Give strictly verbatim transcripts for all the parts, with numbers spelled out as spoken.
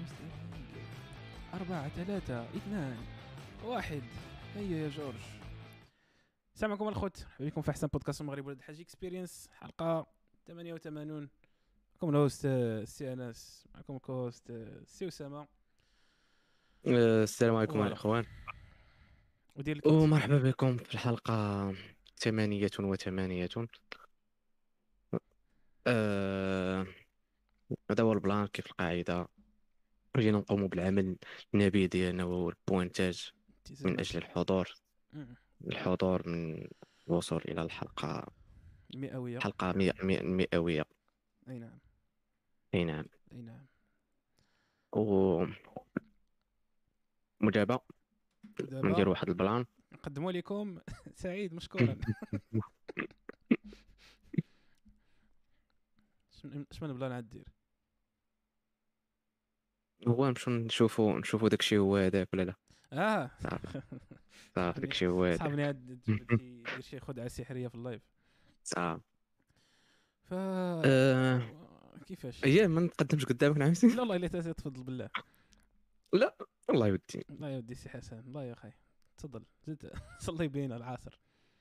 مستنيين. أربعة ثلاثة اثنان واحد. هيا يا جورج. السلام عليكم الخوت، بكم في احسن بودكاست المغرب ولد الحاج اكسبيرينس حلقه ثمانية وثمانين. معكم الهوست السي انس، معكم الكوست السي اسامه. السلام عليكم فوالا. الاخوان ودير الكيت. ومرحبا بكم في الحلقه ثمانية وثمانية. آه، هذا هو البلان كيف القاعده. جينا نقوم بالعمل النبيل ديالنا وهو البوينتاج من اجل الحضور الحضور من الوصول الى الحلقه المئويه. حلقه مئة مئة مئويه. اي نعم اي نعم. اي نعم. ومجابه ندير دابا واحد البلان. نقدموا لكم سعيد مشكورا. اش من بلان عاد هو نمشيو نشوفوا نشوفوا داكشي هو هذاك ولا لا؟ اه صافي صافي داكشي هو هذاك. صاحبني هاد تجبد شي يدير شي خدعه سحريه في اللايف. صافي. ف آه، كيفاش؟ اييه ما نتقدمش قدامك نعمتي. لا والله الا تفضل بالله. لا والله ودي. الله يودي سي حسن، الله يا اخي تفضل زيد. صلي بينا العصر.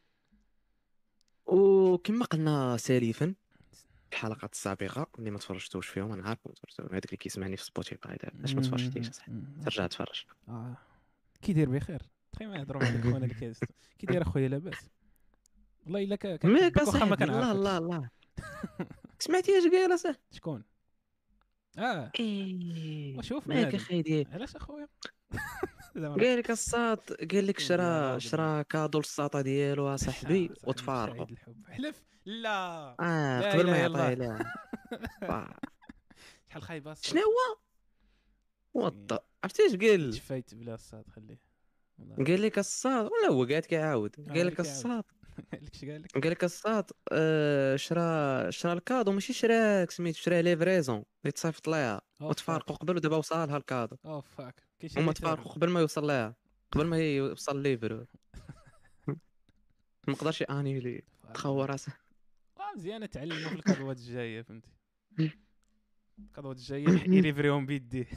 وكما قلنا سالفا في الحلقات السابقه اللي ما تفرجتوش فيهم، انا عارف ما تفرجتوش، هذاك اللي كيسمعني في سبوتيفاي علاش ما تفرجتيش اصاحبي؟ ترجع تفرج. اه كي داير بخير؟ تخيل ما نهضروا مع داك خونا اللي كيهز. كي داير اخويا لاباس؟ والله الا ماك كنحبك واخا ما اصاحبي؟ الله كنعرفكش. الله الله. سمعتي اش قال اصاحبي؟ شكون؟ اه ايه وشوف ماك بنادم. اخي ديال علاش اخويا؟ زعما قال لك الساط، قال لك قول يا شرا راجل. شرا كادو للساطه ديالو اصاحبي صاحبي وتفارقوا. سعيد الحب حلف. لا اه لا قبل ما اله الا يعطيه الله. لها. فا- شحال خايبه الصاد. شنو هو وات عرفتي اش قال؟ تشفيت بلا الصاد خليه. والله قال لك الصاد ولا هو قاعد كيعاود؟ اه قال اللي لك كيعاود. الصاد قال لك اش قال لك؟ قال لك الصاد آه، شرا شرا الكادو ماشي شراك سميتو شرا ليفريزون اللي تصيفط ليها اوه فاك. وتفارقوا قبل ودابا وصلها الكادو. اوه فاك كيشري هما ريتيرن. تفارقوا قبل ما يوصل لها، قبل ما يوصل ليفر. ما قدرش اني لي تخور راسه. اه مزيانه تعلموا في الكادوات الجايه فهمتي. الكادوات الجايه يريفريهم بيديه.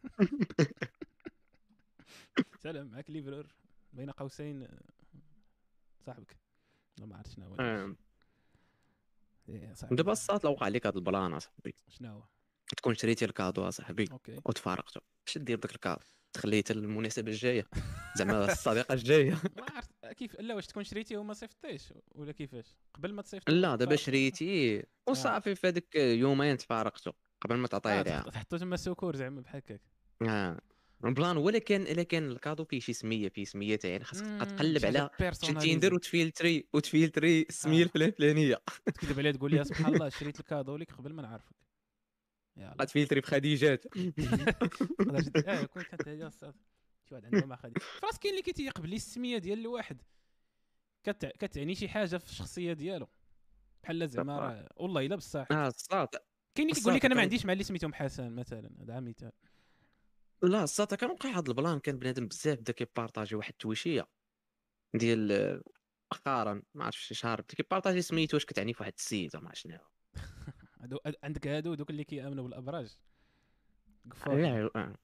سلام معك ليفرور بين قوسين صاحبك. لا ما عرفت شنو هو داك الشيء. ايه صاحبي دابا الصاد لو وقع لك هذا البلان اصاحبي، شنو هو؟ تكون شريتي الكادو اصاحبي اوكي. وتفارقتوا، اش دير بداك الكادو؟ تخليه حتى المناسبه الجايه، زعما الصديقه الجايه. ما عرفت كيف. لا واش تكون شريتي وما صيفطتيش ولا كيفاش قبل ما تصيفط؟ لا دابا شريتي آه. وصافي في هذيك يومين تفارقتوا قبل ما تعطيه اه ليها. تحطوا تما سكور زعما بحال هكاك. اه البلان هو، لكن الا كان الكادو فيه شي سميه فيه سميه تاع يعني خاصك تبقى تقلب على شي تيندر وتفيلتري وتفيلتري السميه آه. الفلانيه. تكذب عليا تقول لي سبحان الله شريت الكادو لك قبل ما نعرفك. يلا تفيلتري بخديجات. تقدر جد اه كون كانت هي الصاد شي واحد عنده ما خدي فراس. كاين اللي كيتيق بلي السميه ديال الواحد كت... كتعني شي حاجه في الشخصيه ديالو بحال زعما راه والله الا بصح. اه الساط كاين اللي كيقول لك انا ما كان... عنديش مع اللي سميتهم حسن مثلا، هذا مثال. لا الساط كنوقع هذا البلان، كان بنادم بزاف بدا كيبارطاجي واحد التويشيه ديال مؤخرا ما عرفتش شي شهر بدا كيبارطاجي سميتو واش كتعني في واحد السيد ما شنو. هادو عندك هادو دوك اللي كيامنوا بالابراج قفاط. لا آه.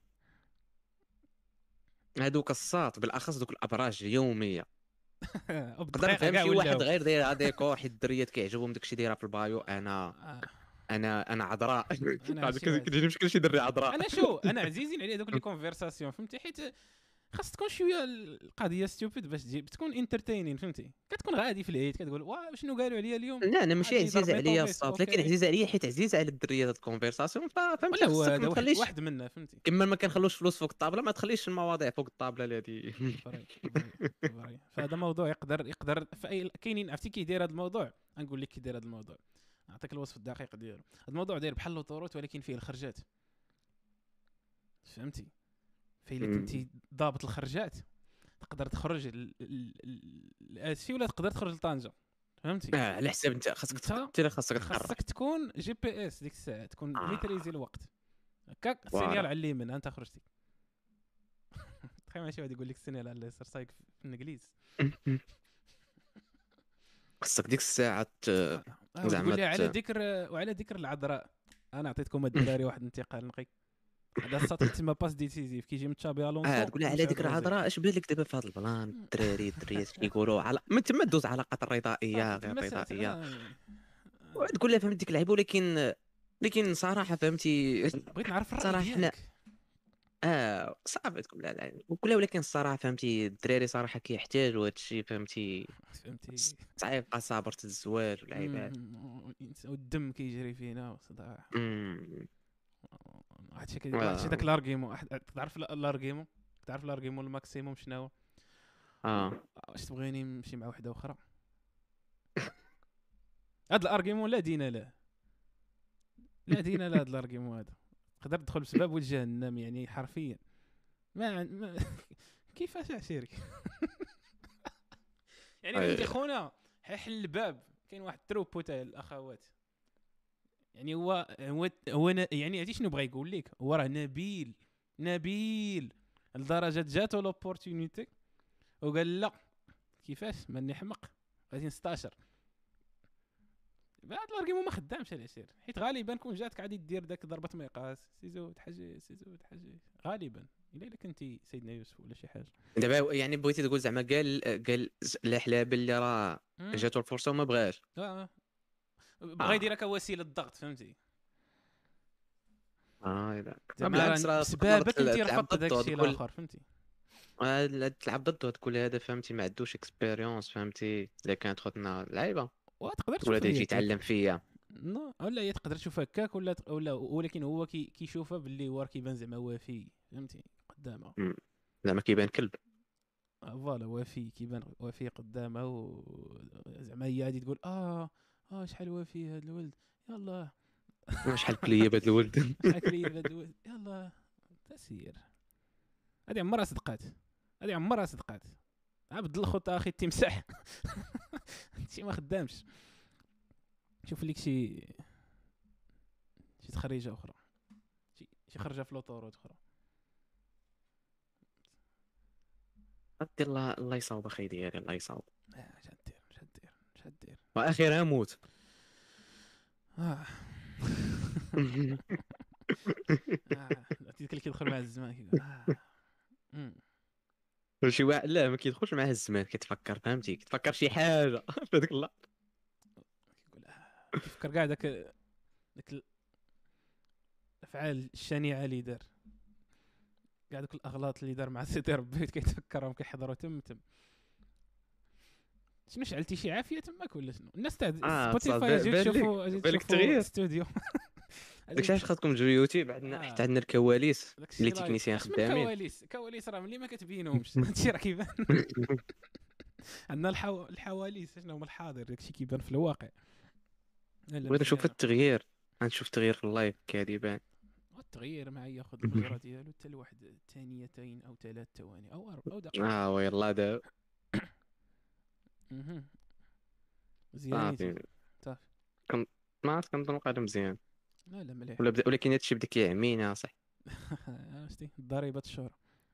هادوك الساط بالاخص دوك الابراج اليوميه. نقدر وبالدقيقه نفهم كاع شي واحد ولاو. غير داير ديكور حيت الدريات كيعجبهم داكشي دايره في البايو. انا آه. انا انا عذراء. انا بعد هادشي واحد. كتجيني مشكل شي دري عذراء. انا شو انا عزيزين عليا دوك لي كونفرساسيون فهمتي، حيت خاص تكون شويه القضيه ستوبيد باش تجي تكون انترتينين فهمتي. كتكون غادي في العيد كتقول واه شنو قالوا عليا اليوم. لا انا ماشي عادي عزيز ضربني عليا طوبيس الصاط، لكن اوكي. عزيز عليا حيت عزيز على الدريه هاد الكونفرساسيون. فهمتي ولا هو خصك هذا ما واحد تخليش واحد منا فهمتي. كما ما كنخلوش فلوس فوق الطابله ما تخليش المواضيع فوق الطابله لا هادي. فري فري فري. فهذا موضوع يقدر يقدر في اي كاينين عرفتي كيدير هذا الموضوع. نقول لك كيدير هذا الموضوع، نعطيك الوصف الدقيق ديالو. هذا الموضوع داير بحال لوطوروت ولكن فيه الخرجات فهمتي. فإلا كنتي ضابط الخرجات تقدر تخرج لاسي ولا تقدر تخرج لطنجة فهمتي. اه على حساب انت خاصك تقتل خاصك تقرر. خاصك تكون جي بي اس ديك الساعه تكون آه. ميتريزي الوقت هكاك. السينيال على اليمين انت خرجتي. تخيل ماشي واحد يقول لك السينيال على اليسار سايق في الانجليز. خاصك ديك الساعه زعما على ذكر وعلى ذكر العذراء انا عطيتكم الدراري واحد الانتقال نقي. هذا الساط تما باس ديسيزيف كيجي من تشابي الونسو اه تقول على ديك الهضره اش بان لك دابا في هذا البلان الدراري الدريات كيقولوا على من تما دوز علاقات الرضائيه غير رضائيه تقول لها فهمت ديك اللعيبه ولكن لكن صراحه فهمتي بغيت نعرف الراي صراحه حنا ديالك. اه صعب تقول لا لا وكلها ولكن الصراحه فهمتي الدراري صراحه كيحتاجوا هذا الشيء فهمتي فهمتي صعيب بقى صابر الزواج والعيبات والدم كيجري فينا وصداع امم هادشي كي هادشي داك الارغيمون تعرف الارغيمون تعرف الارغيمون الماكسيموم شنو هو؟ اه واش تبغيني نمشي مع وحده اخرى؟ هاد الارغيمون لا دين له لا دين له هاد الارغيمون هذا تقدر تدخل بسبب ولد جهنم يعني حرفيا ما, ما... كيفاش عشيري يعني فهمتي خونا حل الباب كاين واحد تروبو تاع الاخوات يعني هو هو, هو ن... يعني عرفتي شنو بغا يقول لك هو راه نبيل نبيل لدرجه جاتو لوبورتونيتي وقال لا كيفاش ماني حمق غادي نستاشر بعد الارغيمون ما خدامش العشير حيت غالبا كون جاتك عادي دير داك ضربه مقاس سيزو تحجي سيزو تحجي غالبا الا الا كنتي سيدنا يوسف ولا شي حاجه دابا يعني بغيتي تقول زعما قال قال الحلابه اللي راه جاتو الفرصه وما بغاش اه بغا يديرها كوسيله ضغط فهمتي اه لا بالعكس راه بسبابك انت رفضت داك الشيء الاخر فهمتي تلعب ضده تقول هذا فهمتي ما عندوش اكسبيريونس فهمتي الا كانت خوتنا لعيبه وتقدر تشوف ولا يجي يتعلم فيا نو ولا هي تقدر تشوف هكاك ولا ولا ولكن هو كي كيشوفها باللي هو كيبان زعما وافي فهمتي قدامه زعما كيبان كلب فوالا وافي كيبان وافي قدامه زعما هي غادي تقول اه اه شحال وافي هذا الولد يلا شحال كليه بهذا الولد شحال كليه بهذا الولد يلا تسير هذه عمرها صدقات هذه عمرها صدقات عبد الخط اخي التمساح شي ما خدامش شوف لك شي شي تخريجه اخرى شي شي خرجه في لوطوروت اخرى ادي الله الله يصاوب اخي ديالي الله يصاوب اش دير اش دير اش دير واخيرا موت اه اه عرفتي اللي كيدخل مع الزمان كيقول اه شي واحد لا ما كيدخلش معاه الزمان كيتفكر فهمتي كيتفكر شي حاجه في هذاك اللحظه كيقول اه كيفكر كاع داك داك الافعال الشنيعه اللي دار كاع دوك الاغلاط اللي دار مع سيدي ربي كيتفكرهم كيحضروا تم تم شنو شعلتي شي عافيه تماك ولا شنو الناس تاع آه سبوتيفاي اجي تشوفوا اجي تشوفوا استوديو داكشي علاش خاصكم تجيو يوتيوب عندنا حيت عندنا الكواليس اللي تكنيسيان خدامين كواليس كواليس راه ملي ما كتبينهمش هادشي راه كيبان عندنا الحو... الحواليس شنو هما الحاضر داكشي كيبان في الواقع بغيت نشوف التغيير غنشوف التغيير في اللايف كيبان التغيير معي ياخذ المجرى ديالو حتى لواحد ثانيتين او ثلاث ثواني او اربع او دقيقه اه ويلا دابا اها مزيان صافي كم ما عرفت كنظن قادم مزيان لا لا مليح ولا بدا ولكن هادشي بدا كيعمينا صح شتي ضريبه الشهره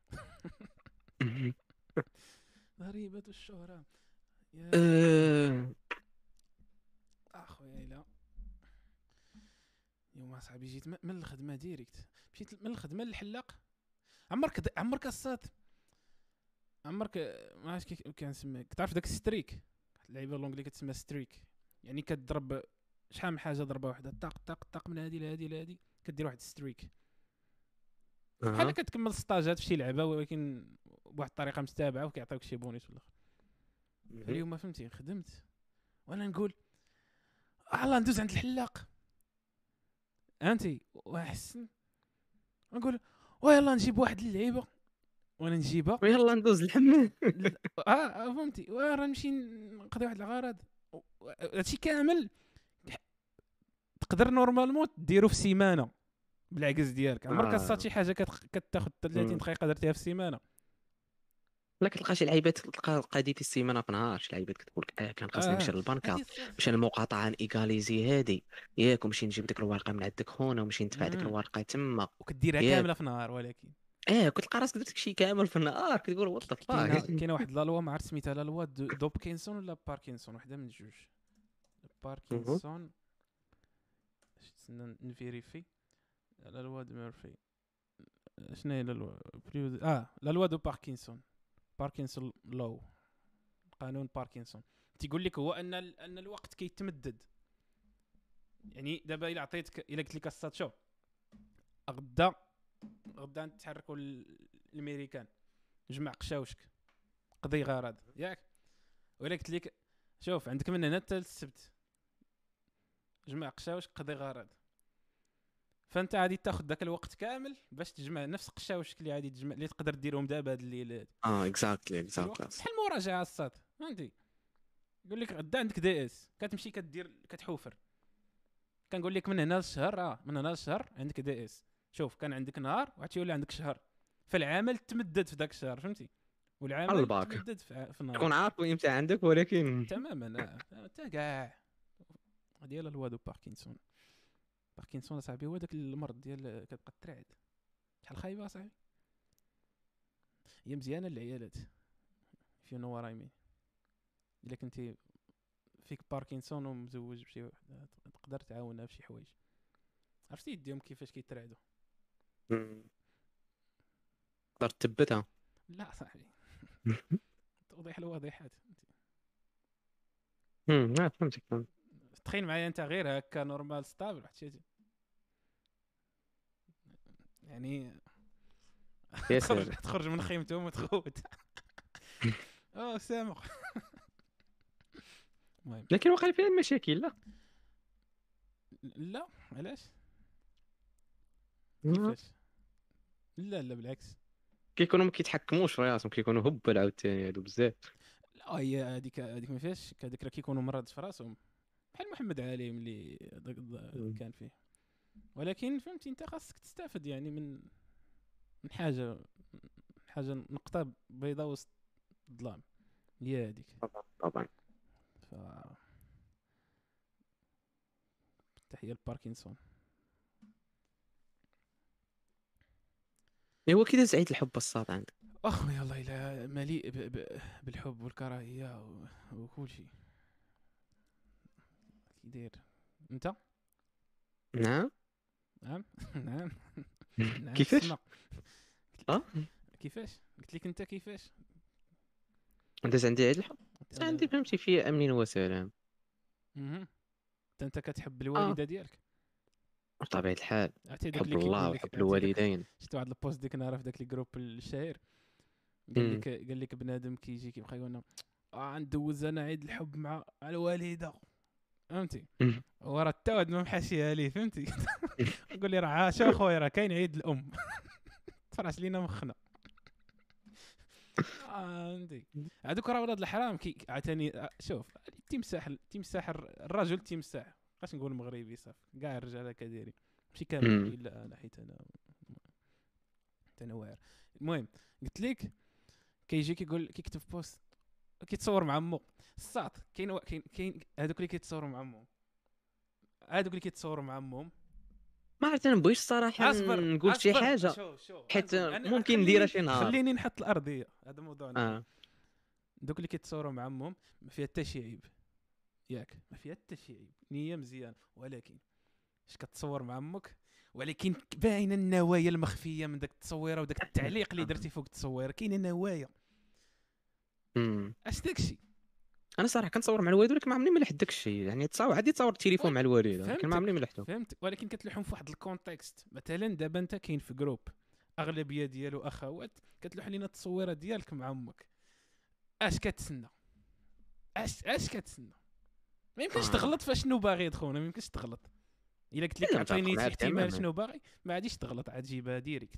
ضريبه الشهره يا اخويا الا يوم صاحبي جيت من الخدمه ديريكت مشيت من الخدمه للحلاق عمرك عمرك الصاد عمرك ما عرفتش كيف كنسميه كتعرف داك ستريك اللعيبه اللونجلي كتسمى ستريك يعني كتضرب شحال من حاجه ضربه واحده طاق طاق طاق من هذه لهذه لهذه كدير واحد ستريك بحال كتكمل ستاجات في شي لعبه ولكن بواحد الطريقه متابعه وكيعطيوك شي بونيس ولا اخر اليوم فهمتي خدمت وانا نقول الله ندوز عند الحلاق انتي واحسن نقول ويلا نجيب واحد اللعيبه وانا نجيبها ويلا ندوز الحمام اه فهمتي وراه نمشي نقضي واحد الغرض هادشي كامل تقدر نورمالمون ديرو في سيمانه بالعكس ديالك عمرك صات شي حاجه كتاخذ ثلاثين دقيقه درتيها في السيمانه لا كتلقى شي لعيبات تلقى قضيتي السيمانه في نهار شي لعيبات كتقول لك اه كان خاصني نمشي آه. للبنكه مشى المقاطعه ايكاليزي هادي ياك ونمشي نجيب ديك الورقه من عندك خونا ونمشي ندفع ديك الورقه تما وكديرها كامله في نهار ولكن اه كتلقى راسك درت شي كامل في النهار كتقول وات ذا فاك كاينه واحد لا لوا ما عرفت سميتها لا لوا دوبكنسون ولا باركنسون وحده من الجوج باركنسون استنى نفيريفي لا لوا دو ميرفي شنو هي الو... بريود... اه لا لوا دو باركنسون باركنسون لو قانون باركنسون تيقول لك هو ان ال... ان الوقت كيتمدد. يعني دابا الا عطيتك الا قلت لك السات شوف غدا غدا نتحركوا الامريكان جمع قشاوشك قضي غرض ياك، ولا قلت لك شوف عندك من هنا حتى السبت جمع قشاوشك قضي غرض، فانت غادي تاخذ داك الوقت كامل باش تجمع نفس قشاوشك اللي غادي تجمع اللي تقدر ديرهم دابا هاد الليله. اه اكزاكتلي اكزاكتلي بحال المراجعه الصاد فهمتي. يقول لك غدا عندك دي اس كتمشي كدير كتحوفر، كنقول لك من هنا للشهر اه من هنا للشهر عندك دي اس. شوف كان عندك نهار وعاد يولي عندك شهر، فالعمل تمدد في ذاك الشهر فهمتي، والعمل تمدد في, في النهار. تكون عارف امتى عندك ولكن تماما حتى كاع ديال لوا دو باركنسون. باركنسون صاحبي هو داك المرض ديال كتبقى ترعد شحال خايبه صاحبي. هي مزيانه للعيالات في نو رايمين الا كنتي فيك باركنسون ومزوج بشي وحده تقدر تعاونها بشي حوايج. عرفتي يديهم كيفاش كيترعدوا؟ تقدر تثبتها؟ لا صاحبي توضيح الواضحات. امم لا فهمتك فهمت. تخيل معايا انت غير هكا نورمال ستابل واحد شي يعني تخرج تخرج من خيمتهم وتخوت اه سامح. المهم لكن واقع فيها المشاكل. لا لا علاش كيفاش؟ لا لا بالعكس كيكونوا ما كيتحكموش في راسهم، كيكونوا هبل عاوتاني هادو بزاف. لا هي هذيك هذيك ما فيهاش هذيك راه كيكونوا مرض في راسهم بحال محمد علي ملي كان فيه. ولكن فهمتي انت خاصك تستافد يعني من من حاجه حاجه نقطه بيضاء وسط الظلام هي هذيك طبعا طبعا. ف تحيه لباركنسون. ايوا كي داز عيد الحب الصاد عندك؟ اخ يلا الى مليء ب... ب... بالحب والكراهيه و... وكل شيء. كي داير انت؟ نعم نعم نعم نعم كيفاش؟ اه كيفاش قلت لك انت كيفاش داز عندي عيد الحب؟ عندي فهمتي فيه امن وسلام. اها انت كتحب الوالده ديالك بطبيعه الحال عرفتي حب الله وحب الوالدين. شفت واحد البوست ديك نهار في داك الجروب الشهير قال لك قال لك بنادم كيجي كيبقى يقول لنا اه ندوز انا عيد الحب مع الوالده فهمتي، ورا حتى واحد ما محاشيها ليه فهمتي. نقول لي راه عاشا اخويا راه كاين عيد الام تفرعش لينا مخنا عندي هذوك راه ولاد الحرام كي عتاني. شوف التمساح التمساح الرجل التمساح باش نقول مغربي صافي كاع الرجال هكا دايرين ماشي كامل الا انا حيت انا تنوير. المهم قلت لك كيجي كيقول كيكتب بوست كيتصور مع امو الساط كاين كاين كاين هذوك اللي كيتصوروا مع امهم هذوك اللي كيتصوروا مع امهم ما عرفت انا بغيتش صراحه نقول شي حاجه شو شو حيت ممكن نديرها شي نهار. خليني نحط الارضيه هذا موضوعنا. آه. دوك اللي كيتصوروا مع امهم ما فيها حتى شي عيب ياك ما فيها حتى شي عيب نيه مزيان، ولكن اش كتصور مع امك ولكن باينه النوايا المخفيه من داك التصويره وداك التعليق اللي درتي فوق التصويره كاينه نوايا. امم اش داكشي انا صراحه كنصور مع الوالد ولكن ما عمرني ملحت داكشي يعني تصاور عادي تصور التليفون مع الوالد ولكن ما عمرني ملحته. فهمت ولكن كتلوحهم في واحد الكونتكست. مثلا دابا انت كاين في جروب اغلبيه ديالو اخوات كتلوح لينا التصويره ديالك مع امك اش كتسنى اش اش كتسنى ما يمكنش آه. تغلط فاشنو باغي تخونا ما يمكنش تغلط الا قلت لك عطيني احتمال شنو باغي ما غاديش تغلط عاد جيبها ديريكت.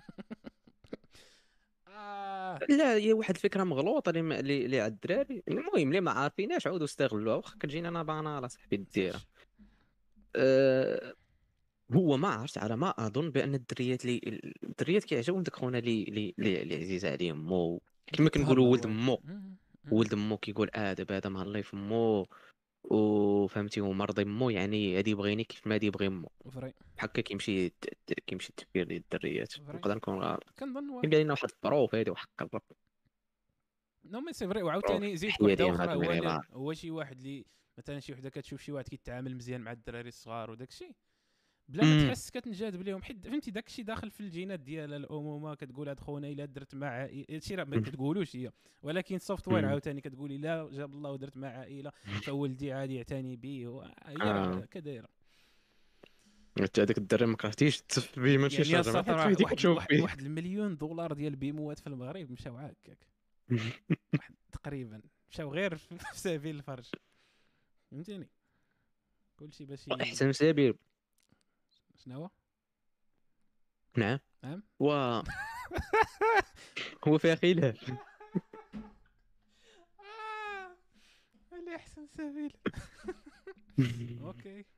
آه. لا هي واحد الفكره مغلوطه اللي اللي على الدراري. المهم اللي ما عارفيناش عاودوا استغلوها واخا كتجينا انا باناله صاحبي ديرها. أه هو ما عرفت على ما اظن بان الدريات اللي الدريات كيعجبهم داك خونا اللي اللي اللي عزيز عليهم مو كما كنقولوا ولد مو ولد مو كيقول اه دابا هذا مهلي في مو وفهمتي هو مرضي مو يعني غادي يبغيني كيف ما غادي يبغي مو هكا كيمشي كيمشي التفكير ديال الدريات. نقدر نكون غلط كنظن كاين لنا واحد البروف هادي وحق الرب نو مي سي فري. وعاوتاني زيد وحده اخرى هو هو شي واحد اللي مثلا شي وحده كتشوف شي واحد كيتعامل مزيان مع الدراري الصغار وداك الشيء بلا ما تحس كتنجذب ليهم، حيت فهمتي داكشي داخل في الجينات ديال الامومه. كتقول هاد خونا الا درت مع عائله هادشي راه ما كتقولوش هي، ولكن سوفت وير عاوتاني كتقولي لا جاب الله ودرت مع عائله فولدي عادي يعتني به، هي راه كدايره. انت هذاك الدري ما كرهتيش تسف به ماشي يعني شجره، السطر ما واحد واحد, واحد المليون دولار ديال البيموات في المغرب مشاو هكاك واحد تقريبا مشاو غير في سبيل الفرج، فهمتيني؟ كلشي باش احسن سبيل. شنو هو؟ نعم نعم و هو فيها خلاف. اللي احسن سبيل اوكي.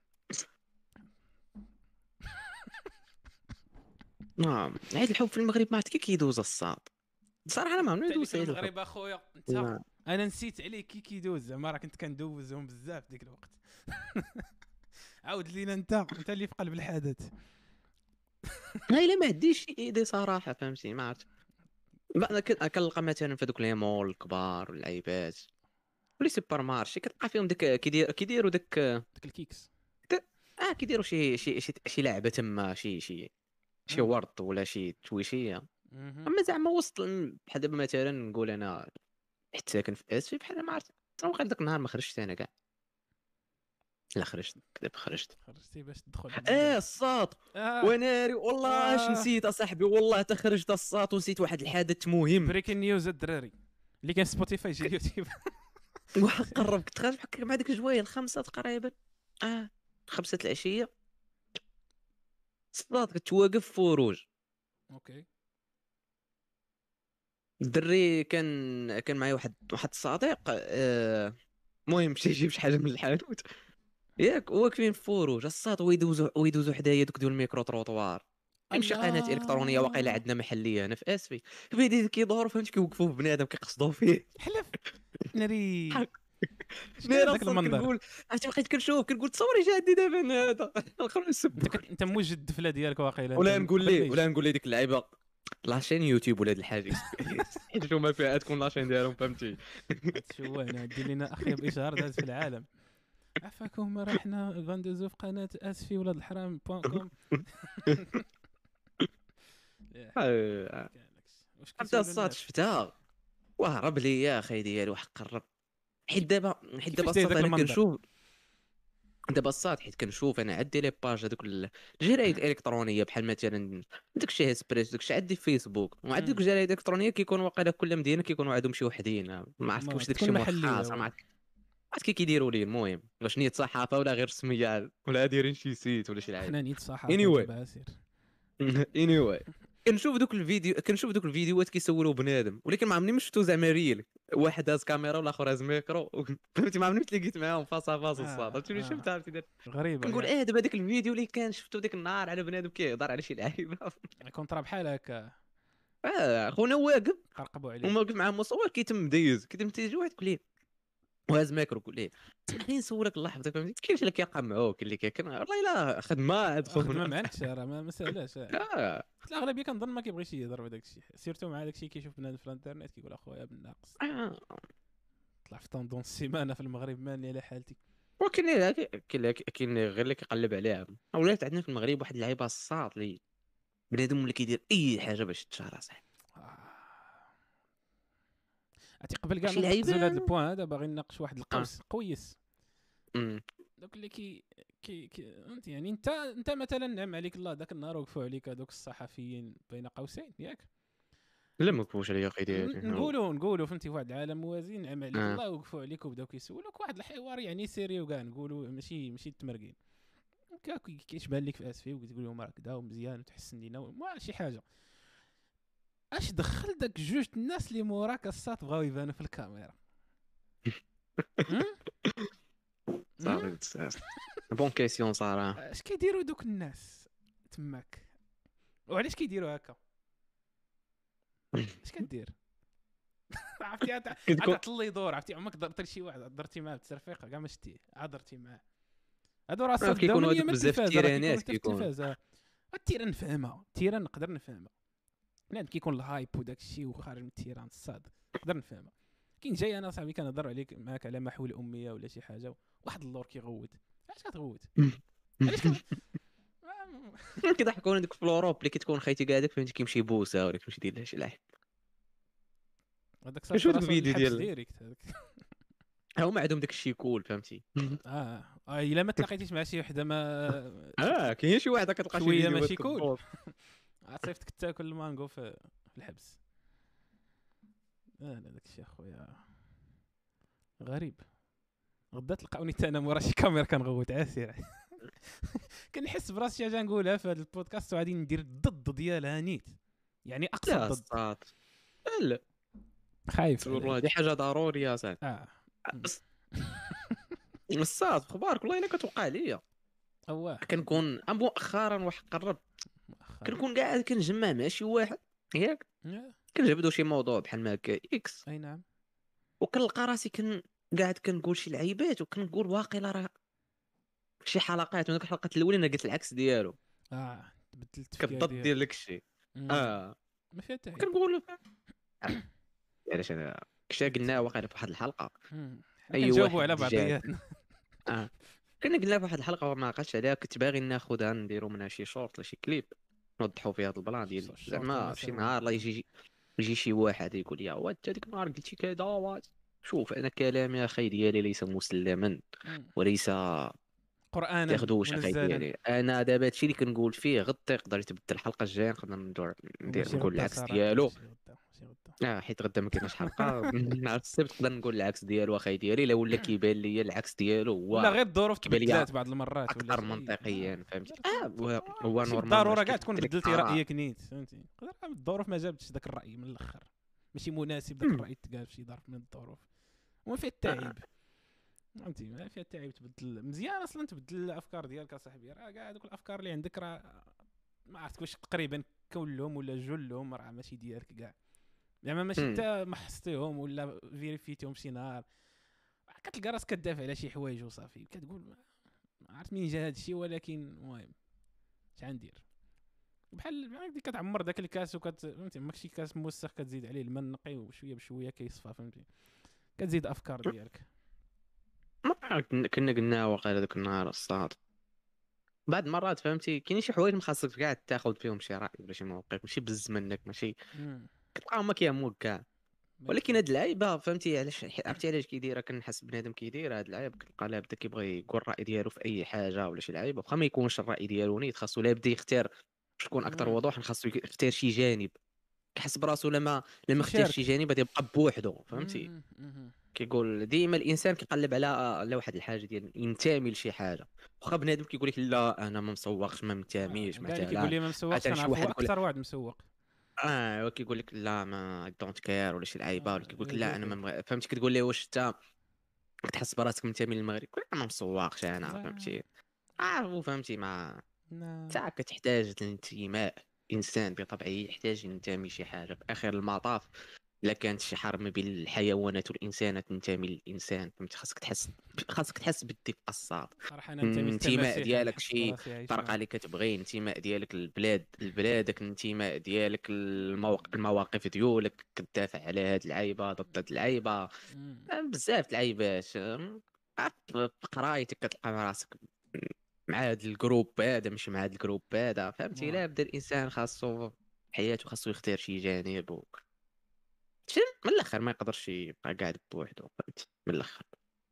نعم عيد الحب في المغرب ما عرفت كي كيدوز الصاد صراحه. انا ما عمري ندوز في المغرب اخويا انت لا. انا نسيت عليك كي كيدوز زعما راه كنت كندوزهم بزاف ديك الوقت. عاود لينا انت انت اللي في قلب الحدث. لا الا ما عنديش شي ايدي صراحه، فهمتي؟ ما عرفت. انا كنلقى مثلا في دوك لي مول الكبار واللعيبات ولي سوبر مارشي كتلقى فيهم ديك كيدير كيديروا داك داك الكيكس. اه كيديروا شي شي شي, شي لعبه تما، شي شي شي ورد ولا شي تشويشيه. اما زعما وسط بحال دابا مثلا نقول انا حيت ساكن في اسفي بحال ما عرفت واقيلا داك النهار ما خرجت انا كاع. لا خرجت دابا خرجت خرجتي باش تدخل اه الساط آه. وناري والله اش آه. نسيت اصاحبي، والله حتى خرجت الساط ونسيت واحد الحدث مهم. بريكين نيوز الدراري اللي كان سبوتيفاي جي اليوتيوب. واحد قرب كنت خارج بحال مع ديك الجوايه الخمسه تقريبا، اه خمسة العشيه الساط كتواقف فروج. اوكي. الدري كان كان معايا واحد واحد الصديق، آه المهم مشى يجيب شي حاجه من الحانوت ياك واقفين في فروج الصاد ويدوزوا ويدوزوا حدايا دوك ديال الميكرو تروطوار. كيمشي قناه الكترونيه واقيلا عندنا محليه هنا في اسفي، بديت كيدوروا فهمت كيوقفوا بنادم كيقصدوا فيه حلف ناري ناري داك المنظر. كنقول عرفتي بقيت كنشوف كنقول تصوري جا عندي دابا هذا الاخر نسب. انت انت موجد الدفله ديالك واقيلا. ولا نقول ليه ولا نقول ليه ديك اللعيبه لاشين يوتيوب ولا هاد الحاجه حيت ما فيها تكون لاشين ديالهم فهمتي. شو انا دير لنا اخيب اشهار داز في العالم. عفاكم راه حنا غندوزو في قناه اسفي ولاد الحرام بوان كوم. حتى الصاد شفتها وهرب لي يا اخي ديالي واحد قرب. حيت دابا حيت دابا الصاد انا كنشوف دابا الصاد حيت كنشوف انا عندي لي باج هذوك الجرايد الالكترونيه بحال مثلا داكشي اسبريس داكشي عندي في فيسبوك وعندي دوك الجرايد الالكترونيه كيكونوا واقيلا كل مدينه كيكونوا عندهم شي وحدين ما عرفت واش داكشي خاص ما عرفت كي كيديروا ليه. المهم واش نيت صحافه ولا غير سميه ولا دايرين شي سيت ولا شي لعيب. حنا نيت صحافه anyway باسير. anyway كنشوف دوك الفيديو كنشوف دوك الفيديوهات كيسولوا بنادم ولكن ما عمرني ما شفتو زعما ريل واحد هاز كاميرا والاخر هاز ميكرو فهمتي ما عمرني تلاقيت معاهم فاصا فاص الصاد عرفتي اللي شفتها عرفتي غريبه. كنقول اه دابا داك الفيديو اللي كان شفتو ديك النهار على بنادم كيهضر على شي لعيبه كنت راه بحال هكا اه خونا واقف قرقبوا عليه وما واقف معاه مصور كيتم مديز كيتم تيجي واحد يقول ليه وهاز ميكرو يقول ليه سمحني نسولك اللحظه فهمتي كاين اللي كيقع معوك اللي كيكن والله الا خدمه عاد خدمه ما عندكش راه ما مسالاش. اه في الاغلبيه كنظن ما كيبغيش يهضر بداك الشيء سيرتو مع داك الشيء كيشوف بنادم في الانترنت كيقول اخويا بالناقص طلع في طوندون السيمانه في المغرب مالني على حالتي. وكاين كاين كاين غير اللي كيقلب عليها. ولات عندنا في المغرب واحد اللعيبه الساط اللي بنادم اللي كيدير اي حاجه باش تشهر صاحبي. عرفتي قبل كاع ما نركزوا لهذا البوان هذا باغي نناقش واحد القوس قويس. امم دوك اللي كي كي, كي انت يعني انت انت مثلا نعم عليك الله ذاك النهار وقفوا عليك هذوك الصحفيين بين قوسين ياك لا ما وقفوش عليا اخي ديالي نقولوا نقولوا فهمتي في واحد العالم موازي نعم عليك آه. الله وقفوا عليك وبداو كيسولوك واحد الحوار يعني سيريو كاع نقولوا ماشي ماشي تمرقين كيشبان لك في اسفي وتقول لهم راه كذا ومزيان وتحسن لينا ما شي حاجه. اش دخل داك جوج الناس اللي موراك الساط بغاو يبانوا في الكاميرا؟ صافي بون كيسيون صراحه. اش كيديروا دوك الناس تماك وعلاش كيديروا هكا؟ اش كدير؟ عرفتي عاد عطل يدور عرفتي عمرك درتي لشي واحد درتي معاه بالترفيقه كاع ما شتيه عاد درتي معاه هادو راه صافي كيكونوا هذوك بزاف التيرانات كيكونوا التيران نفهمها التيران نقدر نفهمها بنادم كيكون الهايب وداك الشيء وخارج من التيران الصاد نقدر نفهمها. كاين جاي انا صاحبي كنهضر عليك معاك على محو الاميه ولا شي حاجه واحد اللور كيغوت علاش كتغوت علاش كيضحكوا ديك في الاوروب اللي كتكون خيتي قاعدك فهمتي كيمشي بوسه ولا كيمشي يدير لها شي لعب. هذاك صافي شوف ديك راسو الفيديو الحبس ديال ديريكت هذاك. هما عندهم داك الشي كول فهمتي. اه اه الا ما تلاقيتيش مع شي وحده ما اه كاين شي واحد كتلقى شي شويه فيديو ماشي كول عصيفتك تاكل المانغو في الحبس. اه لا داك الشيء اخويا غريب. غدا تلقاوني حتى انا مورا شي كاميرا كنغوت عاسير. كنحس براسي اجا نقولها في هذا البودكاست وغادي ندير الضد ديالها نيت، يعني اقصى لا الضد. الصاد لا خايف والله هذه حاجه ضروريه صاحبي. اه بس الصاد اخبارك والله الا كتوقع ليا اواه كنكون مؤخرا واحد قرب كنكون قاعد كنجمع مع شي واحد ياك كنجبدوا شي موضوع بحال ما هكا اكس اي نعم وكنلقى راسي كن قاعد كنقول شي لعيبات وكنقول واقيلا راه شي حلقات من ديك الحلقات الاولى قلت العكس ديالو. اه بدلت التفكير كضد ديال داك الشيء. اه ما فيها حتى كنقول علاش انا كشا قلنا واقيلا في واحد الحلقه اي كنجاوبوا واحد على جا بعضياتنا. اه كنا قلنا في واحد الحلقه وما عقلتش عليها كنت باغي ناخذها نديروا منها شي شورت ولا شي كليب نوضحوا فيها هذا البلان ديال زعما شي نهار الله يجي يجي شي واحد يقول لي واه انت ديك النهار قلتي كذا. شوف انا كلامي اخي ديالي ليس مسلما وليس قرانا تاخذوش اخي منزلا. ديالي. انا دابا هادشي اللي كنقول فيه غدا يقدر يتبدل الحلقه الجايه نقدر ندور ندير ماشي نقول غدا العكس صراحة، ديالو. ماشي غدا، ماشي غدا. اه حيت غدا ما كايناش حلقه نهار السبت نقدر نقول العكس ديالو اخي ديالي لا ولا كيبان لي العكس ديالو هو ولا غير الظروف كيبان لي تبدلات بعض المرات ولا اكثر شي. منطقيا فهمتي. آه. اه هو هو ماشي نورمال بالضروره كاع تكون بدلتي رايك رايك نيت فهمتي. يقدر الظروف ما جابتش داك الراي من الاخر، ماشي مناسب داك الراي تقال في شي ظرف من الظروف وما فيه التعب فهمتي. ما فيها التعب تبدل مزيان اصلا تبدل الافكار ديالك اصاحبي. راه كاع دوك الافكار اللي عندك راه ما عرفت واش تقريبا كلهم ولا جلهم راه ماشي ديالك كاع، زعما ماشي انت محصتيهم ولا فيريفيتيهم شي نهار. كتلقى راسك كدافع على شي حوايج وصافي كتقول ما عرفت منين جا هذا الشيء، ولكن المهم اش غندير. بحال بحال كتعمر داك الكاس وكت فهمتي ماكشي كاس موسخ كتزيد عليه الماء النقي وشويه بشويه كيصفى فهمتي. كتزيد افكار ديالك. ما كنا قلنا واقيلا ذاك النهار الصاد بعد مرات فهمتي كاين شي حوايج ما خاصك كاع تاخذ فيهم شي راي ولا شي موقف ماشي بز منك ماشي كتلقاهم ما كيهموك كاع. ولكن هاد اللعيبه فهمتي علاش عرفتي علاش كيديرها كنحس بنادم كيدير هاد اللعيبه كتلقى لا بدا كيبغي يقول الراي ديالو في اي حاجه ولا شي لعيبه واخا ما يكونش الراي ديالو نيت خاصو لا بدا يختار باش تكون اكثر وضوح خاصو يختار شي جانب كيحس براسو لما لما اختار شي جانب غادي يبقى بوحدو فهمتي. كيقول ديما الانسان كيقلب على على واحد الحاجه ديال ينتمي لشي حاجه واخا بنادم كيقول لك لا انا ما مسوقش ما منتميش مثلا كيقول لي ما مسوقش كنعرف هو اكثر واحد مسوق. اه كيقول لك لا ما دونت كير ولا شي لعيبه ولا كيقول لك لا انا ما فهمتي كتقول ليه واش انت كتحس براسك منتمي للمغرب كل ما مسوقش انا فهمتي. اه فهمتي ما ساعه كتحتاج الانتماء. انسان بطبعه يحتاج ينتمي شي حاجه في اخر المطاف. الا كانت شي حرب ما بين الحيوانات والانسان تنتمي للانسان فهمتي. خاصك تحس خاصك تحس بالدفء الصاد. صراحه انا ننتمي الانتماء ديالك شي طريقه اللي كتبغي الانتماء ديالك للبلاد لبلادك الانتماء ديالك المواقف المواقف ديالك كتدافع على هاد اللعيبه ضد هاد اللعيبه بزاف د اللعيبات في قرايتك كتلقى راسك مع هاد الجروب هذا ماشي مع هاد الجروب هذا فهمتي. لا بدا الانسان خاصو حياته خاصو يختار شي جانب و... من الاخر ما يقدرش يبقى قاعد بوحدو فهمتي من الاخر.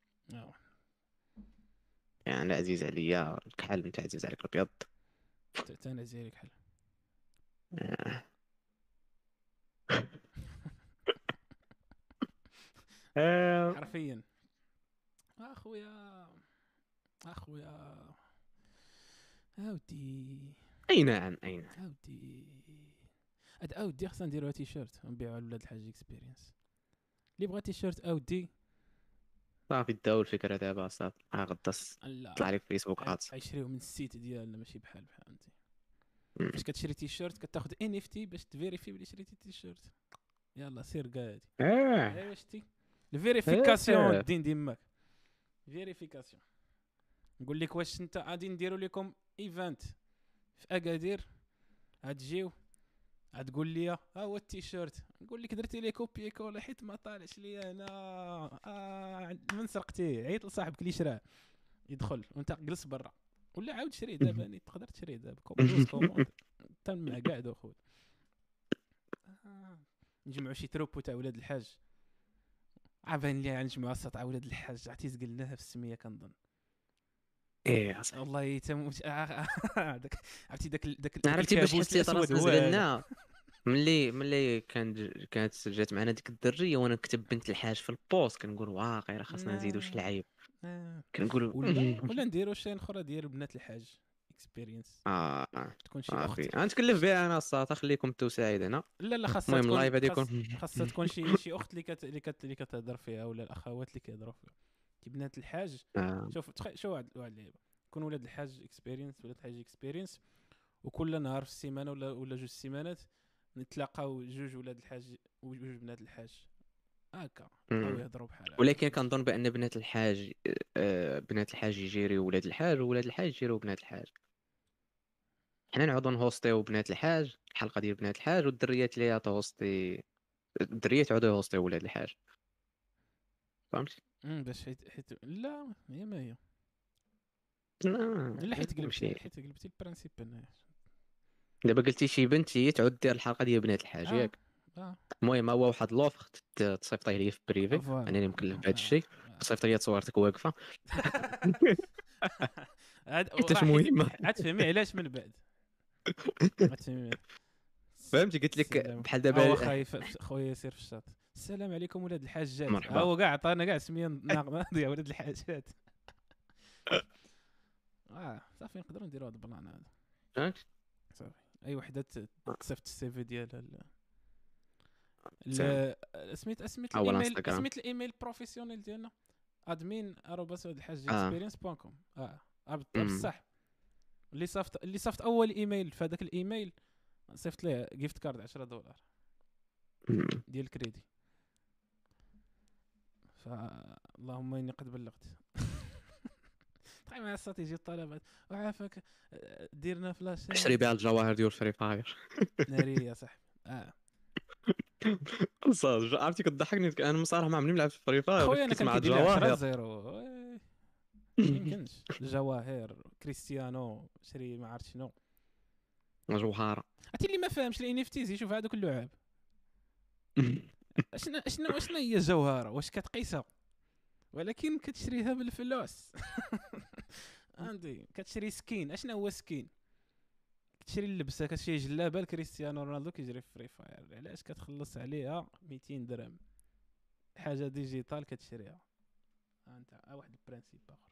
يعني عزيز عليا الكحل انت عزيز عليك الابيض انت انا عزيز عليك حل حرفيا اخويا اخويا اودي. اي نعم اي نعم اودي هاد اودي خصنا نديروها تيشيرت ونبيعوها لولاد الحاج اكسبيرينس. اللي بغى تيشيرت اودي صافي داو الفكره دابا صافي ها غدا طلع لك فيسبوك ادز غيشريو من السيت ديالنا ماشي بحال بحال انت فاش كتشري تيشيرت كتاخذ ان اف تي باش تفيريفي بلي شريتي تيشيرت. يلا سير قادي اه ايوا شتي الفيريفيكاسيون الدين ديماك فيريفيكاسيون. نقول لك واش انت غادي نديروا لكم ايفنت في اكادير غتجيو غتقول لي ها هو التيشيرت نقول لك درتي لي كوبي كولا حيت ما طالعش لي انا آه من سرقتيه عيط لصاحبك اللي شراه يدخل وانت جلس برا ولا عاود شري دابا يعني تقدر تشري دابا كوموند كوموند تم قاعد اخويا. آه. نجمعوا شي تروبو تاع ولاد الحاج عافين لي نجمعوا تاع ولاد الحاج عرفتي زقلناها في السميه كنظن. ايه والله تموت داك عرفتي داك داك عرفتي باش الكابوس حسيت الاسود راسنا هو هذا. زغلنا ملي ملي كان كانت جات معنا ديك الدريه وانا كتب بنت الحاج في البوست كنقول واقيلا خاصنا نزيدوا شي لعيب آه. كنقول ولا ولا نديروا شي اخرى ديال بنات الحاج اكسبيرينس اه تكون شي صافي اخت. غنتكلف بها انا الصاط خليكم انتو سعيد هنا. لا لا خاصها المهم تكون اللايف غادي خاص- يكون خاصها تكون شي شي اخت اللي كت اللي كت اللي كتهضر فيها ولا الاخوات اللي كيهضروا فيها كي بنات الحاج. آه. شوف تخ... شو واحد واحد اللعيبه يكون ولاد الحاج اكسبيرينس ولاد الحاج اكسبيرينس وكل نهار في السيمانه ولا ولا جوج سيمانات نتلاقاو جوج ولاد الحاج وجوج بنات الحاج هكا مم. او يهضروا بحال هكا. ولكن كنظن بان بنات الحاج آه، بنات الحاج يجيريو ولاد الحاج وولاد الحاج يجيريو بنات الحاج. حنا نعوضو نهوستيو بنات الحاج الحلقه ديال بنات الحاج والدريات اللي تهوستي الدريات يعودوا يهوستيو ولاد الحاج فهمتي. امم باش حيت حيت لا هي ما هي لا لا حيت ماشي. قلبتي حيت قلبتي البرانسيب هنايا. دابا قلتي شي بنت هي تعود دير الحلقه ديال بنات الحاج اه ياك. اه المهم هو واحد لوفر تصيفطيه لي في بريفي فوالا. انا اللي مكلف بهذا آه. الشيء. آه. صيفط لي صورتك واقفه عاد حيتاش راح- مهمه عاد تفهمي علاش من بعد عاد تفهمي. فهمتي قلت لك السلام. بحال هو دابا خايف خويا يسير في الشاط. السلام عليكم ولاد الحاجات. مرحبا. هو كاع عطانا كاع سميه ناضيه ولاد الحاجات. اه صافي نقدروا نديروا هذا البلان هذا فهمت صافي. اي وحده ت- تصيفط السي في ديالها ل- سام. ل سميت سميت أول الايميل انستغرام. سميت الايميل بروفيسيونيل ديالنا ادمين arobase الحاج آه. اكسبيرينس دوت كوم. اه آه، بط- مم. بصح اللي صيفط اللي صيفط اول ايميل في هذاك الايميل صيفط ليه جيفت كارد عشرة دولار مم. ديال الكريدي. فاللهم اني قد بلغت. طيب مع استراتيجيه الطلبات وعافاك آه، ديرنا فلاش اشري بها الجواهر ديال فري فاير ناريه صح. اه صاد عرفتي كتضحكني انا بصراحه ما عمرني لعبت في فري فاير خويا انا كنت مع كنت كيدير لي عشرة الجواهر زيرو وي، يمكنش الجواهر كريستيانو شري ما عرفت شنو. جوهره عرفتي اللي ما فاهمش الان اف تيز يشوف هذوك اللعاب اشنا اشنا اشنا هي الجوهره واش كتقيسها ولكن كتشريها بالفلوس. عندي كتشري سكين. اشنا هو سكين كتشري اللبسه كتشري جلابه لكريستيانو رونالدو كيجري في فري فاير علاش كتخلص عليها ميتين درهم حاجه ديجيتال كتشريها. ها انت ها واحد البرانسيب اخر.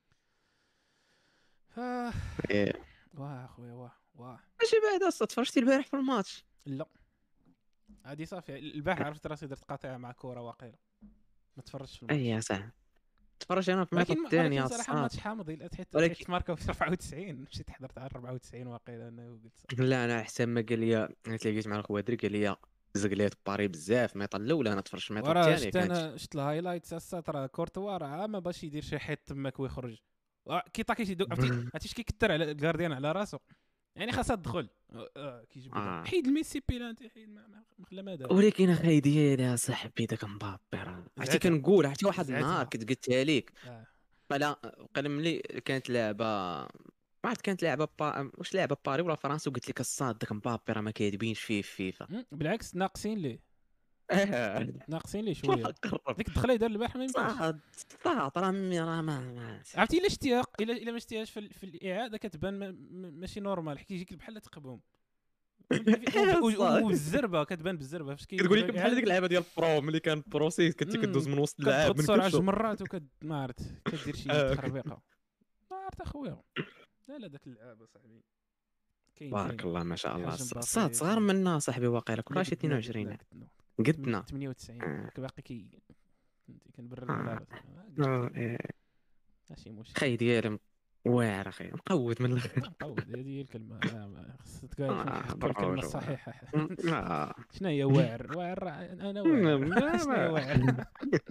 ف إيه. واه خويا واه واه ماشي بعدا اصلا تفرجتي البارح في الماتش لا هادي صافي البارح عرفت راسي درت قاطعه مع كوره واقيلا ما تفرجتش في الماتش. اي يا صاحبي تفرج انا في الماتش ولكن الثاني يا ولكن صراحه صاحبي. الماتش حامض الا حيت ولكن- حيت ماركا في أربعة وتسعين مشيت حضرت على أربعة وتسعين واقيلا انا وقلت صافي. لا انا احسن ما قال لي انا تلاقيت مع الخوادري قال لي زقليت باري بزاف الميطه الاولى انا تفرجت الميطه وراه الثانيه شفت كانت انا شفت الهايلايتس الساط راه كورتوا راه ما باش يدير شي حيط تماك ويخرج آه، كي طاكي شي دو عرفتي عرفتي اش كيكثر على الكارديان على راسو يعني خاصها تدخل آه، آه، كيجبد آه. حيد الميسي بيلانتي حيد ما ما ما خلا ما دار. ولكن اخي ديالي يا صاحبي داك مبابي راه عرفتي زعتها. كنقول عرفتي واحد زعتها. النهار كنت قلتها ليك آه. فلا قال ملي كانت لعبه ما عرفت كانت لعبه با... واش لعبه باري ولا فرنسا وقلت لك الصاد داك مبابي راه ما كاذبينش فيه في فيفا. مم، بالعكس ناقصين ليه اه ناقصين ليه شويه. قرب ديك الدخله يدار البارح ما يمكنش. صاد صاد راه مي- راه ما ما عرفتي الا شتيها الا الا ما شتيهاش في, ال- في الاعاده كتبان ما- ما- ماشي نورمال حيت يجيك بحال تقبهم والزربه كتبان بالزربه فاش كتقول لك بحال ديك اللعبه ديال برو ملي كان بروسيس كنتي مم. كدوز من وسط اللعاب كتضغط من السرعه كل جوج شوط. مرات وكد ما عرفت كدير شي آه. تخربيقه ما عرفت اخويا. لا لا داك اللعاب اصاحبي كاين بارك كاين الله ما شاء الله حاج مبابي. صاد صغار منا صاحبي واقيلا كل لا شي قدنا- اثنين وعشرين قدنا- قدنا ثمانية وتسعين آه. باقي كي فهمتي كنبرر آه. اللعبه آه، إيه. ماشي مشكل. خي ديالي واعر اخي مقود من الاخر. مقود هذه هي الكلمه آه، ما- خصها تقال آه، تكون برافو، الكلمه برافو. الصحيحه. آه. شنو هي واعر واعر انا واعر ما- شنو هي ما- واعر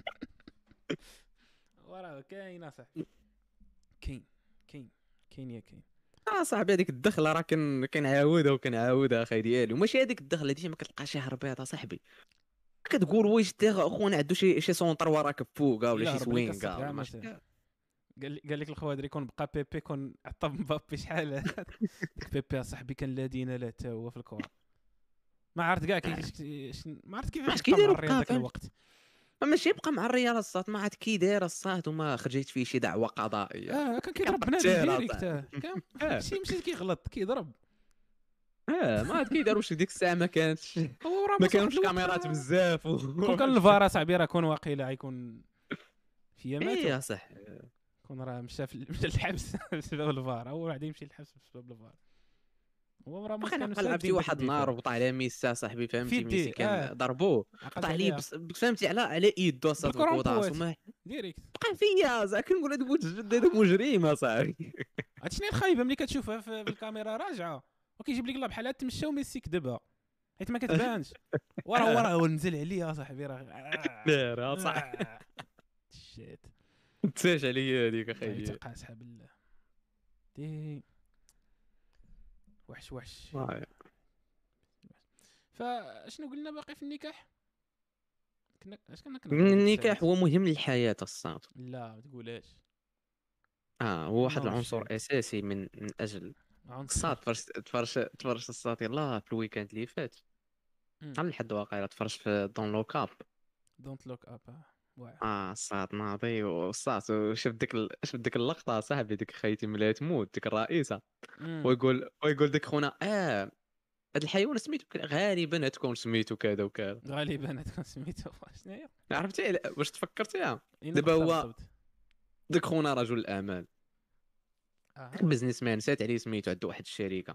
وراه كاين صاحبي كاين كاين كاين يا كاين اه صاحبي هذيك الدخله راه كن كنعاودها وكنعاودها اخي ديالي وماشي هذيك الدخله ديما كتلقى شي هربيطه صاحبي كتقول واش تا خونا عنده شي شي سونطر وراك فوقها ولا إلا شي هرب لك سوينغا الصداع ولا مثلا. ماشي قال لي قال لك الخوادري كون بقى بيبي كون عطى مبابي شحال بيبي صاحبي كان لا دين لا حتى هو في الكره ما عرفت كاع كيفاش ما عرفت كيفاش كيديروا بقى ذاك الوقت ماشي يبقى مع الريال الصاد ما عاد كي داير الصاد وما خرجت فيه شي دعوه قضائيه اه كان كيضرب بنادم ديريكت كان ماشي ماشي كيغلط كيضرب اه ما عاد كيداروش ديك الساعه ما كانتش ما كانوش كاميرات بزاف كون كان الفار صاحبي راه كون واقيلا غيكون في يامات ايه صح كون راه مشى مشى للحبس بسبب الفار اول واحد يمشي للحبس بسبب الفار هو راه ما كان لعبتي واحد النهار وقطع عليه ميسا صاحبي فهمتي ميسي كان آه. ضربوه قطع عليه بس فهمتي على على ايدو صافي كوداس وما ديريكت بقى فيا زعما كنقول هذاك هذاك مجرم اصاحبي هادشي شنو الخايبه ملي كتشوفها في الكاميرا راجعه وكيجيب لك الله بحال تمشى وميسي كدبها حيت ما كتبانش ورا ورا هو نزل عليا صاحبي راه لا صح شيت تساش عليا هذيك اخي تلقى صاحب الله دي وحش وحش فاشنو قلنا باقي في النكاح كنا اش كنا كنا النكاح هو مهم للحياه الصاد لا ما تقولهاش اه هو واحد العنصر اساسي من من اجل الصاد تفرج تفرج تفرج الصاد يلاه في الويكاند اللي فات على لحد واقيلا تفرج في دون لوك اب دونت لوك اب اه الصاد ناضي والصاد شفت ديك ال... شفت ديك اللقطه صاحبي ديك خيتي ملي تموت ديك الرئيسه ويقول ويقول ديك خونا اه هاد الحيوان سميتو غالبا تكون سميتو كذا وكذا غالبا تكون سميتو شنو هي عرفتي واش تفكرتيها دابا هو ديك خونا رجل الاعمال آه. بزنس مان سات عليه سميتو عنده واحد الشركه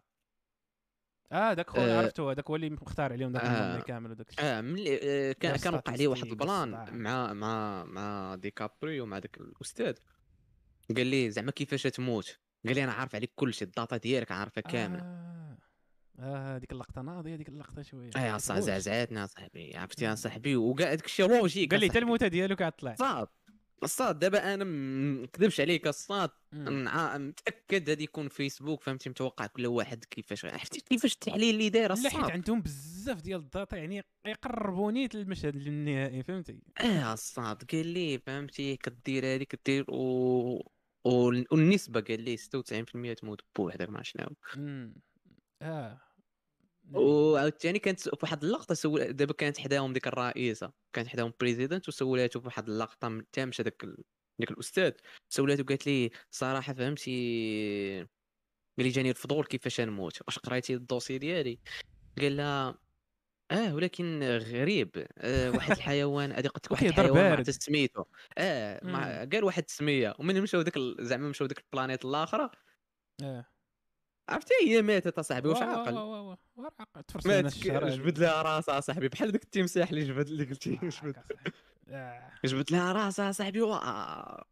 اه داك خونا آه عرفتو هذاك هو اللي مختار عليهم داك النظام كامل وداك الشيء اه ملي آه كان كان وقع عليه واحد البلان مع مع مع ديكابريو مع داك الاستاذ قال لي زعما كيفاش تموت قال لي انا عارف عليك كل شيء الداتا ديالك عارفها كامله اه اه هذيك اللقطه ناضيه هذيك اللقطه شويه اه صح زعزعتنا صاحبي عرفتي يا صاحبي وكاع داك الشيء لوجيك قال لي حتى الموتة ديالو كطلع صاد الصاد دابا انا مكذبش عليك الصاد متاكد هذا يكون فيسبوك فهمتي متوقع كل واحد كيفاش عرفتي كيفاش التحليل اللي داير الصاد لا حيت عندهم بزاف ديال الداتا يعني يقربوني للمشهد النهائي فهمتي اه الصاد قال لي فهمتي كدير هذيك كدير و والنسبه قال لي ستة وتسعين بالمية تموت بوحدك ما شنو اه وعاوتاني كانت في واحد اللقطه سول دابا كانت حداهم ديك الرئيسه كانت حداهم بريزيدنت وسولاتو في واحد اللقطه حتى مشى داك ديك الاستاذ سولاتو قالت لي صراحه فهمتي قال لي جاني الفضول كيفاش نموت واش قريتي الدوسي ديالي قال لها اه ولكن غريب آه واحد الحيوان هذه قلت واحد الحيوان ما عرفت سميتو اه مع... قال واحد السميه ومن مشاو ديك زعما مشاو ديك البلانيت الاخرى اه عرفتي هي ماتت اصاحبي واش عاقل وا وا وا عاقل تفرس لنا الشهر جبد لها راسها صاحبي بحال داك التمساح اللي جبد اللي قلتي جبد جبد لها راسها صاحبي وا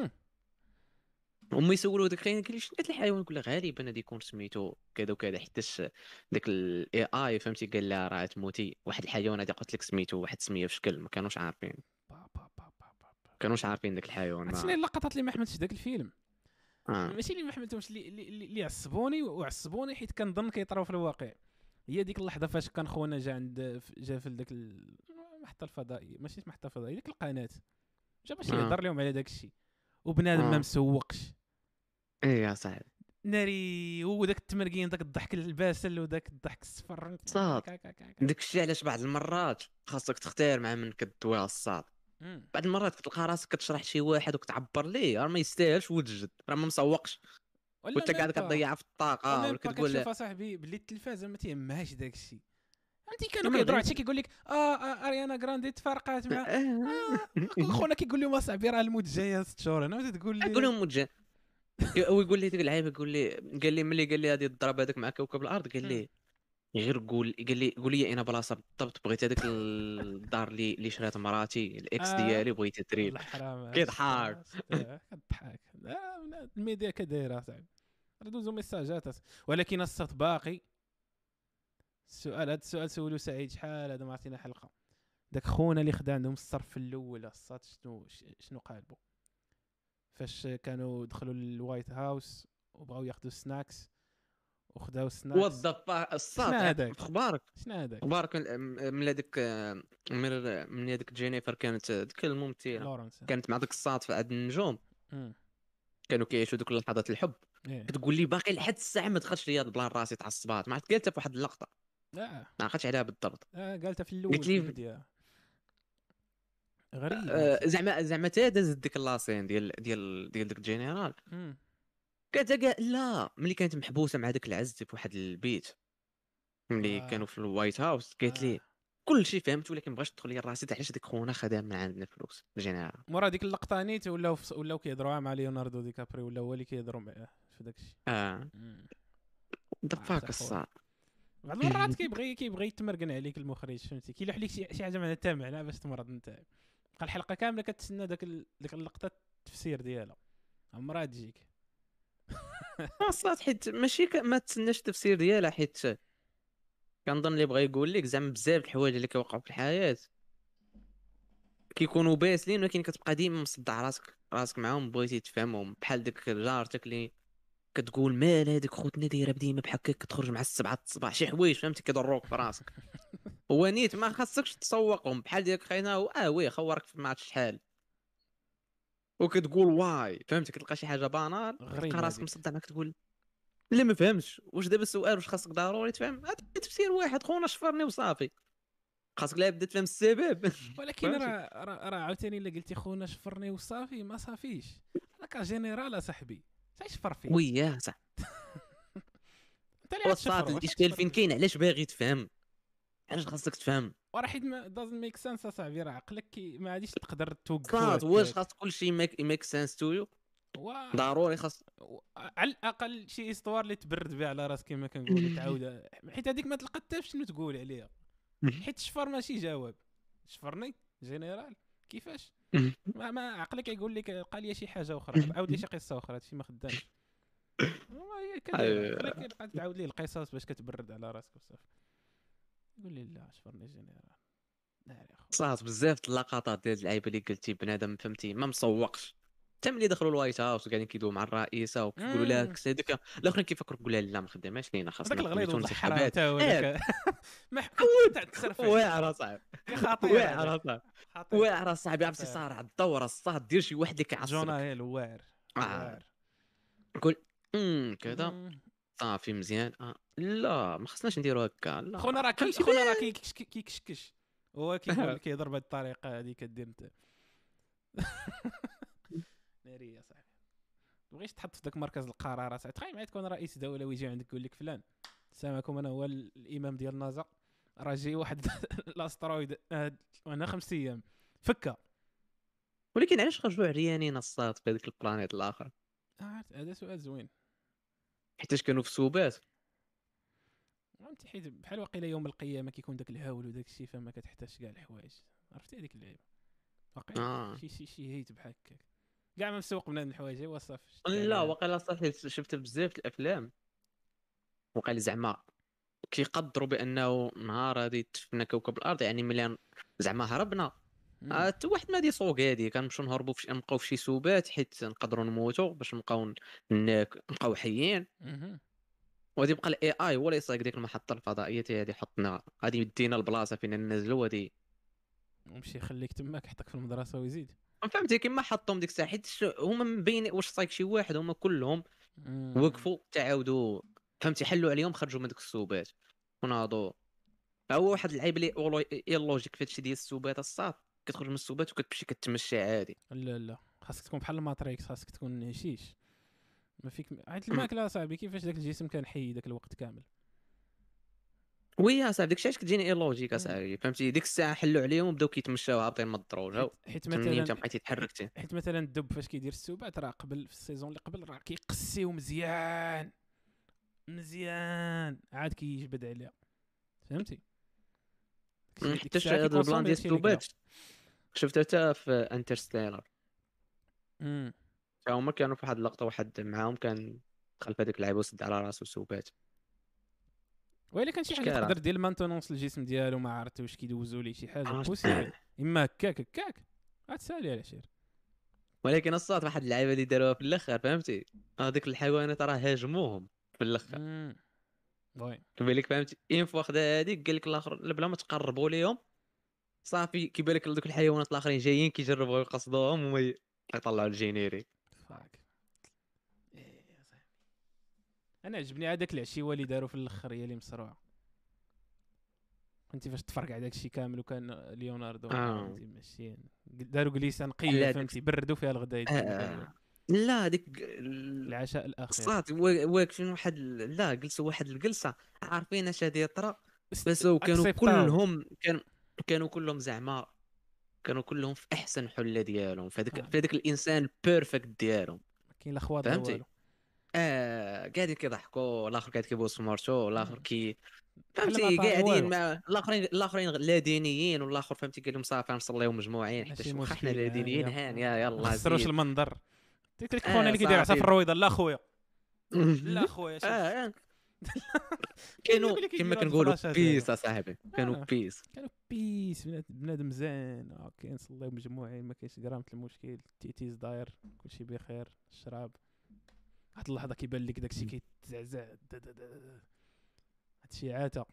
هما يسولوا داك الخاين قال لي شنو قالت الحيوان يقول لها غالبا غادي يكون سميتو كذا وكذا حيتاش داك الاي اي فهمتي قال لها راه تموتي واحد الحيوان غادي قلت لك سميتو واحد السميه في شكل ما كانوش عارفين ما كانوش عارفين داك الحيوان شنو اللقطات اللي ما حملتش داك الفيلم آه. ماشي اللي ما حملتهمش اللي اللي عصبوني وعصبوني حيت كنظن كيطراو في الواقع هي ديك اللحظه فاش كان خونا جا عند جا في داك المحطه الفضائيه ماشي المحطه الفضائيه ديك القناه جا باش يهضر لهم على داك الشيء وبنادم ما مسوقش ايه يا صاحبي ناري وداك التمرقين داك الضحك الباسل وداك الضحك الصفر صاد داك الشيء علاش بعض المرات خاصك تختار مع من كدوي الصاد بعض المرات كتلقى راسك كتشرح شي واحد وكتعبر ليه راه ما يستاهلش وتجد راه ما مسوقش وانت قاعد كتضيع في الطاقه ولا كتقول له صاحبي باللي التلفازه ما تيهمهاش داك الشيء انت كانوا كيهضروا هادشي كيقول لك اه اريانا غراندي تفارقات مع آه خونا كيقول لهم اصاحبي راه الموت جايه ست شهور انا تقول لي قول لهم الموت جاي ويقول لي ديك اللعيبه يقول لي قال لي ملي قال لي هذه الضرب هذاك مع كوكب الارض قال لي غير قول قال لي قول لي انا بلاصه بالضبط بغيت هذيك الدار اللي اللي شرات مراتي الاكس ديالي بغيت تريب كيضحك كضحك الميديا كدايره صاحبي ردوزو ميساجات ولكن الصوت باقي السؤال هذا السؤال سولو سعيد شحال هذا ما عرفتينا حلقه داك خونا اللي خدا عندهم الصرف الاول الصات شنو شنو قالبوا فاش كانوا دخلوا للوايت هاوس وبغاو ياخذوا سناكس وخداو سناكس وظف الصاد اخبارك شنو هذاك اخبارك من هذيك من هذيك جينيفر كانت ديك الممثله كانت مع داك الصاد في عند النجوم كانوا كيعيشوا دوك اللحظات الحب إيه. كتقول لي باقي لحد الساعه ما دخلش ليا البلان راسي تعصبات ما عرفت قالتها في واحد اللقطه لا ما عقلتش عليها بالضبط آه قالتها في الاول قلت في لي البدايه غريبه آه، عرفتي. زعما زعما تا دازت ديك لاسين ديال ديال ديال ديك الجينيرال امم قالت قال لا ملي كانت محبوسه مع داك العز في واحد البيت ملي آه. كانوا في الوايت هاوس قالت آه. لي كل شيء فهمت ولكن ما بغاش تدخل لي راسي علاش ديك خونا خدام من عندنا الفلوس الجينيرال مورا ديك اللقطه نيت ولاو فس- ولاو كيهضروا مع ليوناردو دي كابري ولا هو اللي كيهضروا معاه في داك الشيء. اه ذا عرفت فاك اخويا الصاد بعض المرات كيبغي كيبغي يتمرقن عليك المخرج فهمتي كيلوح لك شي شي حاجه معناتها تامعه باش تمرض انت بقى الحلقه كامله كتسنى داك ال... ديك اللقطه التفسير ديالها عمرها تجيك. الصاد حيت ماشي ك... ما تسناش التفسير ديالها حيت كنظن اللي بغى يقول لك زعما بزاف الحوايج اللي كيوقعوا في الحياه كيكونوا باسلين ولكن كتبقى ديما مصدع راسك راسك معاهم بغيتي تفهمهم بحال ديك جارتك اللي كتقول مال هذيك خوتنا دايره ديما بحال هكا كتخرج مع السبعة الصباح شي حوايج فهمتي كيضروك في راسك هو نيت ما خاصكش تسوقهم بحال ديك خاينا اه وي خورك في ماتش شحال وكتقول واي فهمتي كتلقى شي حاجه بانال كتلقى غريبه راسك هذيك. مصدع ما كتقول لا ما فهمتش واش دابا السؤال واش خاصك ضروري تفهم هذا تفسير واحد خونا شفرني وصافي خاصك لا بدا تفهم السبب ولكن فهمتي راه راه راه عاوتاني الا قلتي خونا شفرني وصافي ما صافيش هذاك جينيرال اصاحبي شفر فيه وياه صح انت اللي وصات غتشفرو واش الاشكال غتشفر فين فيه. كاين علاش باغي تفهم علاش خاصك تفهم وراه حيت ما دازنت ميك سنس اصاحبي راه عقلك كي ما غاديش تقدر توقفو صات واش هكاك. خاص كل شيء ميك ميك سنس تو يو و ضروري خاص و- على الاقل شي استوار اللي تبرد بها على راسك كما كنقولوا تعاود حيت هذيك ما تلقى حتى شنو تقول عليها حيت الشفر ماشي جواب شفرني جينيرال كيفاش ما, ما عقلك يقول لك قال لي شي حاجه اخرى عاود لي شي قصه اخرى هادشي ما خدامش هو هي كدايره عقلك يبقى تعاود ليه القصص باش كتبرد على راسك وصافي يقول لي لا شفرني جينيرال ناري اخو. صات بزاف د اللقطات ديال اللعيبه اللي قلتي بنادم فهمتي ما مسوقش حتى ملي دخلوا الوايت هاوس وقاعدين كيدويو مع الرئيسه وكيقولوا لها مم. كس هذيك الاخرين كيفكروا يقول لها لا ما خداماش لينا هذاك خاصنا الغليظ نخليو ولد تونسي الحرام حبات تا هو اه ذاك ما حكم تاع التسرفع واعره صاحبي خطير واعره هذاك صاحبي خطير واعره صاحبي عرفتي خطير. صار على الدوره الصاد دير شي واحد اللي جونا كيعصبك هيل واعر اه واعر نقول امم كذا مم. صافي مزيان آه. لا ما خصناش نديرو هكا خونا لا راه كي فهمتي خونا راه كيكشك- كيكشكش هو كيقول بيه. كيهضر بهذه الطريقه هذه كدير انت ناري يا صاحبي بغيتش تحط في ذاك مركز القرار صاحبي تخيل معايا تكون رئيس دوله ويجي عندك يقول لك فلان السلام عليكم انا هو الامام ديال نازا راه جاي واحد الاسترويد آه، وانا خمس ايام فكه ولكن علاش خرجوا عريانين الصاد في هذاك البلانيت الاخر آه، هذا سؤال زوين حيتاش كانوا في سوبات فهمتي حيت بحال واقيلا يوم القيامه كيكون داك الهول وداك الشيء فما كتحتاج كاع الحوايج عرفتي هذيك اللعيبه واقيلا اه شي شي شي هيت بحال هكاك كاع ما مسوق بنادم الحوايج هو صافي شتي لا عليها. واقيلا صح شفت بزاف الافلام وقال زعما كيقدروا بانه نهار غادي تفنى كوكب الارض يعني ملي زعما هربنا مم. حتى واحد ما دي سوق هادي كنمشيو نهربوا في نبقاو في شي سوبات حيت نقدروا نموتوا باش نبقاو ناك نبقاو حيين مهم. وغادي يبقى الاي اي هو اللي يصايق ديك المحطه الفضائيه هادي حطنا غادي يدينا البلاصه فين ننزلوا غادي ومشي يخليك تماك يحطك في المدرسه ويزيد. فهمتي كيما حطهم ديك الساعه حيت ش- هما مبين واش صايق شي واحد هما كلهم مم. وقفوا تعاودوا فهمتي حلوا عليهم خرجوا من ديك السوبات وناضوا هو واحد اللعيب اللي والله اي اللوجيك في هادشي ديال السوبات الصاد كتخرج من السوبات وكتمشي كتمشى عادي لا لا خاصك تكون بحال الماتريكس خاصك تكون هشيش ما فيك عيط أمم. الماكله صاحبي كيفاش داك الجسم كان حي داك الوقت كامل. وي اصاحبي داكشي علاش كتجيني اي لوجيك مم. اصاحبي فهمتي ديك الساعه حلوا عليهم وبداو كيتمشاو هابطين من الدروج حيت هاو حيت تمني انت مثلا بقيتي تحركتي حيت مثلا الدب فاش كيدير السوبات راه قبل في السيزون اللي قبل راه كيقسيو مزيان مزيان عاد كيجبد عليها فهمتي. أمم، ديك حتى الساعه هذا كيكونسومي البلان ديال داكشي اللي كلا. السوبات شفت حتى في انترستيلر امم هما كانوا في واحد اللقطه واحد معاهم كان دخل في هذيك اللعيبه وسد على راسو سوبات وإلا كان شي حاجه شكال تقدر دير مانتونونس للجسم ديالو ما عرفت واش كيدوزوا ليه شي حاجه عرفت. بوسيبل اما هكاك هكاك غتسالي على شير. ولكن الصاد واحد اللعيبه اللي داروها في الاخر فهمتي هذيك الحيوانات راه هاجموهم في الاخر امم وي كيبان لك فهمتي اين في واخده هذيك قال لك الاخر بلا ما تقربوا ليهم صافي كيبان لك دوك الحيوانات الاخرين جايين كيجربوا يقصدوهم وما ي- يطلعوا الجينيري فاك انا عجبني هذاك العشيوه اللي داروا في الاخر هي اللي مسروعه. انت فاش تفرق على داك الشيء كامل وكان ليوناردو اه فهمتي ماشيين داروا جليسه نقيه لا داك فهمتي بردوا فيها الغدا يديروا داروا آه. لا ديك ال- العشاء الاخير. الصات وا- واقفين واحد ال- لا جلسوا واحد الجلسه عارفين اش غادي يطرا، بس هو كانوا اكسبتاو كلهم كانوا كانوا كلهم زعما كانوا كلهم في احسن حله ديالهم في هذاك في هذاك الانسان بيرفكت ديالهم. كاين لا خواض لا فهمتي والو اه قاعدين كيضحكوا الاخر قاعد كيبوس في مرتو الاخر مم. كي بحال ما فهمتي طاري قاعدين والو مع الاخرين الاخرين لا دينيين والاخر فهمتي قال لهم صافي نصليو مجموعين حتى ماشي واخا حنا مشكل لا دينيين هانيه هان يا ما يلا خسروش زيد المنظر. قلت لك خونا اه اللي كيدير عصا في صافي الرويضه لا خويا لا خويا اه شوف آه. كاين كانوا اللي كما كيديروا هاد كنقولوا الفلاشات بيس هذا. اصاحبي كانوا آه. بيس. كانوا بيس بنادم بنادم زين اوكي نصليو مجموعين ما كاينش غرامه المشكل التيتيز داير كلشي بخير الشراب واحد اللحظه كيبان لك داكشي كيتزعزع دا- دا- دا. هادشي عاتا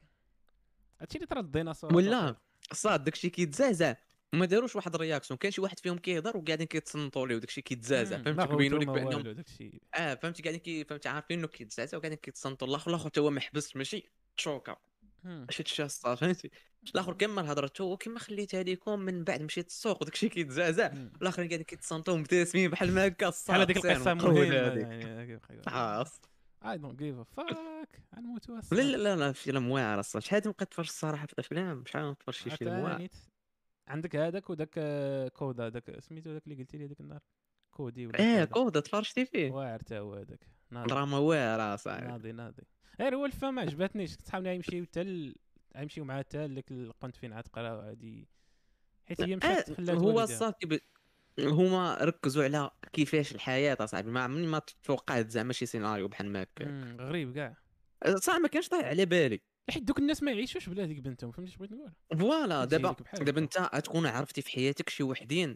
هادشي اللي طرا الديناصور ولا صاد داكشي كيتزعزع وما داروش واحد الرياكسيون كاين شي واحد فيهم كيهضر وقاعدين كيتصنتوا ليه وداكشي كيتزعزع ما فهمتي كيبينوا غوتو لك ما بانهم والو داكشي اه فهمتي قاعدين كي فهمتي عارفين انه كيتزعزع وقاعدين كيتصنتوا الاخر الاخر حتى هو ما حبس ماشي تشوكا مم. ماشي تشاصا فهمتي الاخر كمل هضرته هو كيما خليتها ليكم من بعد مشيت السوق وداكشي كيتزعزع مم. الاخرين قاعدين كيتصنتوا مبتسمين بحال ما هكا بحال هذيك الصاد القصه مقود مهمه هذيك يعني كيف يقول خلاص. اي دونت جيف ا فاك غنموتوا لا الصاد لا لا لا فيلم واعر الصاد شحال ما نتفرج الصراحه في الافلام شحال ما نتفرج شي فيلم واعر. عطاني عندك هذاك وداك آه، كودا داك سميتو داك اللي قلتي لي ديك النهار كودي ولا ايه كودا كودا تفرجتي فيه واعر تا هو هذاك ناضي دراما واعره صاحبي. ناضي ناضي غير هو الفيلم ما عجبتنيش صحابنا يمشيو حتى ال- يمشيو معاه حتى لك القنت فين عاد تقرا هادي حيت هي مشات آه خلات هو والديها الصاد كيب- هما ركزوا على كيفاش الحياه اصاحبي ما عمرني ما توقعت زعما شي سيناريو بحال ما هكا مم، غريب كاع صح ما كانش طايح على بالي. حيت دوك الناس ما يعيشوش بلا هذيك بنتهم فهمتي اش بغيت نقول فوالا كتجي دابا لك بحال دابا هكا. انت غتكون عرفتي في حياتك شي وحدين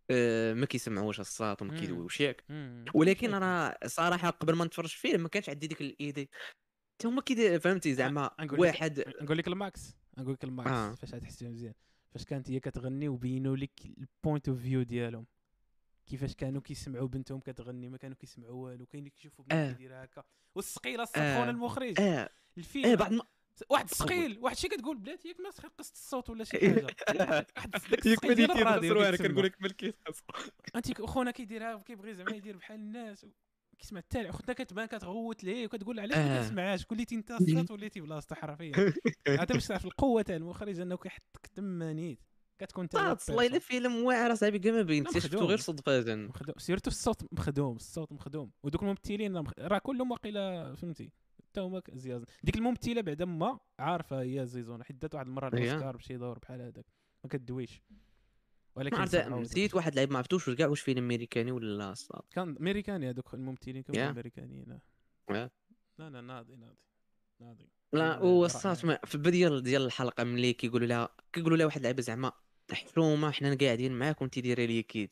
آه ما كيسمعوش الصوت وما مم. كيدويوش ياك مم، ولكن مشاكل. راه صراحه قبل ما نتفرج فيه ما كانش عندي ديك الايدي حتى هما كي فهمتي زعما نقول لك واحد نقول لك الماكس نقول لك الماكس اه فاش غتحسها مزيان فاش كانت هي كتغني وبينوا لك البوينت اوف فيو ديالهم كيفاش كانوا كيسمعوا بنتهم كتغني ما كانوا كيسمعوا والو كاين اللي كيشوفوا بنت اه كيديرها هكا والسقيله الصاد خونا اه المخرج اه اه الفيلم بعد ما واحد قول السقيل واحد الشيء كتقول بلاتي ياك ما سخيل قصه الصوت ولا شي حاجه واحد داك ياك السقيل ديال ملي الراديو كيتخسروا انا كيتسمى كنقول لك ملي كيتخسروا انت خونا كيديرها كيبغي زعما يدير بحال الناس كيسمع التالي اختنا كتبان كتغوت ليه وكتقول علاش ما اه كنسمعهاش كليتي انت الصوت وليتي بلاصتو حرفيا هذا باش تعرف القوه تاع المخرج انه كيحطك تما نيت كتكون انت صاد صلاي الا فيلم واعر صاحبي كاع ما بين لا، شفتو مخدوم. غير صدفه. مخدوم سيرتو الصوت مخدوم الصوت مخدوم ودوك الممثلين مخ... راه كلهم واقيلا فهمتي حتى هما ك- زياز ديك الممثله بعدا ما عارفه هي زيزون حيت دات واحد المره هي الاوسكار بشي دور بحال هذاك ما كدويش ما ولكن عرفت سمعوا نسيت واحد لعيب ما عرفتوش كاع واش فيلم امريكاني ولا لا الصاد. كان امريكاني هذوك الممثلين كانوا يا امريكانيين آه. يا. لا لا ناضي ناضي ناضي لا فيلم هو رائع. الصاد ما- في البدايه ديال الحلقه ملي كيقولوا لها كيقولوا لها واحد اللعيبه زعما حشومه حنا قاعدين معاك وانت دايره لي كيت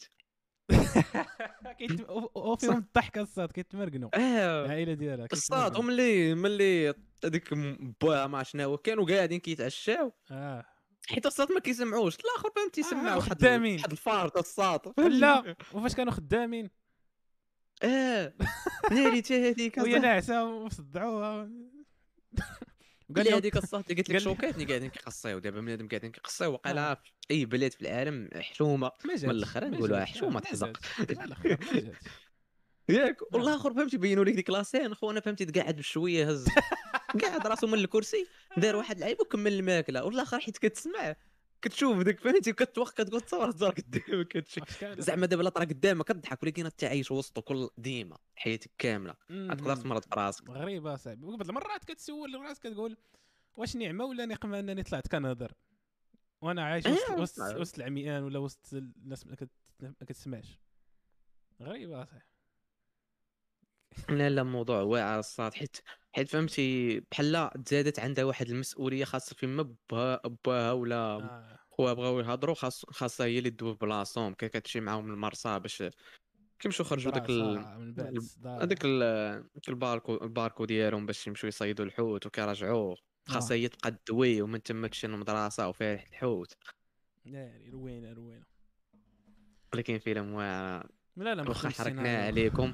كيت او فيهم الضحك الصاد كيتمرقنوا اه العائله ديالها الصاد كيتمرقنوا وملي ملي هذيك باها ما شنو كانوا قاعدين كيتعشاو اه حيت الصاد ما كيسمعوش الاخر فهمتي يسمع آه، واحد خدامين. واحد الفار الصاد لا وفاش كانوا خدامين اه ناري حتى هذيك وهي ناعسه وصدعوها وقال اللي لهم هذيك الصاد اللي قلت لك قال لي- شوكاتني قاعدين كيقصيو دابا بنادم قاعدين كيقصيو آه. وقيلا في اي بلاد في العالم حشومه ما جاتش من الاخر ما نقولوها جاتش. حشومه آه، ما تحزق جاتش. على الاخر ما جاتش ياك والاخر فهمتي بينوا لك ديك لاسين خونا فهمتي تقعد بشويه هز قاعد راسو من الكرسي دار واحد العيب وكمل الماكله والاخر حيت كتسمع كتشوف ديك فهمتي كتوقع كتقول تصور الدار قدامك كتشي واش كان- زعما دابا لا طرا قدامك كضحك ولكن انت عايش وسطو كل ديما حياتك كامله مم. غتقدر تمرض في راسك. غريبه صاحبي وبعض المرات كتسول راسك كتقول واش نعمه ولا نقمه انني طلعت كنهضر وانا عايش وسط آه، وسط, آه. وسط العميان ولا وسط الناس ما كت- ما كتسمعش غريبه صح لا لا الموضوع واعر الصاد حيت حيت فهمتي بحال تزادت عندها واحد المسؤوليه خاصه فيما بها باها ولا آه. خوها بغاو يهضروا خاص خاصها هي اللي تدوي بلاصتهم كي كتمشي معاهم المرصا باش كيمشيو يخرجوا داك ال... دراسة من بعد ال- الصداع. هذاك ال- ديك الباركو الباركو ديالهم باش يمشيو يصيدوا الحوت وكيرجعوا خاصها هي تبقى تدوي ومن تما تمشي للمدرسه وفيها ريحة الحوت. ناري روينه روينه ولكن فيلم واعر لا لا واخا مخدوم حركنا السيناريو. عليكم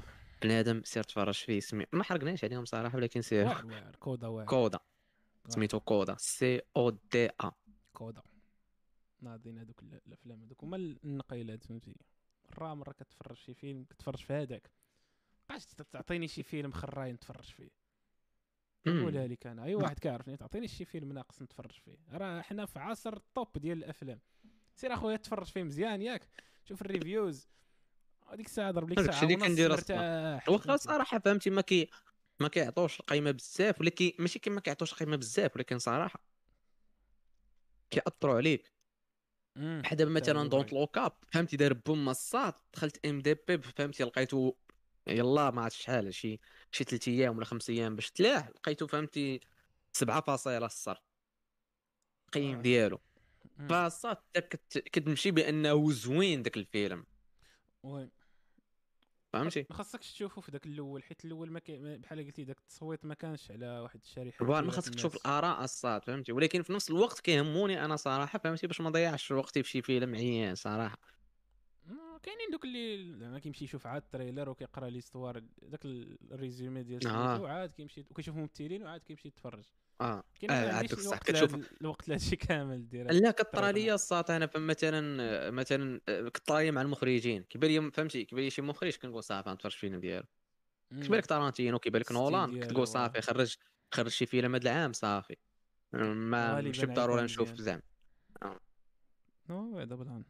بنادم سير تفرج فيه، سمي ما حرقناش عليهم صراحه، ولكن سير. واعر واعر كودا واعر. كودا، سميتو كودا، سي او دي ا. كودا ناضين هذوك ال- الافلام هذوك هما النقيلات فهمتي. مرة مرة كتفرج شي فيلم كتفرج في هذاك، بقاش تعطيني شي فيلم خراي نتفرج فيه. نقولها لك انا اي واحد كيعرفني، تعطيني شي فيلم ناقص نتفرج فيه. راه حنا في عصر الطوب ديال الافلام. سير اخويا تفرج فيه مزيان ياك، شوف الريفيوز، هذيك الساعه ضرب لك هذاك الشيء ساعه اللي ونص كندير اصلا. مرتاح واخا فهمتي. صراحه فهمتي ما كي ما كيعطوش القيمه بزاف، ولكن ماشي كيما كيعطوش القيمه بزاف، ولكن صراحه كيأثروا عليك. امم بحال دابا حتى مثلا هادو فري. دونت لوك اب، فهمتي دار بوم مصات، دخلت ام دي بي فهمتي لقيتو يلا ما عرفتش شحال، شي شي ثلاث ايام ولا خمس ايام باش تلاح، لقيتو فهمتي سبعة فاصلة صفر القيم آه. ديالو. مم. فصات كت... كتمشي بانه زوين داك الفيلم، وي فهمتي. ما خاصكش تشوفه في ذاك الاول، حيت الاول ما كي... ما- بحال قلتي داك التصويت ما كانش على واحد الشريحه فوالا ما كبيره خاصك تشوف الناس. الاراء الصاد فهمتي، ولكن في نفس الوقت كيهموني انا صراحه فهمتي باش ما نضيعش وقتي في شي فيلم عيان صراحه. ما كاينين دوك اللي زعما كيمشي يشوف عاد التريلر وكيقرا ليستوار داك الريزومي ديال سميتو، اه وعاد كيمشي وكيشوف ممثلين وعاد كيمشي يتفرج. اه كاين انا اه ما عندك عنديش الصح الوقت كتشوف. لهذا الوقت لهذا الشيء كامل دير هاد لا كطرى الطريقه ليا مع. الساط انا فمثلا مثلا كطرى ليا مع المخرجين، كيبان لي فهمتي كيبان لي شي مخرج كنقول صافي نتفرج في الفيلم ديالو. كيبان امم لك تارانتينو، كيبان لك ستيل نولان، ديالو كتقول آه. صافي خرج خرج شي فيلم هذا العام صافي، ما ماشي غالبا بالضروره غيكون نشوف مزيان. زعما. آه. نو هذا بلان.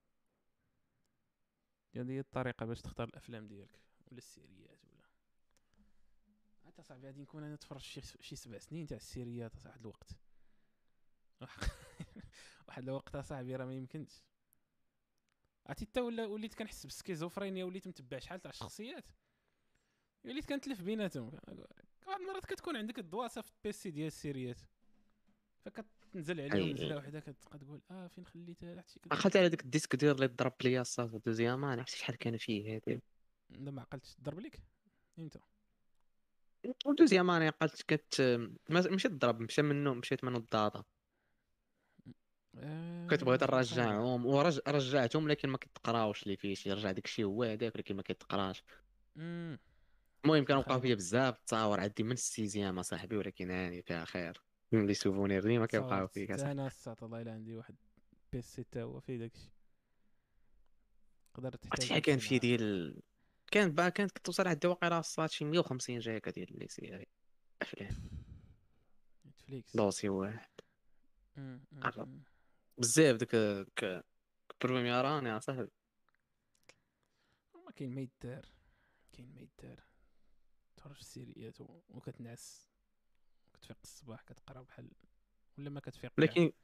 هذه هي الطريقه باش تختار الافلام ديالك ولا السيريات ولا. انت صاحبي غادي نكون انا نتفرج شي شي سبع سنين تاع السيريات واحد الوقت. واحد الوقت اصاحبي راه ما يمكنش. عرفتي حتى ولا وليت كنحس بالسكيزوفرينيا، وليت متبع شحال تاع الشخصيات، وليت كنتلف بيناتهم. بعض المرات كتكون عندك الدواسه في البيسي ديال السيريات، فكتنزل عليهم نزله اي وحده كتبقى تقول اه فين خليتها هادشي كذا. اخذت على ديك الديسك ديال اللي ضرب ليا الصاط دوزيام، انا عرفتي شحال كان فيه هذا. لا ما عقلتش تضرب لك امتى. دوزيام انا عقلت كت ما- مشيت تضرب، مشى منه مشيت منه الداتا. كنت آه بغيت شي حاجه. نرجعهم ورجعتهم، لكن ما كتقراوش اللي فيه شي، رجع داك الشيء هو هذاك ولكن ما كيتقراش. امم المهم كانوا بقاو الخايبه. فيا بزاف التصاور عندي من السيزيام اصاحبي، ولكن هاني فيها خير من لي سوفونير ديما كيبقاو تصاورت فيك حتى اصاحبي. انا الساط الله الا عندي واحد بيسي تا هو فيه داكشي، قدرت عرفتي تحتاج شحال كان نفسي فيه معاه. ديال، كانت با كانت كتوصل عندي واقيلا الصات شي مية وخمسين جيجا ديال لي سي افلام نتفليكس. دوسي واحد. أمم، أمم، عرفت أمم. بزاف داك ك بروميير راني اصاحبي. ما كاين ما يدار، كاين ما يدار. تفرج في السيريات و- وكتنعس، كتفيق الصباح كتقرا بحال، ولا ما كتفيق كاع. ولكن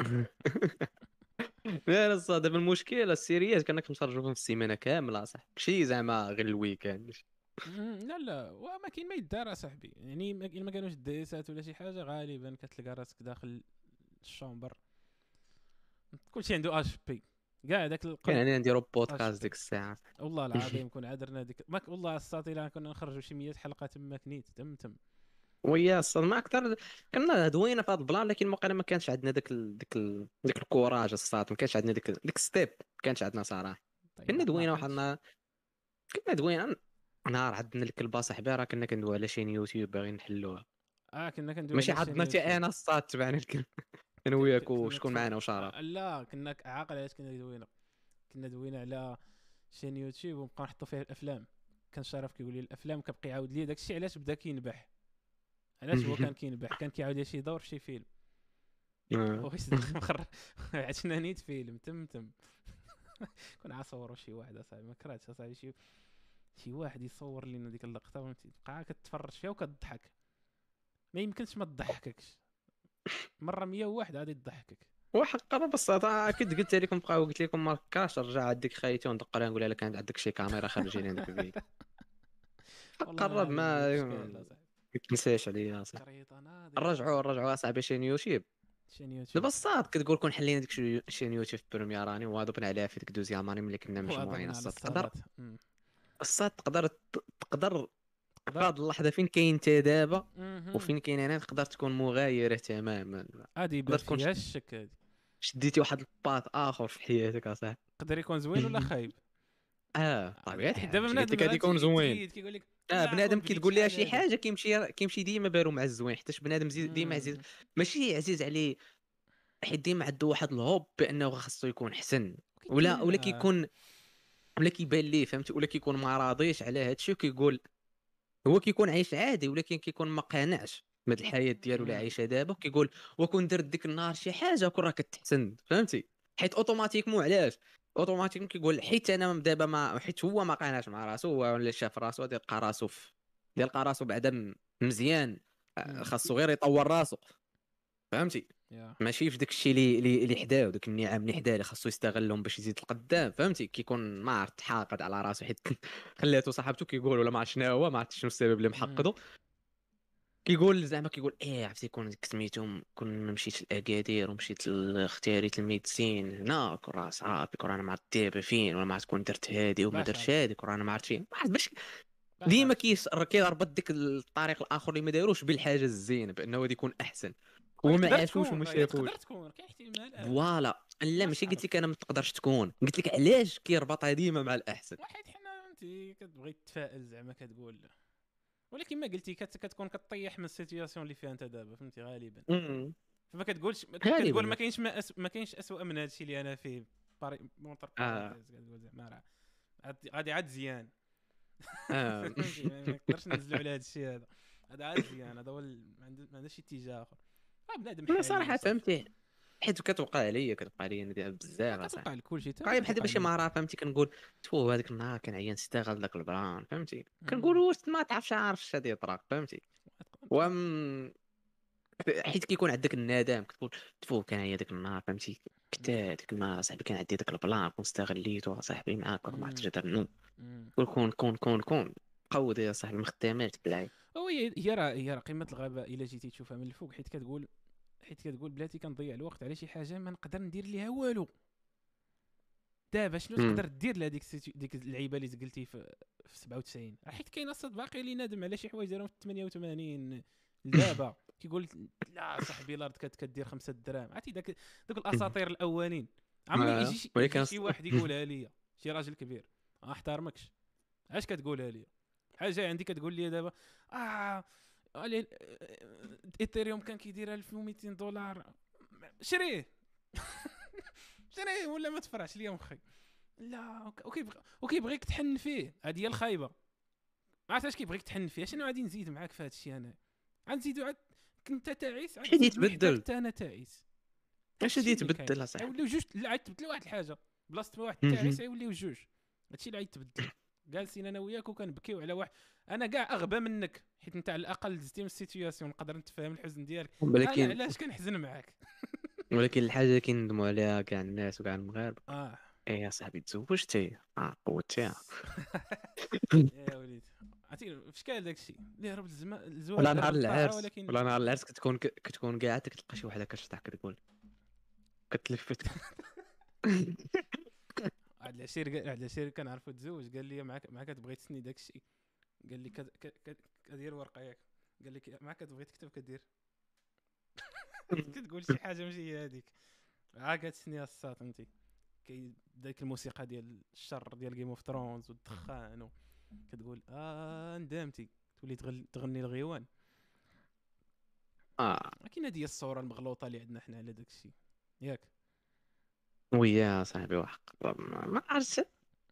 لا لا الصاد دابا المشكل السيريات كنا كنتفرجوا فيهم في السيمانه كامله صح، ماشي زعما غير الويكاند. مم، لا لا وما كاين ما يدار اصاحبي، يعني ما كاين ما كانوش الديسات ولا شي حاجه غالبا كتلقى راسك داخل الشومبر كلشي عنده اش بي كاع داك كان القلب علينا نديرو اش بودكاست بي. ديك الساعه. والله العظيم كون عادرنا ديك ما ك- والله الساطي الا كنا نخرجوا شي مية حلقه تما كنيت تم تم. ويا الصاد ما اكثر، كنا دوينا في هذا البلان، لكن وقيلا ما كانش عندنا داك ال... ديك ال... ديك الكوراج الصاد، ما كانش عندنا ديك ديك ستيب، ما كانش عندنا صراحه. طيب كنا ما ما دوينا واحد عقلتش. النهار، كنا دوينا نهار عندنا الكلبه صاحبي، راه كنا كندوي على شي يوتيوب باغيين نحلوها. اه كنا كندوي ماشي على شي عضنا حتى يوتيوب. انا الصاد تبعني الكلب انا ك- وياك ك- كنا وشكون نتفرج معنا وشرف. آه لا كنا ك- عاقل علاش كنا دوينا. كنا دوينا على شين يوتيوب ونبقاو نحطوا فيه الافلام. كان شرف كيقول لي الافلام كيبقى يعاود لي داكشي علاش بدا كينبح، علاش هو كان كينبح، كان كيعاود لي شي دور في شي فيلم. واش مخر عشنا نيت فيلم تم تم. كون عصوروا شي واحد اصاحبي ما كرهتش اصاحبي شي شي واحد يصور لنا ديك اللقطه فهمتي تبقى كتفرج فيها وكتضحك، ما يمكنش ما تضحككش. مره مية وواحد غادي تضحكك. وحق راه بساطة كنت قلت لكم بقاو قلت لكم ما كاش رجع عندك خيتي وندق عليها نقول لها كانت عندك شي كاميرا خرجي لي عندك الفيديو. والله ما قرب عندي ما ندير اشكال اصاحبي. ما تنساش عليا اصاحبي. كريطه ناضيه. رجعوا رجعوا اصاحبي شي يوتيوب. شين يوتيوب. دابا الصاد كتقول كون حلينا ديك شي شي يوتيوب في بريمير راني وهضبنا عليها في ديك دوزيام راني ملي كنا مجموعين وضربنا على الصاد تقدر الصالات. أمم. الصاد تقدر تقدر في تقدر. هاد اللحظة فين كاين انت دابا مهم. وفين كاين انا تقدر تكون مغايرة تماما. هادي تقدر يبان تكون فيها الشك هادي. شديتي واحد الباط اخر في حياتك اصاحبي. يقدر يكون زوين ولا خايب. اه طبيعي الحال دابا قلت بنادم لك غادي يكون زوين. كيقول لك اه بنادم كتقول لها شي حاجه كيمشي كيمشي ديما بارو مع الزوين، حيتاش بنادم ديما عزيز، ماشي عزيز عليه حيت ديما عنده واحد الهوب بانه خاصو يكون حسن، ولا ولا كيكون ولا كيبان ليه فهمتي، ولا كيكون ما راضيش على هادشي وكيقول هو كيكون عايش عادي ولكن كيكون ما قانعش بهاد الحياه ديالو اللي عايشه دابا، كيقول وكون درت ديك النهار شي حاجه كون راه كتحسن فهمتي، حيت اوتوماتيكمون علاش اوتوماتيكمون كيقول حيت انا دابا ما حيت هو ما قانعش مع راسو، هو ولا شاف راسو ديال راسو ديال راسو بعدا مزيان، خاصو غير يطور راسو فهمتي، ماشي في داك الشيء اللي اللي حداه وداك النعم اللي حداه اللي خاصو يستغلهم باش يزيد القدام فهمتي، كيكون ما عرفت حاقد على راسو حيت خليته صاحبته كيقول ولا ما عرفت شنو هو، ما عرفت شنو السبب اللي محقده، كيقول زعما كيقول ايه عرفتي كون سميتهم كون مشيت لاكادير ومشيت اختاريت الميديسين هنا كون راه صعاب كون انا ما عرفت دابا فين ولا ما عرفت كون درت هادي وما درتش هادي كون انا ما عرفت فين باش ديما كيربط ديك الطريق الاخر اللي ما داروش بالحاجه الزينه بانه غادي يكون احسن، هو ما عاشوش وما شافوش. تقدر تكون كاين احتمال فوالا لا ماشي قلت لك انا ما تقدرش تكون، قلت لك علاش كيربطها ديما مع الاحسن، واحد حنا انت كتبغي تفائل زعما كتقول، ولكن ما قلتي كتكون كطيح من السيتوياسيون اللي فيها انت دابا فهمتي غالبا، فما كتقولش كتقول ما كاينش ما, أس... ما كاينش اسوء من هذا الشيء اللي انا فيه باري مونطر بارونتيز كتقول زعما راه غادي عاد زيان اه ما نقدرش ننزلوا على هذا الشيء هذا هذا عاد زيان هذا هو ما عندناش شي اتجاه اخر بنادم حالي صراحه فهمتي، حيت كتوقع ليا كتوقع ليا انا بزاف كتوقع لكل شيء قريب بحال دابا شي مرة فهمتي كنقول تفو هذاك النهار كان عيان استغل داك البران فهمتي، كنقول واش ما تعرفش عارف هادي طراق فهمتي، وام حيت كيكون عندك الندم كتقول تفو كان عيا داك النهار فهمتي كنت ديك ما صاحبي كان عندي داك البلان كون استغليته صاحبي معاك ما عرفتش درنو كون كون كون كون قود يا صاحبي ما خداماش بلاي هي هي راه هي راه قمه الغباء الا جيتي تشوفها من الفوق، حيت كتقول حيت كتقول بلاتي كنضيع الوقت على شي حاجه ما نقدر ندير ليها والو، دابا شنو تقدر دير لهذيك ديك اللعيبه اللي قلتي في في سبعة وتسعين، حيت كاين اصلا باقي اللي نادم على شي حوايج دارهم في ثمانية وثمانين دابا كيقول لا صاحبي الارض كانت كدير خمسة دراهم، عرفتي داك دوك الاساطير الاولين عمري يجي شي, يجي شي واحد يقولها ليا شي راجل كبير ما احترمكش علاش كتقولها ليا بحال جاي عندي كتقول لي دابا اه ايثيريوم كان كيدير ألف ومئتين دولار شريه شريه ولا ما تفرعش ليا مخي لا وكيبغي وكيبغيك تحن فيه، هذه هي الخايبه، ما عرفتش كيبغيك تحن فيه شنو غادي نزيد معاك في هذا الشيء انا غنزيدو عاد كنت تعيس عاد غادي تبدل حتى انا تعيس اش غادي تبدل اصاحبي ولاو جوج لا عاد تبدل واحد الحاجه بلاصه واحد تعيس يوليو جوج، هادشي اللي غادي تبدل جالسين انا وياك وكنبكيو على واحد انا كاع اغبى منك حيت انت على الاقل دزتي من السيتوياسيون نقدر نتفاهم الحزن ديالك ولكن انا علاش كنحزن معاك ولكن الحاجه اللي كيندموا عليها كاع الناس وكاع المغاربه اه ايه يا صاحبي تزوجتي اه قوتي يا وليد عرفتي فاش كاين داكشي اللي هرب الزواج ولا نهار العرس ولكن ولا نهار العرس كتكون كتكون قاعد كتلقى شي وحده كتشطح كتقول كتلفت واحد العشير واحد العشير كنعرفو تزوج قال لي معاك معاك تبغي تسني داكشي قال لي كدير ورقه ياك قال لك معاك تبغي تكتب كدير كتقول شي حاجه ماشي هي هذيك عا كتسني الصاط انت كي داك الموسيقى ديال الشر ديال جيم اوف ثرونز والدخان كتقول اه ندمتي تولي تغني الغيوان اه لكن هذه هي الصوره المغلوطه اللي عندنا حنا على داكشي ياك ويا صاحبي وحق ما عرفتش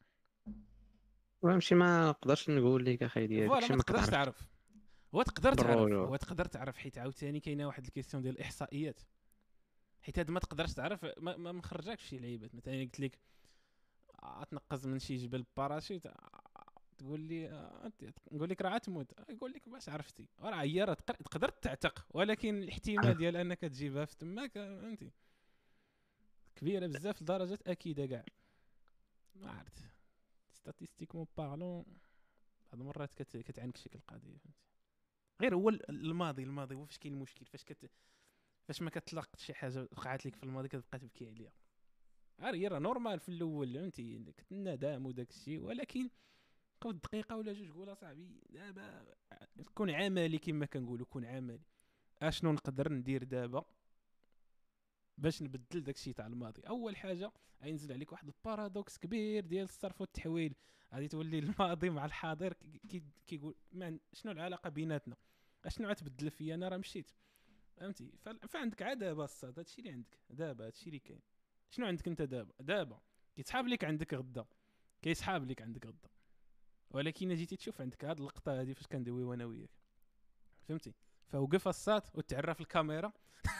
وامشي ما نقدرش نقول لك اخي ديالك فوالا ما تقدرش تعرف هو تقدر تعرف هو تقدر تعرف حيت عاوتاني كاينه واحد الكيسيون ديال الاحصائيات حيت هاد ما تقدرش تعرف ما, ما مخرجاكش شي لعيبات مثلا قلت لك تنقز من شي جبل باراشوت تقول لي نقول لك راه تموت يقول لك باش عرفتي راه هي راه تقدر تعتق ولكن الاحتمال ديال انك تجيبها في تماك فهمتي كبيره بزاف لدرجه اكيده كاع ما عرفت ستاتيستيكمون بارلون بعض المرات كتعنك شكل القضيه فهمتي غير هو الماضي الماضي هو فاش كاين المشكل فاش كت فاش ما كتلقط شي حاجه وقعت لك في الماضي كتبقى تبكي عليها عاري راه نورمال في الاول فهمتي كتندم وداك الشيء ولكن قود دقيقه ولا جوج قول اصاحبي دابا كون عملي كما كنقولوا كون عملي اشنو نقدر ندير دابا باش نبدل داكشي تاع الماضي. اول حاجه غينزل عليك واحد البارادوكس كبير ديال الصرف والتحويل، غادي تولي الماضي مع الحاضر كيقول كي شنو العلاقه بيناتنا، اشنو غتبدل فيا انا راه مشيت فهمتي. فعندك عاد دابا الصاد هادشي اللي عندك دابا، هادشي اللي كاين. شنو عندك انت دابا؟ دابا كيتحاب لك عندك غدا، كيسحاب لك عندك غدا، ولكن جيتي تشوف عندك هاد اللقطه هادي فاش كندويو انا وياك فهمتي. فوقف الصات وتعرف الكاميرا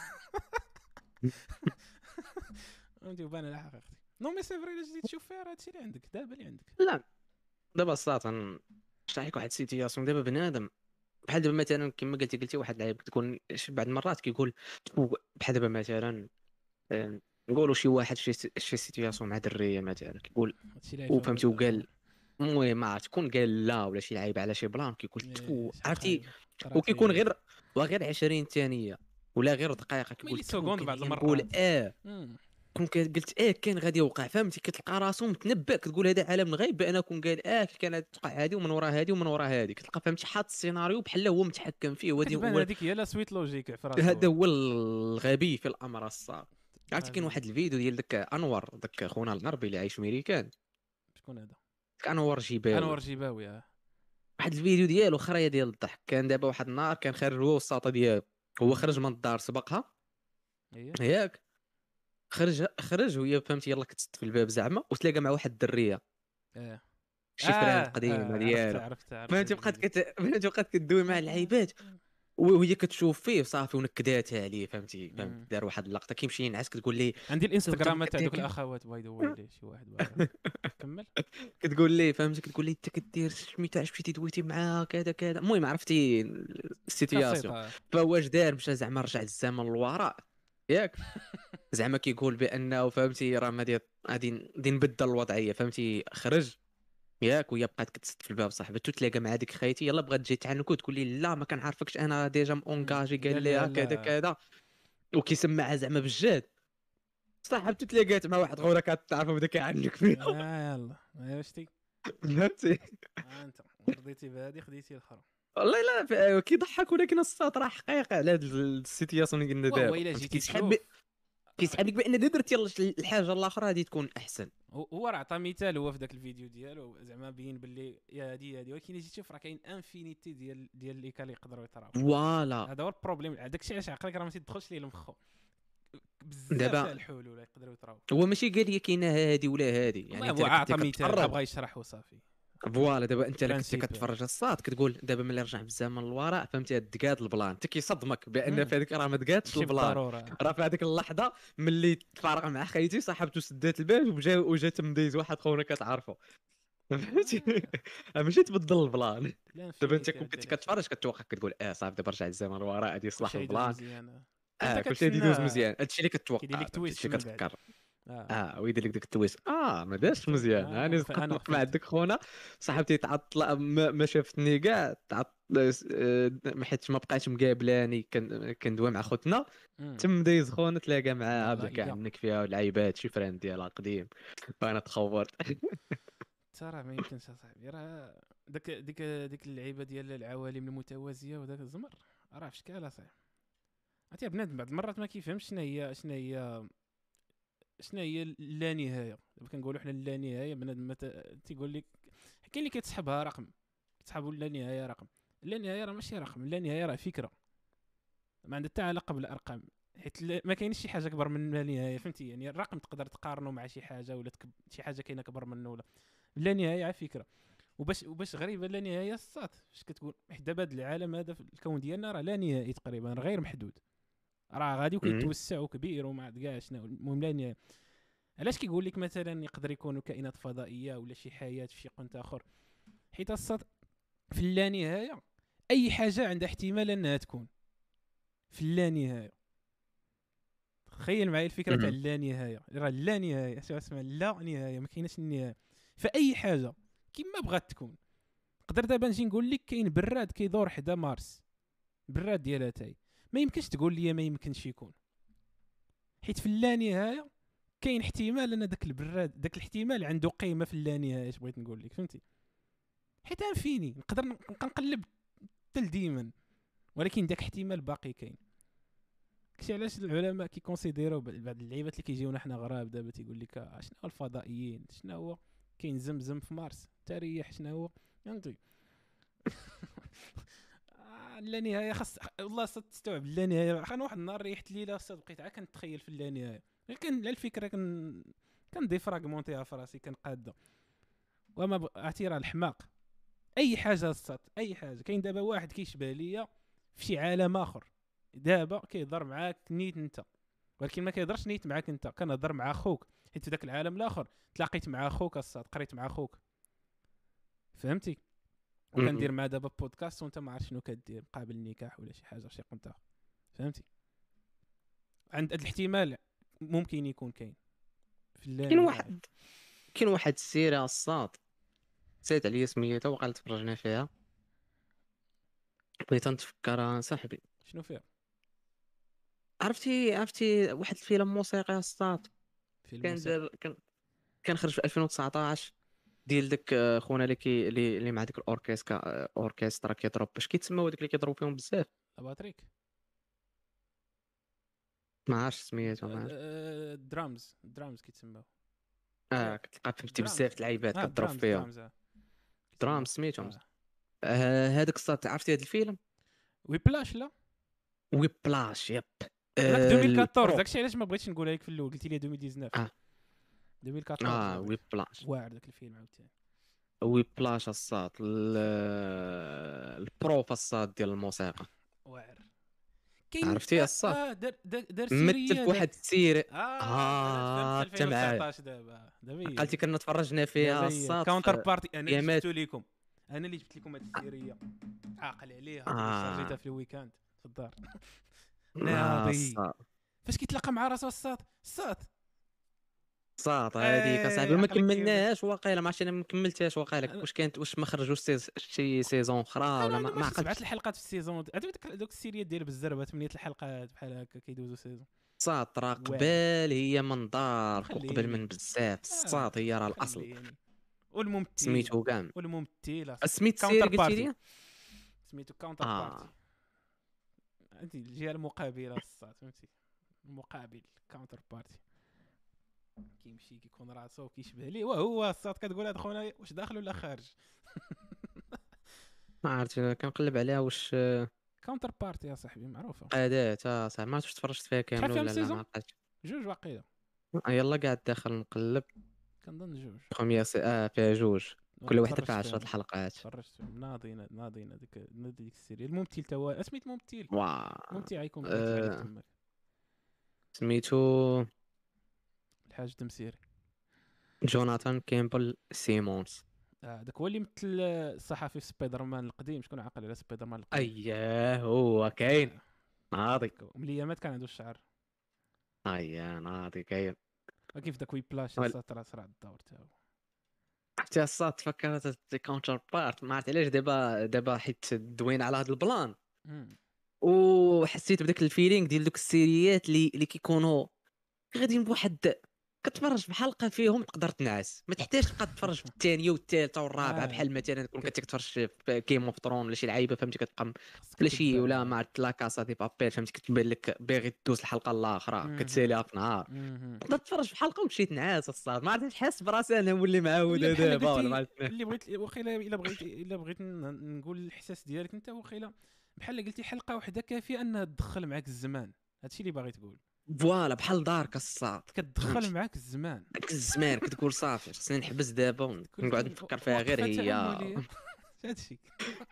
فهمتي وبان على حقيقتي. نو مي سي فري الا جيتي تشوف فيها راه هادشي اللي عندك دابا اللي عندك. لا دابا الصات نشرح لك واحد السيتياسيون. دابا بنادم بحال دابا مثلا كما قلتي قلتي واحد اللعيب تكون بعض المرات كيقول بحال دابا مثلا نقولوا شي واحد شي شي سيتياسيون مع دريه مثلا كيقول وفهمتي وقال المهم ما عرفت تكون قال لا ولا شي لعيب على شي بلان كيقول تفو عرفتي، وكيكون غير وغير عشرين ثانيه ولا غير دقائق كيقول سكوند بعد المرات نقول اه كون قلت اه كان غادي يوقع فهمتي، كتلقى راسو متنبأ كتقول هذا عالم الغيب بان كون قال اه كان توقع هذه ومن ورا هذه ومن ورا هذه، كتلقى فهمتي حاط السيناريو بحال هو متحكم فيه. وهذه هو هذيك هي لا سويت لوجيك فراسو، هذا هو الغبي في الامر الصار. عرفتي كاين واحد الفيديو ديال داك انور داك خونا الغربي اللي عايش ميريكان، شكون هذا؟ انور جيباوي. انور جيباوي اه واحد الفيديو ديالو خريه ديال الضحك. كان دابا واحد النهار كان خارج هو والساطه ديالو، هو خرج من الدار سبقها ياك خرج خرج وهي فهمتي يلا كتسد في الباب زعما وتلاقى مع واحد الدريه اه شي فران قديمه ديالو فهمتي بقات كت فهمتي بقات كدوي مع اللعيبات وهي كتشوف فيه صافي ونكداتها عليه فهمتي. فهمت دار واحد اللقطه كيمشي ينعس كتقول ليه عندي الانستغرام تاع دوك الاخوات باي ذا واي شي واحد كمل كتقول ليه فهمتي كتقول ليه انت كدير سميتها مشيتي دويتي معاها كذا كذا. المهم عرفتي السيتياسيون. فواش دار مشى زعما رجع الزمن للوراء ياك زعما كيقول بانه فهمتي راه غادي غادي نبدل الوضعيه فهمتي. خرج ياك وهي بقات كتسد في الباب صاحبته تلاقى مع ديك خايتي يلا بغات تجي تعنكو تقول لي لا ما كنعرفكش انا ديجا مونكاجي قال لها كذا كذا وكيسمعها زعما بالجد. صاحبته تلاقات مع واحد غورا كتعرفوا بدا كيعنك فيها اه يلا واش تي فهمتي انت رضيتي بهذه خديتي الاخرى والله لا كيضحك ولكن الصوت راه حقيقه على هاد السيتياسيون اللي قلنا دابا كيسحب كيسحب لك بان درت يلا الحاجه الاخرى غادي تكون احسن. هو راه عطى مثال هو في ذاك الفيديو ديالو زعما بين باللي يا هادي هادي ولكن جيت تشوف راه كاين انفينيتي ديال ديال اللي كان يقدروا يطراو. فوالا هذا هو البروبليم. داك الشيء علاش عقلك راه ما تدخلش ليه لمخو بزاف تاع الحلول ولا يقدروا يطراو. هو ماشي قال لي كاينه هادي ولا هادي يعني هو عطى مثال بغا يشرح وصافي. فوالا دابا انت اللي كنت كتفرج الصاد كتقول دابا ملي رجع بالزمن للوراء فهمتي دقات البلان انت كيصدمك بان في هذيك راه ما دقاتش البلان راه في هذيك اللحظه ملي تفارق مع خيتي صاحبته سدات الباب وجا وجا تمديز واحد خونا كتعرفو فهمتي ماشي تبدل البلان. دابا انت كنت كتفرج كتوقع كتقول اه صافي دابا رجع الزمن للوراء غادي يصلح البلان اه كلشي يدوز مزيان. هادشي اللي كتوقع هادشي اللي كتفكر اه, آه ويدير لك ديك التويست اه ما داش مزيان آه انا نتفق مع عندك خونا صاحبتي تعطل ما, ما شافتني كاع تعطل ما حيت ما بقاش مقابلاني كندوي مع خوتنا تم دايز خونا تلاقى معاها بدا كيعنك فيها والعيبات شي فران ديالها قديم وانا تخورت. ترى ما يمكنش اصاحبي راه داك ديك ديك اللعيبه ديال العوالم المتوازيه وداك الزمر راه في شكال اصاحبي. عرفتي بنادم بعض المرات ما كيفهمش شنو هي شنو هي شنو هي اللا نهايه. دابا كنقولوا حنا اللا نهايه بنادم تيقول لك كاين اللي كتسحبها رقم كتسحبوا اللا نهايه رقم. اللا نهايه راه ماشي رقم، اللا نهايه راه فكره ما عندها حتى علاقه بالارقام حيت ما كاينش شي حاجه اكبر من اللا نهايه فهمتي. يعني الرقم تقدر تقارنه مع شي حاجه ولا تكب... شي حاجه كاينه اكبر منه ولا اللا نهايه على فكره. وباش وباش غريبه لا نهايه الصات فاش كتقول حيت دابا هذا العالم هذا في الكون ديالنا راه لا نهائي تقريبا غير محدود راه غادي وكيتوسع وكبير وما عاد كاع شنو. المهم لا نهايه. علاش كيقول لك مثلا يقدر يكونوا كائنات فضائيه ولا شي حياه في شي قنت اخر حيت الصاد في اللا نهايه اي حاجه عندها احتمال انها تكون في اللا نهايه. تخيل معايا الفكره تاع اللا نهايه راه لا نهايه شنو اسمها لا نهايه ما كايناش النهايه فاي حاجه كما بغات تكون. نقدر دابا نجي نقول لك كاين براد كيدور حدا مارس براد ديال اتاي ما يمكنش تقول لي ما يمكنش يكون حيت في اللا نهايه كاين احتمال ان داك البراد داك الاحتمال عنده قيمه في اللا نهايه. اش بغيت نقول لك فهمتي حيت انفيني نقدر نبقى نقلب حتى ديما ولكن داك احتمال باقي كاين. داكشي علاش العلماء كيكونسيديرو بعض اللعيبات اللي كيجيونا حنا غراب دابا تيقول لك شنو هو الفضائيين، شنو هو كاين زمزم في مارس تاريخ، شنو هو فهمتي. لا نهايه خاص والله تستوعب لا نهايه. انا واحد النهار ريحت ليله صاد بقيت عا كنتخيل في لا نهايه، كان على الفكره كان كندي فراغمونتيها في راسي كنقاده وما اعتراض الحماق. اي حاجه صات اي حاجه كاين دابا واحد كيشبه ليا في شي عالم اخر دابا كيهضر معاك نيت انت، ولكن ما كيهضرش نيت معاك انت، كنهضر مع خوك حيت في ذاك العالم الاخر تلاقيت مع خوك الصاد قريت مع خوك فهمتي. وكندير مع دابا بودكاست وانت ما عارف شنو كدير قابل النكاح ولا شي حاجه شي قنطه فهمتي. عند هذا الاحتمال ممكن يكون كاين في كاين واحد كاين واحد السيره الصاد سيت عليا سميتها وقال تفرجنا فيها بغيت نتفكرها صاحبي. شنو فيها؟ عرفتي عرفتي واحد الفيلم موسيقي الصاد كان دار كان كان خرج في ألفين وتسعطاش ديال داك خونا اللي كي اللي اللي مع ديك الاوركسترا اوركسترا كيضرب باش كيتسموا داك اللي كيضربوا فيهم بزاف باتريك ما عرفتش سميتو ما عرفت درامز درامز كيتسموا اه كتلقى فهمتي بزاف د اللعيبات كضرب فيهم درامز سميتهم هذاك الصاد. عرفتي هذا الفيلم ويبلاش؟ لا ويبلاش يب ألفين وأربعطاش داكشي علاش ما بغيتش نقولها لك في الاول قلتي لي ألفين وتسعطاش. اه ألفين وأربعطاش اه ويبلاش واعر داك الفيلم عاوتاني. ويبلاش الصاد البروف الصاد ديال الموسيقى واعر. عرفتي الصاد اه دار دار سيريه مثل واحد السيره اه انت معايا دابا دابا قالتي كنا تفرجنا فيها الصاد كاونتر بارتي. انا اللي جبت لكم انا اللي جبت لكم هذه السيريه عاقل عليها آه. شارجيتها في الويكاند في الدار ناضي آه فاش كيتلاقى مع راسو الصاد الصاد صاط هذيك اصاحبي ما كملناهاش واقيلا ما عرفتش انا ما كملتهاش واقيلا واش كانت واش ما خرجوش شي سيزون اخرى ولا ما عقلتش. سبعه الحلقات في السيزون هذوك دوك السيريات ديال بالزربه ثمانيه الحلقات بحال هكا كيدوزو سيزون. صاط راه قبال هي من دار وقبل من بزاف صاط هي راه الاصل. والممثل سميتو كاع والممثل سميت سير قلتي لي سميتو كاونتر بارتي. انت الجهه المقابله الصاد فهمتي المقابل كاونتر بارتي كيمشي كيكون راسو وكيشبه ليه وهو الصاد كتقول هذا خونا واش داخل ولا خارج. ما عرفتش كنقلب عليها واش كاونتر بارتي يا صاحبي معروفه قادات اه صاحبي ما عرفتش تفرجت فيها كامل ولا لا ما عقلتش جوج واقيلا يلا قاعد داخل نقلب كنظن جوج بروميير سي اه فيها جوج كل وحده فيها عشرة الحلقات. تفرجت ناضينا ناضينا ديك ناضي ديك السيري. الممثل تا سميت ممثل ممثل غيكون آه. تماك سميتو الحاج تمسيري جوناثان كيمبل سيمونز. اه داك هو اللي مثل الصحفي في سبايدر مان القديم. شكون عاقل على سبايدر مان القديم؟ اييه هو كاين ناضي مليامات كان عنده الشعر. اييه ناضي كاين كيف داك وي بلاش ساتر صرا الدور تاعو. حتى الصاد تفكرت كاونتر بارت ما عرفت علاش دابا دابا حيت دوينا على هذا البلان وحسيت بداك الفيلينغ ديال دوك السيريات اللي اللي كيكونوا غاديين بواحد كتفرج بحلقه فيهم تقدر تنعس ما تحتاج تبقى تتفرج في الثانيه والثالثه والرابعه. بحال مثلا كون كنت كتفرج في كيم اوف ثرون ولا شي لعيبه فهمتي كتبقى ولا شي ولا ما عرفت لا كاسا دي بابيل فهمتي كتبان لك باغي تدوز الحلقه الاخرى كتساليها في نهار تقدر تتفرج في حلقه وتمشي تنعس الصاد. ما عرفتش نحس براسي انا نولي معاود دابا ولا اللي بغيت واخيلا الا بغيت الا بغيت نقول الاحساس ديالك انت واخيلا بحال قلتي حلقه واحده كافيه انها تدخل معاك الزمان. هادشي اللي باغي تقول فوالا بحال دارك الصاد كتدخل معاك الزمان داك الزمان كتقول صافي خصني نحبس دابا ونقعد نفكر فيها غير هي هادشي.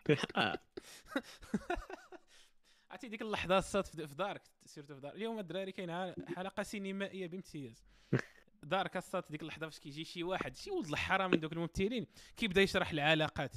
عرفتي ديك اللحظه الصاد في دارك سيرتو في دار اليوم الدراري كاين حلقه سينمائيه بامتياز دارك الصاد ديك اللحظه فاش كيجي شي واحد شي ولد الحرام من دوك الممثلين كيبدا يشرح العلاقات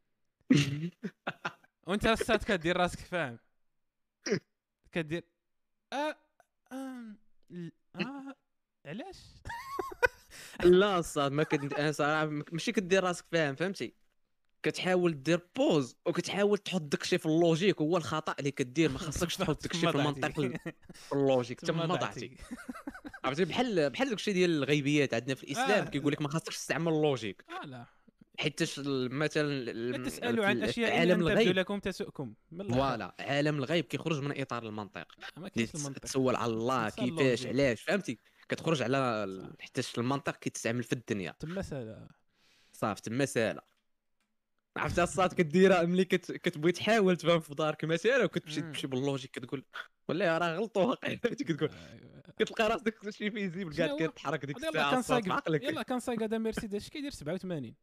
وانت الصاد كدير راسك فاهم كدير اه اه, آه. علاش لا الصاد ما كنت انا صراحه ماشي كدير راسك فاهم فهمتي كتحاول دير بوز وكتحاول تحط داكشي في اللوجيك. هو الخطا اللي كدير ما خاصكش تحط داكشي في المنطق في اللوجيك تما ضعتي. عرفتي بحال بحال داكشي ديال الغيبيات عندنا في الاسلام كيقول لك ما خاصكش تستعمل اللوجيك. اه لا حيت مثلا لا تسالوا عن اشياء عالم ان تبدو الغيب لكم تسؤكم من فوالا عالم الغيب كيخرج من اطار المنطق. لا ما دي كاينش المنطق، تسول على الله خصها كيفاش اللوجيك علاش فهمتي، كتخرج على صح. حتى المنطق كيتستعمل في الدنيا تما سالا صافي تما ساله. عرفتي الصاد كديرها ملي كت... كتبغي تحاول تفهم في دارك مساله وكتمشي تمشي باللوجيك كتقول ولا راه غلطوا واقيلا كتقول كتلقى راسك شي فيزيبل شنو قاعد هو كيتحرك ديك يلا الساعه الصاد في كنصايق عقلك. يلا كنصايق هذا مرسيدس اش كيدير سبعة وثمانين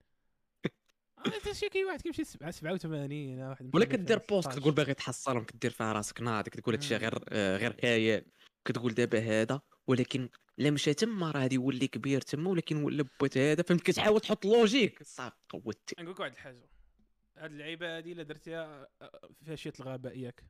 هذا شي كي واحد كيمشي سبعة وثمانين واحد ولا كدير بوست كتقول باغي تحصلهم كدير فيها راسك ناضي كتقول هادشي غير آه غير خيال كتقول دابا هذا ولكن لا مشى تما راه غادي يولي كبير تما ولكن ولا بوت هذا فهمت كتحاول تحط لوجيك صافي قوتي. نقول لك واحد الحاجه، هاد اللعيبه هادي الا درتيها فيها شي الغباء ياك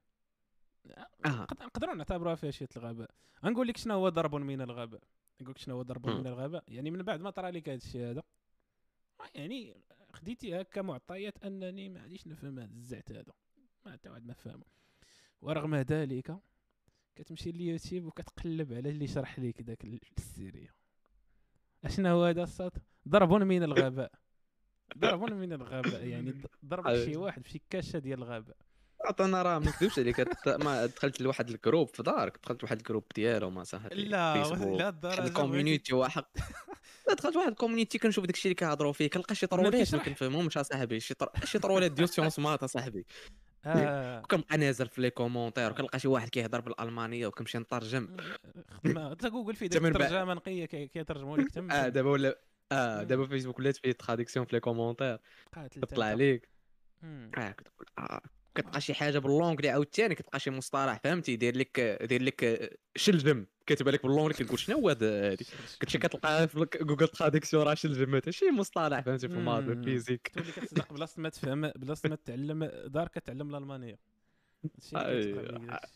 اه نقدروا نعتبروها فيها شي الغباء. غنقول لك شنو هو ضرب من الغباء، نقول لك شنو هو ضرب من الغباء. يعني من بعد ما طرا لك هذا الشيء هذا يعني خديتي هكا معطيات انني ما غاديش نفهم هذا الزعت هذا ما حتى واحد ما فاهمه، ورغم ذلك كتمشي لليوتيوب وكتقلب على اللي شرح لك داك السيريه. اشنا هو هذا الصوت ضرب من الغباء، ضرب من الغباء يعني ضربك شي واحد في كاشه ديال الغباء. انا راه ما نكذبش عليك ما دخلت لواحد الجروب في دارك دخلت لواحد الجروب ديالهم اصاحبي لا فيسبوك لا الدرجه الكوميونيتي واحد دخلت واحد الكوميونيتي كنشوف داكشي اللي كيهضروا فيه كنلقى شي طرولات ما كنفهمهمش اصاحبي شي طر... شي طرولات ديال سيونس مات اصاحبي اه كنبقى نازل في لي كومونتير وكنلقى شي واحد كيهضر بالالمانيه وكنمشي نترجم خدمه تا جوجل فيه ديك الترجمه نقيه كيترجموا لك تما. اه دابا ولا اه دابا فيسبوك ولات فيه تراديكسيون في لي كومونتير كطلع ليك اه كتقول اه كتلقى شي حاجه باللونغلي عاوتاني كتلقى شي مصطلح فهمتي داير لك داير لك شلجم كاتب لك باللونغلي كتقول شنو هو هذا هادي كتمشي كتلقى في جوجل تراديكسيون راه شلجم حتى شي مصطلح فهمتي في الماط في الفيزيك تولي كتصدق بلاصه ما تفهم بلاصه ما تعلم دار كتعلم الالمانيه هادشي اللي كيتقال لك داكشي.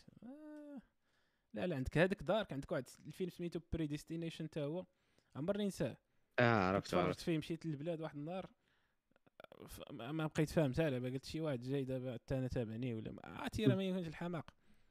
لا لا عندك هذاك دارك عندك واحد الفيلم سميتو بريديستينيشن حتى هو عمرني نساه. اه عرفت تفرجت فيه مشيت للبلاد واحد النهار ما بقيت فاهم حتى لا قلت شي واحد جاي دابا حتى انا تابعني ولا عرفتي راه ما يكونش الحماق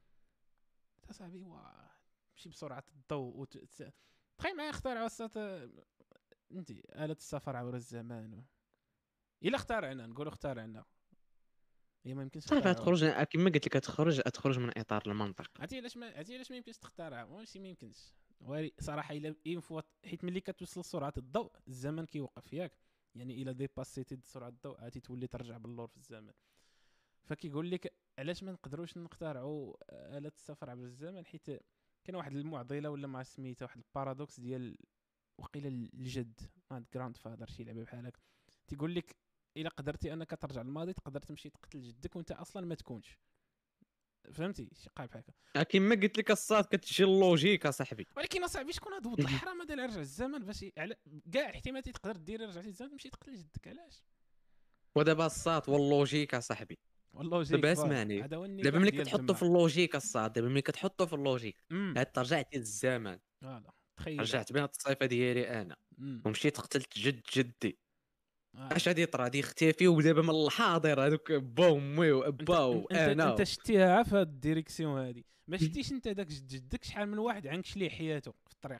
تا صاحبي واه مشي بسرعه الضوء وت... تخيل معايا اخترعوا السات انت آلة السفر عبر الزمان و... الا اخترعنا نقولوا اخترعنا هي ما يمكنش صافي تخرج كما قلت لك تخرج تخرج من اطار المنطق. عرفتي علاش ما عرفتي علاش ما يمكنش تخترع ماشي ما يمكنش واري صراحه الا ينفوا حيت ملي كتوصل سرعه الضوء الزمن كيوقف ياك يعني الا ديباسيتي سرعه الضوء عادي تولي ترجع باللور في الزمن. فكيقول لك علاش ما نقدروش نخترعوا آلة السفر عبر الزمن حيت كاين واحد المعضله ولا مع سميتها واحد البارادوكس ديال وقيله الجد هاد جراند فادر شي لعبه بحال هكا تيقول لك الا قدرتي انك ترجع للماضي تقدر تمشي تقتل جدك وانت اصلا ما تكونش فهمتي شي قاع بحال هكا. كيما قلت لك الصاد كتجي اللوجيك اصاحبي ولكن اصاحبي شكون هاد ولد الحرام هذا اللي رجع الزمن باش على كاع الاحتمالات تقدر دير رجعتي الزمن تمشي تقتل جدك علاش ودابا الصاد واللوجيك اصاحبي واللوجيك دابا اسمعني دابا ملي كتحطو في اللوجيك الصاد دابا ملي كتحطو في اللوجيك عاد رجعتي للزمن فوالا تخيل رجعت بها الصيفه ديالي انا ومشيت قتلت جد جدي اش غادي يطرا غادي يختفي ودابا من الحاضر هذوك با امي وابا وانا انت شتيها في هاد الديريكسيون هادي ما شتيش انت داك جدك شحال من واحد عنكش ليه حياته في الطريق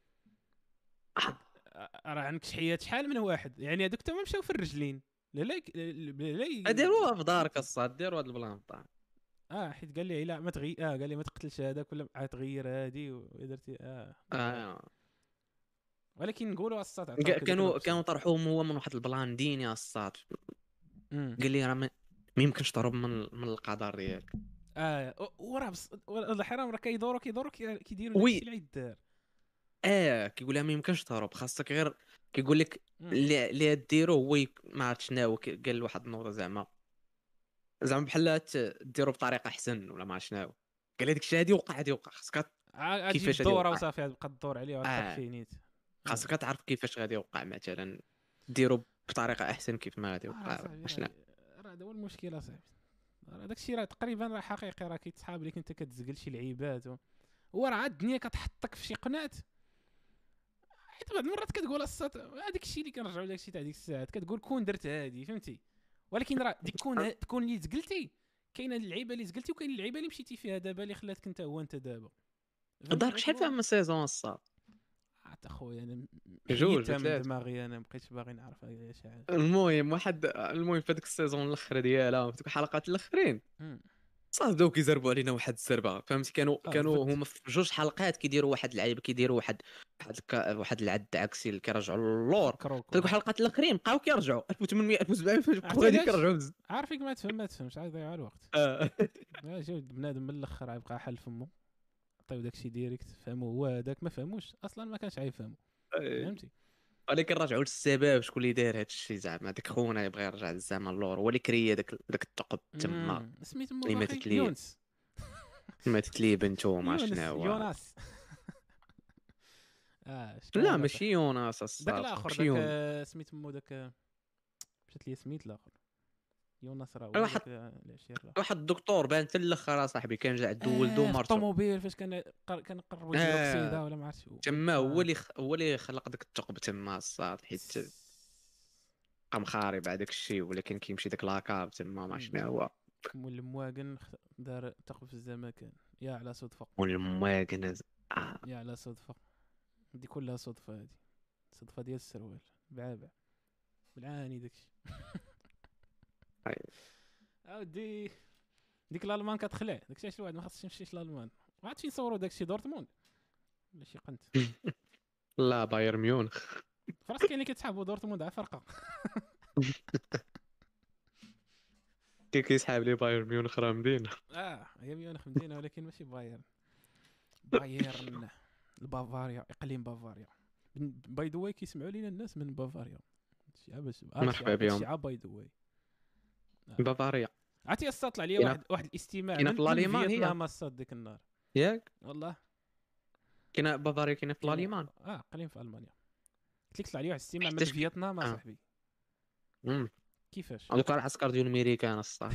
راه عنكش حياه شحال من واحد يعني هذوك تما مشاو في الرجلين لا لا لا ديروها في دارك الصاد ديروا هذا البلان في دارك اه حيت قال لي لا ما تغي اه قال لي ما تقتلش هذاك ولا عاد تغير هادي ودرتي اه, آه. ولكن نقولوا الصاد كانوا كانوا طرحوهم هو من واحد البلان ديني الصاد قال لي راه ما يمكنش تهرب من من القدر ديالك اه وراه بس الحرام راه كيدوروا كيدوروا كيديروا داكشي اللي يدار اه كيقول لها ما يمكنش تهرب خاصك غير كيقول لك اللي اللي ديرو هو ما عرفت شنو قال واحد النقطه زعما زعما بحال ديرو بطريقه احسن ولا ما عرفت شنو قال لك الشيء هادي وقع هادي وقع خاصك كيفاش الدوره وصافي تبقى تدور عليه وتطيح فيه نيت خاصك تعرف كيفاش غادي يوقع مثلا ديرو بطريقه احسن كيف ما غادي يوقع شنو راه هذا هو المشكل اصاحبي راه داكشي راه تقريبا راه حقيقي راه كيتصحاب لك انت كتزقل شي لعيبات هو راه الدنيا كتحطك في شي قنات حيت بعض المرات كتقول الصات هذاك الشيء اللي كنرجعوا داك الشيء تاع ديك الساعات كتقول كون درت هادي فهمتي ولكن راه ديك كون تكون اللي زقلتي كاينه اللعيبه اللي زقلتي وكاين اللعيبه اللي مشيتي فيها دابا اللي خلاتك انت هو انت دابا دارك شحال فيها من سيزون الصاد حتى خويا انا جوج حيدتها من ثلاثه. دماغي، انا مبقيتش باغي نعرف هي شحال. المهم واحد المهم في هذيك السيزون الاخر ديالها في دوك الحلقات الاخرين صافي بداو كيزربوا علينا واحد الزربه فهمتي. كانوا آه، كانوا فت. هما في جوج حلقات كيديروا واحد اللعيبه كيديروا واحد واحد الك... واحد العد عكسي اللي كيرجعوا للور. في كروكو دوك الحلقات الاخرين بقاو كيرجعوا ألف وثمانمائة ألف وسبعمائة فاش عرفتي بقاو غادي علاش؟ كيرجعوا بزاف. عارفك ما تفهم ما تفهمش عاد يضيع الوقت. آه. آه، شوف بنادم من الاخر غيبقى حل فمو، عطيو داكشي ديريكت فهمو هو هذاك، ما فهموش اصلا ما كانش عايفهمو فهمتي. ولكن رجعوا للسبب شكون اللي دار هذا الشيء زعما داك خونا يبغى يرجع للزمن اللور هو اللي كريا داك داك الثقب تما مم. سميتو مو اللي باقي ماتت ليه يونس. ماتت ليه بنته ما يونس شنو هو. يوناس. اه شكون لا هذاك؟ ماشي يوناس داك الصاد الاخر ماشي داك يون آه، سميتو مو داك آه، مشات لي سميت الاخر. يونس راه هو واحد داك آه، العشير الاخر. واحد الدكتور بان حتى الاخر صاحبي كان جا عنده ولده آه، في ومرته. الطوموبيل فاش كان قر- كان قربوا يديروا آه. قصيده ولا ما عرفتش شو. تما هو آه. اللي خ... هو اللي خلق داك الثقب تما الصاد حيت قام خارب هذاك الشيء ولكن كيمشي داك لاكاب تما ما شنو هو. مول المواقن خ- دار ثقب في الزمكان. يا على صدفه، والمواقن آه. يا على صدفه، دي كلها صدفه هذه، صدفه ديال السروال بعابع بالعاني داكشي. اودي ديك الالمان كتخلع داكشي، علاش الواحد ما خاصش يمشيش لالمان. ما عرفتش فين صوروا داكشي دورتموند ولا شي قنت. لا بايرن ميونخ. فراس كاين اللي كيتسحبوا دورتموند على فرقه. كي كيسحاب لي بايرن ميونخ راه مدينه. اه هي ميونخ مدينه ولكن ماشي بايرن. بايرن البافاريا، اقليم بافاريا. باي ذا واي كيسمعوا لينا الناس من بافاريا. شي عبس مرحبا بهم. شي باي ذا واي. بافاريا عرفتي الصاد طلع لي كاينة- واحد واحد الاستماع كاينة من في من الأليمان هي. فيتنام الصاد ديك النهار ياك والله. كاينه بافاريا كاينه في كاينة- الاليمان. اه قليل في المانيا. قلت لك طلع لي واحد الاستماع من حيتاش- فيتنام آه. صاحبي. امم كيفاش؟ هذوك راه العسكر ديال الميريكان الصاد.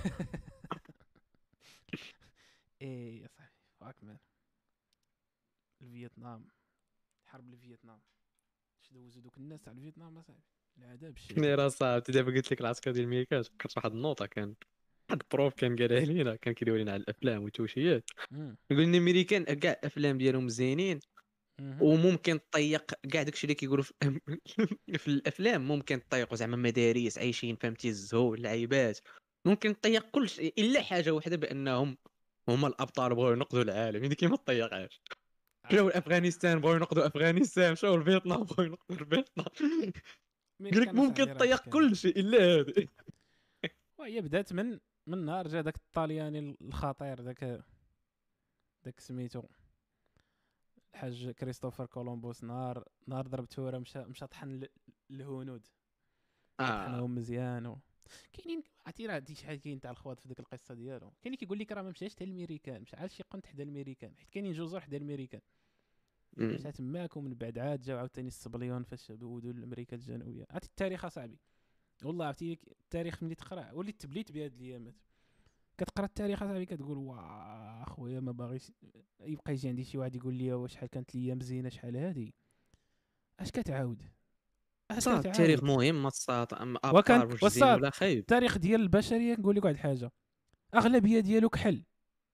ايه يا صاحبي فاك مان. الفيتنام، حرب الفيتنام، اش دوزو دوك الناس تاع الفيتنام اصاحبي، العذاب الشديد. مي راه صعب دابا قلت لك العسكر ديال الميريكان فكرت واحد النوطه كان واحد البروف كان قالها لينا كان كيدير لنا على الافلام والتوشيات. مم. يقول لنا الميريكان كاع الافلام ديالهم زينين مهم. وممكن تطيق كاع داكشي اللي كيقولوا في, في الافلام ممكن تطيقوا زعما مدارس عايشين فهمتي الزهو اللعيبات ممكن تطيق كل شيء الا حاجه واحده بانهم هما الابطال بغاو ينقذوا العالم هذيك ما تطيقهاش. مشاو لافغانستان بغاو ينقذوا افغانستان مشاو لفيتنام بغاو ينقذوا الفيتنام. مي قال لك كان ممكن صاحبي راه تطيق كان- كل شيء الا هذا. وهي بدات من من نهار جا داك الطالياني الخطير داك داك سميتو الحاج كريستوفر كولومبوس. نهار نهار ضرب تورا مشى مشى طحن ل- الهنود اه طحنهم مزيان و... كاينين عرفتي راه هادي شحال كاين تاع الخوات في ديك القصه ديالو. كاين اللي كيقول لك راه ما مشاش حتى الميريكان، مشى عاد شي قنت حدا الميريكان حيت كاينين جزر حدا الميريكان. مم. مشى تماك ومن بعد عاد جاو عاوتاني الصبليون فاش بودوا لامريكا الجنوبيه. عرفتي التاريخ اصاحبي والله عرفتي التاريخ ملي تقرا وليت تبليت بهاد الايامات. كتقرا التاريخ اصاحبي كتقول واه اخويا ما باغيش يبقى يجي عندي شي واحد يقول لي واش شحال كانت الايام زينه شحال هادي. اش كتعاود اش صاد كتعاود التاريخ مهم الصاد اما وكان ابطال واش وصاد زين ولا خايب. التاريخ ديال البشريه نقول لك واحد الحاجه، اغلبيه ديالو كحل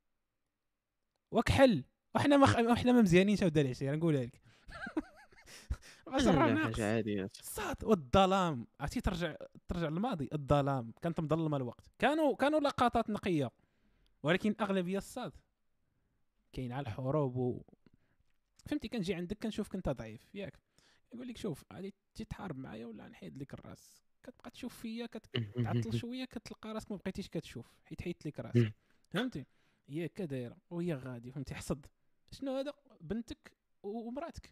وكحل وحنا ما خ... وحنا ما مزيانينش هدا العشيره نقولها لك. البشر راه لا ناقص حاجه عاديه. صاد. والظلام عرفتي ترجع ترجع للماضي. الظلام كانت مظلمه الوقت. كانوا كانوا لقطات نقيه ولكن اغلبيه الصاد كاين على الحروب و... فهمتي. كنجي عندك كنشوفك انت ضعيف ياك يقول لك شوف غادي تجي تحارب معايا ولا نحيد لك الراس. كتبقى تشوف فيا كتعطل شويه كتلقى راسك ما بقيتيش كتشوف حيت حيدت لك راسك فهمتي. هي هكا دايره وهي غادي فهمتي. حصد شنو هذا بنتك ومراتك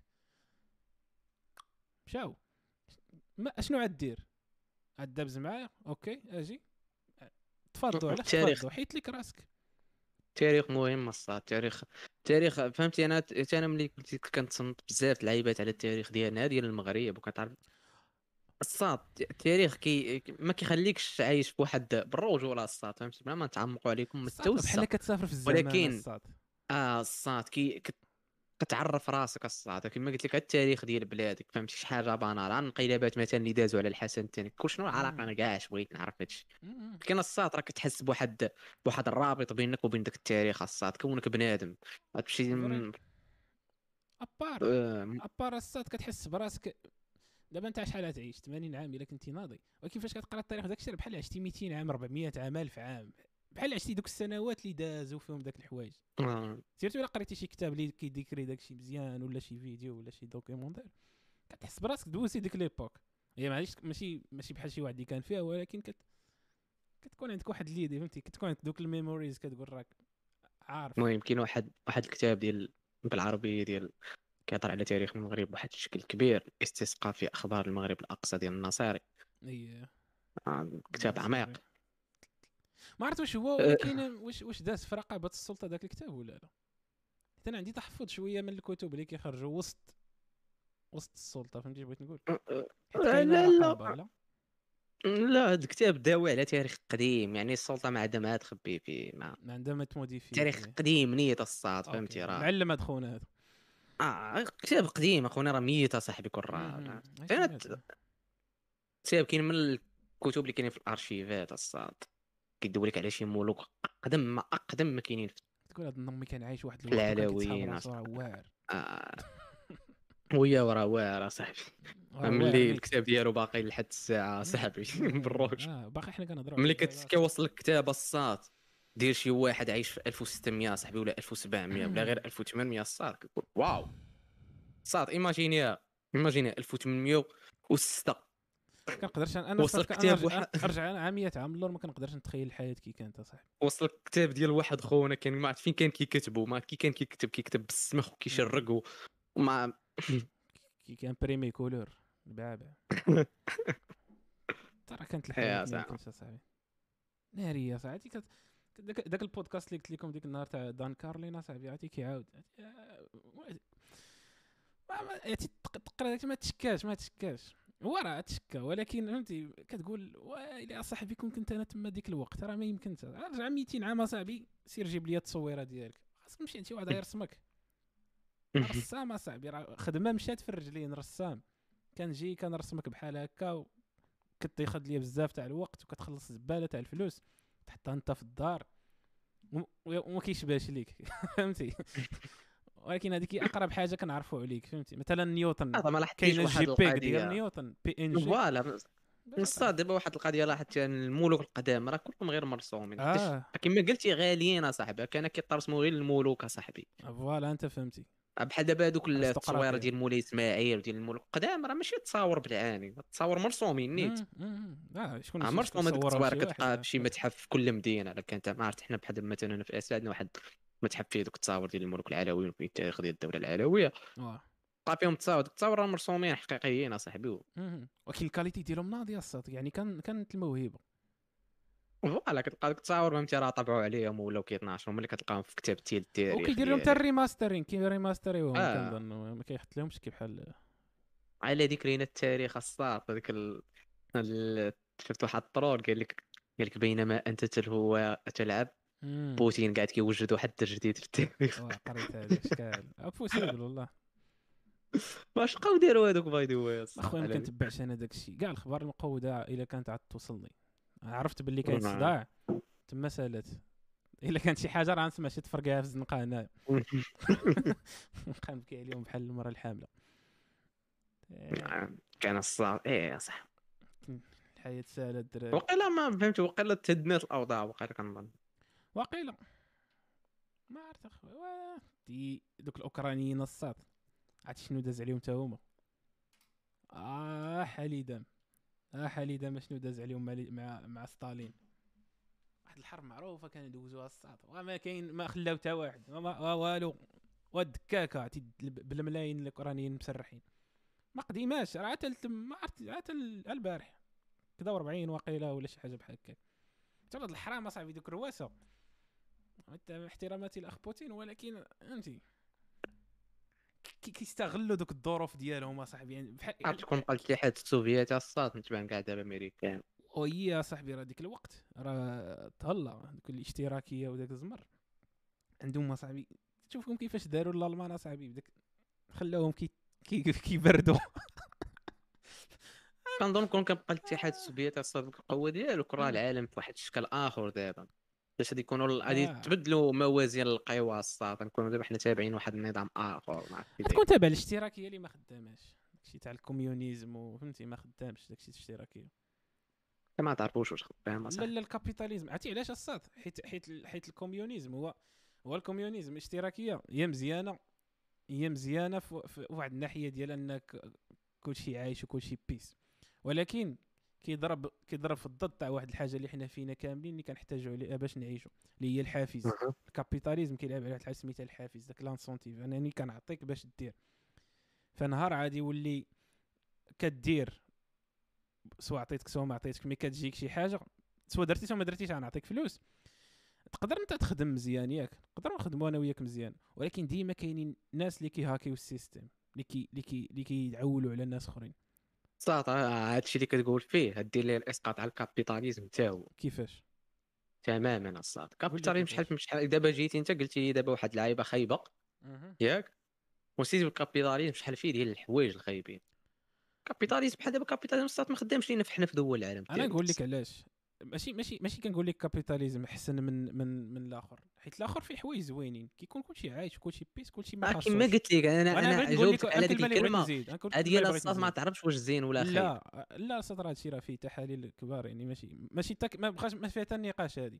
مشاو ما شنو غدير؟ غدابز معايا اوكي اجي تفضلوا علاش التاريخ. تفضلوا حيت لك راسك. التاريخ مهم الصاد التاريخ التاريخ فهمتي. انا انا ملي كنت كنتصنت بزاف اللعيبات على التاريخ ديالنا ديال المغرب وكتعرف الصاد التاريخ كي ما كيخليكش عايش بواحد بالرجوله الصاد فهمتي بلا ما نتعمقوا عليكم من الصاد بحال التوسع. كتسافر في الزمان ولكن الصاد. اه الصاد كي كت- كتعرف راسك الصاد كما قلت لك التاريخ ديال بلادك فهمتي شي حاجه بانال عن انقلابات مثلا اللي دازوا على الحسن الثاني كل شنو العلاقه. انا كاع بغيت نعرف هادشي. م-م. لكن الصاد راك كتحس بواحد بواحد الرابط بينك وبين داك التاريخ الصاد كونك بنادم غتمشي فري. ابار أه... ابار الصاد كتحس براسك دابا انت شحال تعيش ثمانين عام الا كنتي ناضي، ولكن فاش كتقرا التاريخ داك الشيء بحال عشتي مئتين عام أربعمية عام ألف عام، بحال عشتي دوك السنوات اللي دازوا فيهم داك الحوايج. أه... سيرتو الا قريتي شي كتاب اللي كيديكري داك الشيء مزيان ولا شي فيديو ولا شي دوكيومونتير كتحس براسك دوزتي ديك ليبوك. هي معليش ماشي ماشي بحال شي واحد اللي كان فيها، ولكن كت... كتكون عندك واحد ليدي فهمتي، كتكون عندك دوك الميموريز كتقول راك عارف. المهم كاين واحد واحد الكتاب ديال بالعربيه ديال كيهضر على تاريخ المغرب بواحد الشكل كبير، استسقاء في اخبار المغرب الاقصى ديال النصاري. اي آه، كتاب عميق. ما عرفت واش هو، ولكن واش واش داز في رقابه السلطه ذاك الكتاب ولا لا. حتى انا عندي تحفظ شويه من الكتب اللي كيخرجوا وسط وسط السلطه، فهمتي بغيت نقول، حيت كاينه لا رقابه. لا لا لا، هاد الكتاب داوي على تاريخ قديم، يعني السلطه ما عندها ما تخبي فيه، ما عندما تموديفي تاريخ فيه. قديم نية الصاد، اوكي فهمتي راه. معلم هاد خونا هذا. اه كتاب قديم اخونا، راه ميت صاحبي كون اها راه. سمعت. كانت كتاب كاين من الكتب اللي كاينين في الارشيفات الصاد، كيدوي لك على شي ملوك اقدم ما اقدم ما كاينين في تقول هذا النومي كان عايش واحد في الوقت وكان كيتسحب العلويين راسو راه أصاحبي. واعر. آه. ويا وراه واعر صاحبي، راه واعر ملي نيت. الكتاب ديالو باقي لحد الساعه صاحبي بالروج. اه باقي حنا كنهضروا ملي على كت- كيوصل الكتاب الصاد دير شي واحد عايش في ألف وستمية صاحبي ولا ألف وسبعمية ولا غير ألف وثمانمية الصاد، كتقول واو صاد. ايماجينيا ايماجينيا ألف وثمنمية وستة كنقدرش انا وصل صافي كتاب انا واحد ارجع انا عام مية عام اللور ما كنقدرش نتخيل الحياه كي كانت اصاحبي. وصل الكتاب ديال واحد خونا كان ما عرفت فين كان كيكتبوا، ما كي كان كيكتب كيكتب بالسمخ وكيشرق وما كي كان بريمي كولور بعابع. ترى كانت الحياه يا ما زعما يمكنش اصاحبي ناريه صاحبي. كت... داك داك البودكاست اللي قلت لكم ديك النهار تاع دان كارلين صاحبي عرفتي كيعاود ما ما عرفتي تقرا داك ما تشكاش ما تشكاش هو راه تشكى، ولكن فهمتي كتقول ويلي اصاحبي كون كنت انا تما ديك الوقت راه ما يمكنش. رجع مئتين عام اصاحبي، سير جيب لي التصويره ديالك، خاصك تمشي عند شي واحد يرسمك. رسام اصاحبي راه خدمه مشات في الرجلين. رسام كنجي كنرسمك بحال هكا، كتاخذ ليا بزاف تاع الوقت وكتخلص زباله تاع الفلوس تحطها انت في الدار وما كيشبهش ليك فهمتي. ولكن هذيك اقرب حاجه كنعرفوا عليك فهمتي. مثلا نيوتن هذا ما لاحظتيش كاين واحد الجي بيك ديال القضيه نيوتن بي ان جي. فوالا نصا دابا واحد القضيه لاحظت الملوك القدام راه كلهم غير مرسومين، حيتاش اه كما قلتي غاليين اصاحبي، كان كيترسموا غير الملوك اصاحبي. فوالا انت فهمتي. بحال دابا هذوك التصويره ارستقراطيه. ديال مولاي اسماعيل وديال الملوك القدام راه ماشي تصاور بالعاني، تصاور مرسومين نيت. لا شكون آه شكون مرسوم هذيك صورهم التصويره شي واحد. كتلقاها في متحف في كل مدينه. الا كانت ما عرفت حنا بحال مثلا في اسيا عندنا واحد متحف فيه دوك التصاور ديال الملوك العلويين وفيه التاريخ ديال الدوله العلويه، واه لقى فيهم تصاور. دوك التصاور راه مرسومين حقيقيين اصاحبي. ولكن الكاليتي ديالهم ناضيه الصاد، يعني كان كانت الموهبه. فوالا كتلقى ديك التصاور فهمتي راه طبعوا عليهم ولاو كيتناشروا ملي كتلقاهم في كتاب ديال التاريخ وكيدير لهم حتى ديالك. الريماسترين كيريماستريوهم اه كنظن ما كيحط لهمش كي بحال. على ذكرينا التاريخ الصاط هذيك ال... ال... شفت واحد الطرول قال لك قال لك بينما انت تلهو تلعب بوتين قاعد كيوجد واحد التجديد في التاريخ. واه قريت هذا اشكال بوسيبل والله. واش بقاو يديروا هذوك باي ذا واي اخويا ما كنتبعش انا داك الشيء كاع الاخبار المقوده الا كانت عاد توصلني. عرفت باللي كاين صداع تما سالات. الا كانت شي حاجه راه نسمع شي تفرقعها في الزنقه هنايا نبقى نبكي عليهم بحال المراه الحامله. كان الصاط ايه صح. الحياه سهله الدراري. وقيلا ما فهمت، وقيلا تهدنات الاوضاع وقيلا كنظن واقيلا ما عرفت اخويا دي دوك الاوكرانيين الصاد عرفت شنو داز عليهم حتى هما. اه حليدام اه حليدام شنو داز عليهم مع مع, مع ستالين. واحد الحرب معروفه كانوا يدوزوها الصاد وما كاين ما خلاو حتى واحد ما والو. والدكاكه عرفتي بالملايين الاوكرانيين مسرحين ما قديماش راه حتى ما عرفت حتى البارح كذا أربعين واقيلا ولا شي حاجه بحال هكا. حتى هاد الحرام اصاحبي دوك الرواسه احتراماتي الاخ بوتين، ولكن فهمتي كيستغلوا دوك الظروف ديالهم اصاحبي. يعني بحال عرفت تكون بقى الاتحاد السوفيتي الصاد نتبان كاع دابا امريكان. وهي صاحبي راه ديك الوقت راه تهلا دوك الاشتراكيه وداك الزمر عندهم اصاحبي. تشوفهم كيفاش داروا الالمان اصاحبي بداك خلاوهم كي كي كيبردوا كنظن كون كنبقى الاتحاد السوفيتي الصاد القوه ديالو كره العالم في واحد الشكل اخر دابا. باش غادي يكونوا غادي آه. تبدلوا موازين القوى الصاد، نكونوا دابا حنا تابعين واحد النظام اخر ما عرفت كيف تكون تابع الاشتراكيه اللي ما خداماش، داكشي تاع الكوميونيزم وفهمتي ما خدامش داكشي الاشتراكيه. ما تعرفوش واش خدام لا صح. لا الكابيتاليزم عرفتي علاش الصاد؟ حيت حيت حيت الكوميونيزم هو هو الكوميونيزم الاشتراكيه هي مزيانه، هي مزيانه في, في واحد الناحيه ديال انك كلشي عايش وكلشي بيس، ولكن كيضرب كيضرب في الضد تاع واحد الحاجه اللي حنا فينا كاملين اللي كنحتاجوا عليها باش نعيشوا، اللي هي الحافز. الكابيتاليزم كيلعب على واحد الحاجه سميتها الحافز، داك لانسونتيف، انني كنعطيك باش دير. فنهار عادي يولي كدير سواء عطيتك سواء ما عطيتك، ملي كتجيك شي حاجه سواء درتي سواء ما درتيش غنعطيك فلوس، تقدر انت تخدم مزيان ياك، نقدروا نخدموا انا وياك مزيان، ولكن ديما كاينين ناس اللي كيهاكيو السيستم، اللي كي اللي كي اللي كيعولوا على الناس اخرين. صات هادشي اللي كتقول فيه دير ليه الاسقاط على الكابيتاليزم حتى هو كيفاش؟ تماما الصاد. قول لي الكابيتاليزم شحال كيفاش. شحال دابا جيتي انت قلتي لي دابا واحد اللعيبه خايبه اها ياك، وسيتي الكابيتاليزم شحال فيه ديال الحوايج الخايبين. كابيتاليزم بحال دابا كابيتاليزم الصاد ما خدامش لينا حنا في دول العالم انا الثالث. نقول لك علاش، ماشي ماشي ماشي كنقول لك كابيتاليزم احسن من من من الاخر، حيت الاخر فيه حوايج زوينين، كيكون كلشي عايش وكلشي بيس كلشي ما آه كما خاصوش. قلت لك انا وانا بغيت انا نقول لك جاوبتك على ديك الكلمه اللي بغيت الكلمه نزيد، انا كنت هادي الكلمه اللي ديال بغيت الصاد ما نزيد. تعرفش واش زين ولا خايب. لا لا صدر هادشي راه فيه تحاليل كبار، يعني ماشي ماشي تك ما بغاش ما فيها حتى النقاش. هذه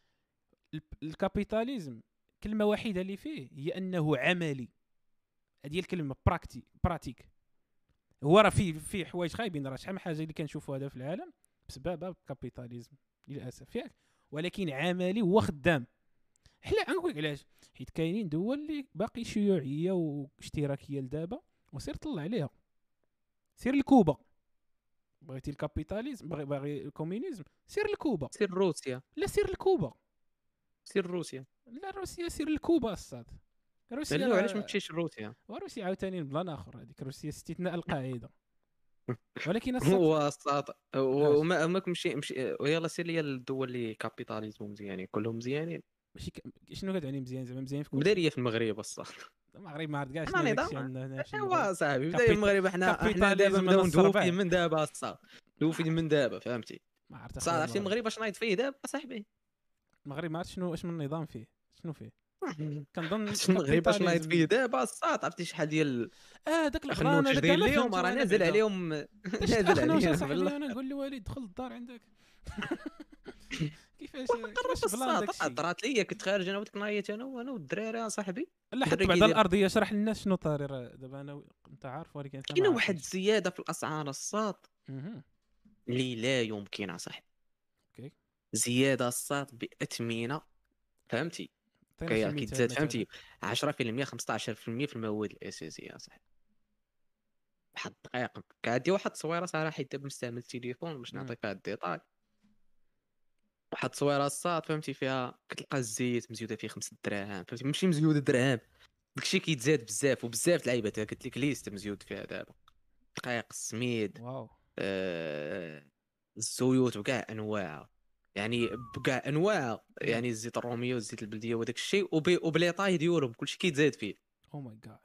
الكابيتاليزم كلمه وحيده اللي فيه هي انه عملي، هذه الكلمه براكتي براتيك. هو راه فيه فيه حوايج خايبين، راه شحال من حاجه اللي كنشوفوا هذا في العالم بسبب الكابيتاليزم للاسف ياك، ولكن عملي هو خدام. حنا غنقول لك علاش، حيت كاينين دول اللي باقي شيوعيه واشتراكيه لدابا، وسير طلع عليها، سير لكوبا. بغيتي الكابيتاليزم باغي باغي الكومونيزم سير لكوبا، سير روسيا، لا سير لكوبا، سير روسيا. لا روسيا سير لكوبا الصاد. روسيا لا علاش ما راه تمشيش لروسيا؟ وروسيا عاوتاني بلان اخر، هذيك روسيا استثناء القاعده. ولكن الصاد هو الصاد آه، وما ماك مشي مشي يلا سير ليا الدول اللي كابيتاليزم مزيانين كلهم مزيانين. ماشي ك... شنو كتعني مزيان؟ زعما مزيان في كل بدا شيء. ليا في المغرب الصاد. المغرب ما عرفت كاع شنو انا داك نظام الشيء عندنا هنا شي نظام. ايوا صاحبي بدا كابيت... المغرب. احنا احنا دابا كابيتاليزم نبداو نص ندوو ربع. فيه من دابا الصاد، ندوو فيه من دابا فهمتي. ما عرفت صاد اخويا عرفتي المغرب. المغرب اش نايض فيه دابا صاحبي؟ المغرب ما عرفت شنو اش من النظام فيه، شنو فيه. كنظن عرفتي المغرب اش نايض فيه كابيتاليزم. دابا الصاد؟ عرفتي شحال ديال اه داك اخ البلان النوتش هذاك داير انا ليهم فهمته راه انا نازل بعدا. عليهم نازل اخنا واش عليهم صاحبي بالله. انا نقول للوالد دخل للدار عندك. كيفاش قربت كيفاش بلان داك الصاد الشيء. طرات ليا كنت خارج انا وديك نايت انا وانا والدراري صاحبي. لا حتى الدري بعد كيدير الارضيه شرح للناس شنو طاري، راه دابا انا و- انت عارف ولكن انت ما كاينه واحد عارفينش. الزياده في الاسعار الصاد اها اللي لا يمكن صاحبي. اوكي زياده الصاد باثمنه فهمتي. عطينا شي كي مثال كيتزاد مثلا. فهمتي عشرة بالمية خمسة عشر بالمية في المواد الاساسيه صاحبي. بواحد الدقيقه كعندي واحد التصويره صراحه حيت دابا مستعمل التليفون باش مم. نعطيك هاد الديتاي. واحد التصويره الصاد فهمتي فيها كتلقى الزيت مزيوده فيه خمسة دراهم فهمتي، ماشي مزيوده درهم. داكشي كيتزاد بزاف وبزاف د العيبات قلت لك ليست مزيود فيها دابا. دقيق السميد واو آه... الزيوت بكاع انواعها، يعني بكاع انواعها، يعني الزيت الروميه والزيت البلديه وداك الشيء وبي... وبلي طاي ديالهم كلشي كيتزاد فيه. او ماي جاد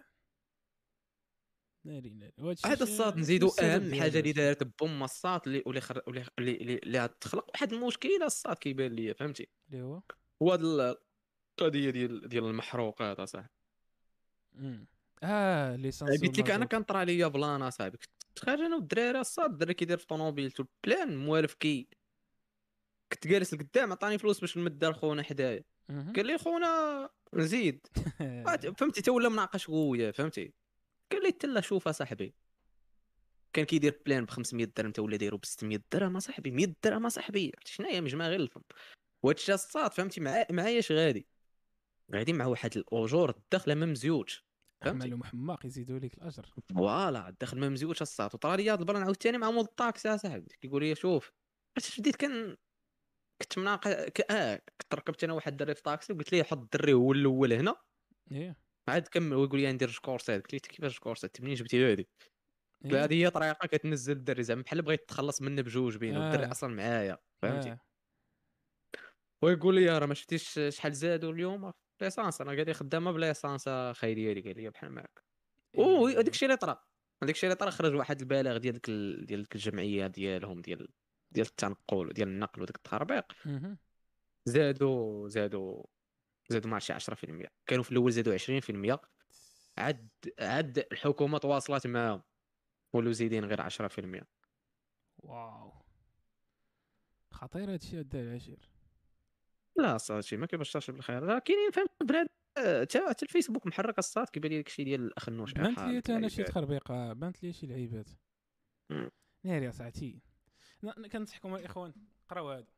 ناري ناري. وهادشي هذا شنو الصاد شنو نزيدو السبب اهم ديالو حاجه اللي هادشي؟ دارت بوم الصاد اللي اللي خر... اللي اللي اللي, اللي تخلق واحد المشكله الصاد كيبان ليا فهمتي. اللي هو هو هاد القضيه ديال ديال المحروقات اصاحبي. امم اه ليسانس قلت لك انا والمازوت. كان طرا ليا بلان اصاحبي كنت خارج انا والدراري الصاد. الدري كيدير في طوموبيلته بلان موالف كي كنت جالس لقدام عطاني فلوس باش نمدها لخونا حدايا. مهم. قال لي خونا نزيد فهمتي تا ولا مناقش وياه فهمتي. قال لي تلا شوف اصاحبي كان كيدير بلان ب خمسمية درهم تا ولا دايرو ب ستمية درهم اصاحبي. مية درهم اصاحبي عرفتي شناهي مجمع غير الفم. وهادشي الصاد فهمتي مع معاياش غادي غادي مع واحد الاجور الدخله ما مزيوتش فهمتي. عملوا محماق يزيدوا لك الاجر. فوالا الدخل ما مزيوتش الصاد. وطرا لي هاد البلان عاوتاني مع مول الطاكسي اصاحبي كيقول لي شوف عرفتي بديت كان كنت مناقش ك... اه كنت ركبت انا واحد الدري في طاكسي وقلت ليه حط الدري هو الاول هنا ايه عاد كمل ويقول لي ندير جكورسات. قلت له كيفاش جكورسات منين جبتي هادي؟ قال ايه هذه هي طريقه كتنزل الدري زعما بحال بغيت تخلص منه بجوج بينه والدري اه اصلا معايا فهمتي. اه ويقول لي راه ما شفتيش شحال زادوا اليوم ليسانس انا قاعد خدامه بليسانس خيريه. قال لي بحال معاك. اوه هذاك إيه. الشيء اللي طرا هذاك الشيء اللي طرا خرج واحد البلاغ ديال ديك ديال ديك الجمعيه ديالهم ديال ديال التنقل وديال النقل وديك التخربيق. مهم. زادوا زادوا زادوا مع شي عشرة في المية. كانوا في الاول زادوا عشرين في المية. عاد عاد الحكومه تواصلت معاهم ولو زيدين غير عشرة في المية. واو خطير هادشي هدا العشير. لا صافي ما كيبشرش بالخير. راه كاينين فهم بلاد حتى حتى الفيسبوك محرك الصاد كيبان لي داكشي ديال الاخ النوش بانت بحال لي ديك انا شي العيبات. تخربيقه، بانت لي شي لعيبات مم. ناري يا صاحبي. كنصحكم الاخوان قراو هذا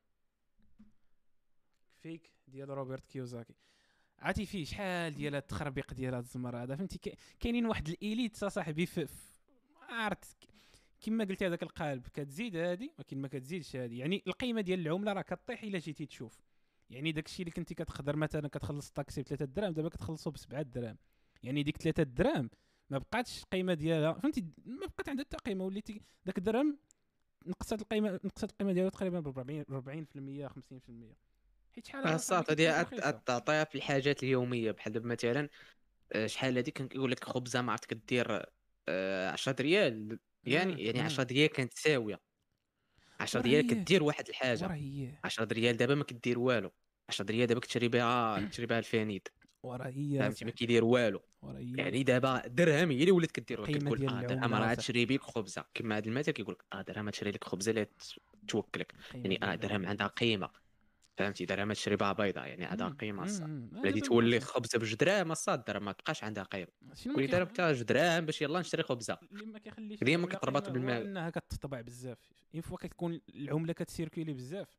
فيك ديال روبرت كيوزاكي. عرفتي فيه شحال ديال هاد التخربيق ديال هاد الزمر هذا فهمتي. كاينين واحد الاليت صاحبي في عرفت كما قلت هذاك القالب كتزيد هادي ولكن ما كتزيدش هادي. يعني القيمه ديال العمله راه كطيح الا جيتي تشوف. يعني داكشي اللي كنتي كتقدر مثلا كتخلص الطاكسي ب ثلاثة دراهم دابا كتخلصو ب سبعة دراهم. يعني ديك ثلاثة دراهم ما بقاتش القيمه ديالها فهمتي، ما بقات عندها حتى قيمه. وليتي داك الدرهم نقصت القيمه نقصت القيمه ديالو تقريبا ب أربعين في المية خمسين في المية. حيت شحال هذا صاحبي الصاد كتكون هادي رخيصه. تعطيها في الحاجات اليوميه بحال دابا مثلا آه، شحال هادي كان كيقول لك خبزه ما عرفت كدير آه، عشرة ريال. يعني امم يعني امم عشرة ريال كانت تساويه. عشرة وراه ريال هي كدير واحد الحاجه. وراه هي عشرة ريال دابا ما كدير والو. عشرة ريال دابا كتشري بها تشري بها الفانيد. وراه هي فهمتي ما صاحبي كيدير والو. وراه هي يعني دابا درهم هي اللي ولات كدير القيمه كتقول ديال اه درهم العمله راه صاحبي. تشري بيك خبزه كما هذا المثل كيقول لك اه درهم تشري لك خبزه اللي توكلك. القيمه يعني اه ديال درهم العمله عندها قيمه. فهمتي درهم تشري بها بيضه يعني عندها امم قيمه الصاد. امم هذا الذي بالضبط تولي صاحبي. خبزه بجوج دراهم الصاد درهم ما تبقاش عندها قيمه. شنو ما ولي كيخ... دارك حتى جوج دراهم باش يلا نشري خبزه اللي ما كيخليش ديما العمله كتربط قيمه هو بالمال. انها كتطبع بزاف. اين فوا كتكون العمله كتسيركيلي بزاف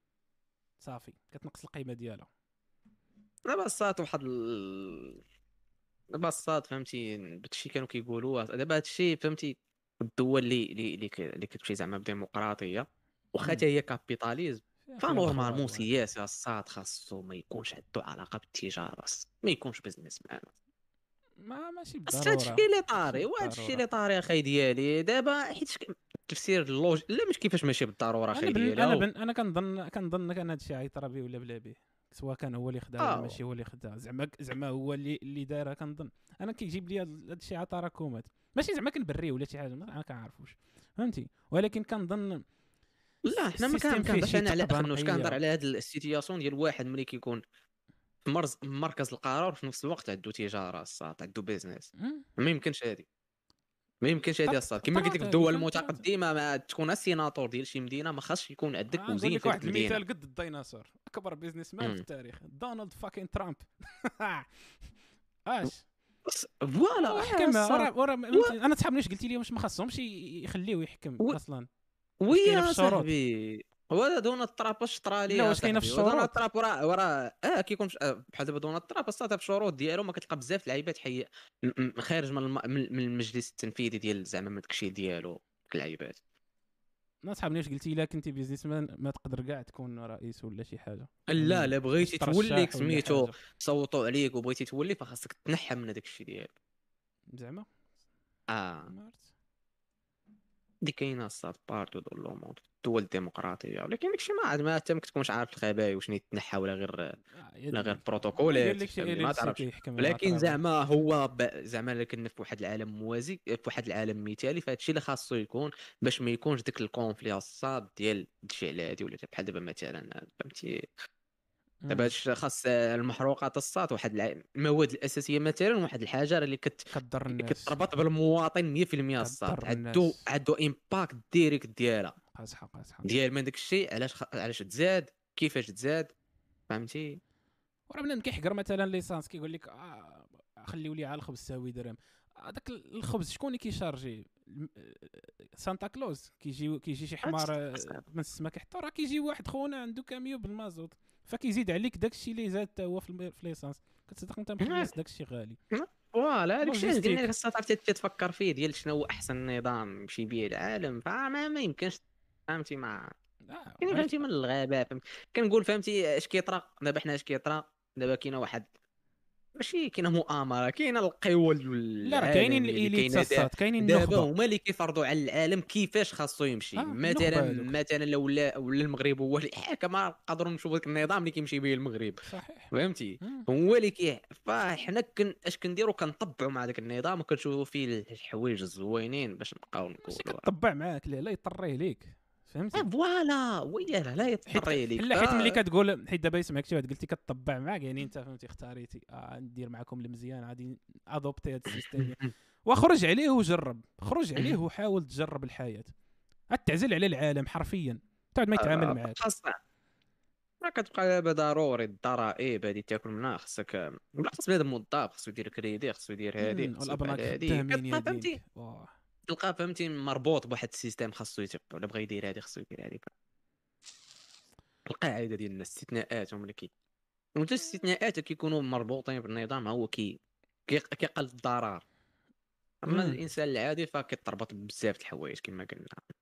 صافي كتنقص القيمه ديالها. دابا الصاد واحد ال... دابا الصاد فهمتي داكشي كانوا كيقولوا دابا هادشي فهمتي. الدول اللي اللي اللي ك- اللي كتمشي زعما بديمقراطيه واخا حتى امم هي كابيتاليزم. فيها فيها فنورمالمون الخوار وهذا سياسه الصاد خاصو ما يكونش عنده علاقه بالتجاره. ما يكونش بزنس مان. ما ماشي بس هادشي بالضروره اللي ماشي طاري وهادشي بالضروره. اللي طاري اخاي ديالي دابا حيت ك- التفسير اللوج لا مش كيفاش ماشي بالضروره انا اخاي بن... ديالي انا أو. بن... انا كنظن كنظن كان هادشي عيطرا به ولا بلا به. سواء كان هو اللي خدا ولا اه ماشي هو اللي خدا زعما زعما هو اللي اللي دارها كنظن. انا كيجيب لي هادشي على تراكمات ماشي زعما كنبريه ولا شي حاجه ما كنعرفوش فهمتي. ولكن كنظن لا حنا ما كان- السيستم ما فيه كنهضرش شي انا على اخنوش كنهضر تقبنقيه. على هاد السيتياسيون ديال واحد ملي كيكون في مرز مركز القرار وفي نفس الوقت عنده تجاره الصاد عنده بيزنس. مم. ما يمكنش هادي. ما يمكنش هادي طرات الصاد كما قلت لك طرات هادي الدول فهمت طرات. المتقدمه ما تكون السيناتور ديال شي مدينه ما خاصش يكون عندك آه نقول وزير لك في ديك واحد المدينه. المثال قد الديناصور اكبر بيزنس مان في امم التاريخ دونالد فاكين ترامب. اش بس فوالا هو آه حكم ورا الصاد. ورا فهمتي. انا صحابني واش قلت لي واش ما خاصهمش يخليوه يحكم و... اصلا واش كاينه في ويا الشروط. صاحبي هو دونالد ترامب واش شطرا لا ليه واش كاينه في صاحبي. ودونالد الشروط. ترامب وراه وراه اه كيكون في- آه، بحال دابا دونالد ترامب الصاد في الشروط ديالو ما كتلقى بزاف اللعيبات حي م- م- خارج من, الم... من من المجلس التنفيذي ديال زعما من داكشي ديالو اللعيبات. انا صحابني واش قلت لي الا كنتي بيزنس مان ما تقدر كاع تكون رئيس ولا شي حاجه لا يعني لا باش بغيتي تولي ترشح ولا سميتو حاجه صوتوا عليك وبغيتي تولي فخاصك تنحى من هذاك الشيء ديالك. زعما اه ما عرفت. دي كاينه الصاد بارتو دو لو موند الدول الديمقراطيه ولكن داكشي ما عاد ما حتى ما كتكونش عارف الخبايا واش يتنحى ولا غير آه، ولا غير يد- آه، قال بروتوكولات لك شي فهمتني ال ما سي تعرفش. كيحكم مع ولكن ترامب. زعما هو ب... زعما الا كنا في واحد العالم موازي في واحد العالم مثالي فهادشي اللي خاصو يكون باش ما يكونش داك الكونفلي الصاد ديال هادشي على هادي ولا بحال دابا مثلا فهمتي. دابا مم. هادشي خاص المحروقات الصاد واحد الع... المواد الاساسيه مثلا واحد الحجر اللي كت... كضر الناس كتربط بالمواطن مية في المية الصاد كضر عندو الناس. عندو امباكت ديريكت ديالها قاصحه قاصحه. ديال من داك الشيء علاش خ... علاش تزاد كيفاش تزاد فهمتي. وراه بنادم كيحقر مثلا ليسانس كيقول لك آه خليو لي على الخبز تساوي درهم. هذاك الخبز شكون اللي كيشارجي الم- سانتا كلوز كيجي كيجي شي حمار آه، من السما كيحطو راه كيجي واحد خونا عنده كاميو بالمازوت فكيزيد عليك داكشي اللي زاد حتى هو في الم- في ليسانس كتصدق انت مخلص داكشي غالي. فوالا هذاك الشيء قلنا لك لوجيستيك. الصاد عرفتي تفكر فيه ديال شنو هو احسن نظام يمشي به العالم فما ما يمكنش فهمتي ما اه كاين عرفت. فهمتي من الغابه فهمت. كنقول فهمتي اش كيطرا دابا حنا اش كيطرا دابا كاينه واحد ماشي كاينه مؤامره كاينه القوى لا راه كاينين العالميه اللي الاليت كاينه دا- صاصات كاينين دابا النخبه. هما اللي كيفرضوا على العالم كيفاش خاصو يمشي. اه مثلا النخبه هذوك. مثلا لو ولا ولا المغرب هو اللي حاكم ما نقدروا نشوفوا ذاك النظام اللي كيمشي به المغرب صحيح. فهمتي. مم. هو اللي كي فاحنا كن اش كنديروا كنطبعوا مع ذاك النظام وكنشوفوا فيه الحوايج الزوينين باش نبقاو ماشي نقولوا راه. كطبع معاك لا لا يطريه ليك فهمتي فوالا وياه لا يضطري ليك لا حيت ملي كتقول حيت دابا يسمعك شي واحد قلتي كتطبع معاك يعني انت فهمتي اختاريتي آه ندير معكم المزيان غادي ادوبتي هذا السيستم وخرج عليه وجرب خرج عليه وحاول تجرب الحياه غتعزل على العالم حرفيا تعود ما يتعامل معاك خاصة ما كتبقى دابا ضروري الضرائب هادي تاكل منها خصك ولا خص بنادم موظف خصو يدير كريدي خصو يدير هادي خصو والابناء يفعل هادي خدامين يا كتلقى فهمتي دينك تلقى فهمتي مربوط بواحد السيستم خاصو يتبع ولا بغى يدير هادي خصو يدير هادي القاعده ديال الناس الاستثناءات هما اللي كي وانت الاستثناءات كيكونوا مربوطين بالنظام هو كي كيقل الضرر اما الانسان العادي فكيتربط بزاف د الحوايج كما قلنا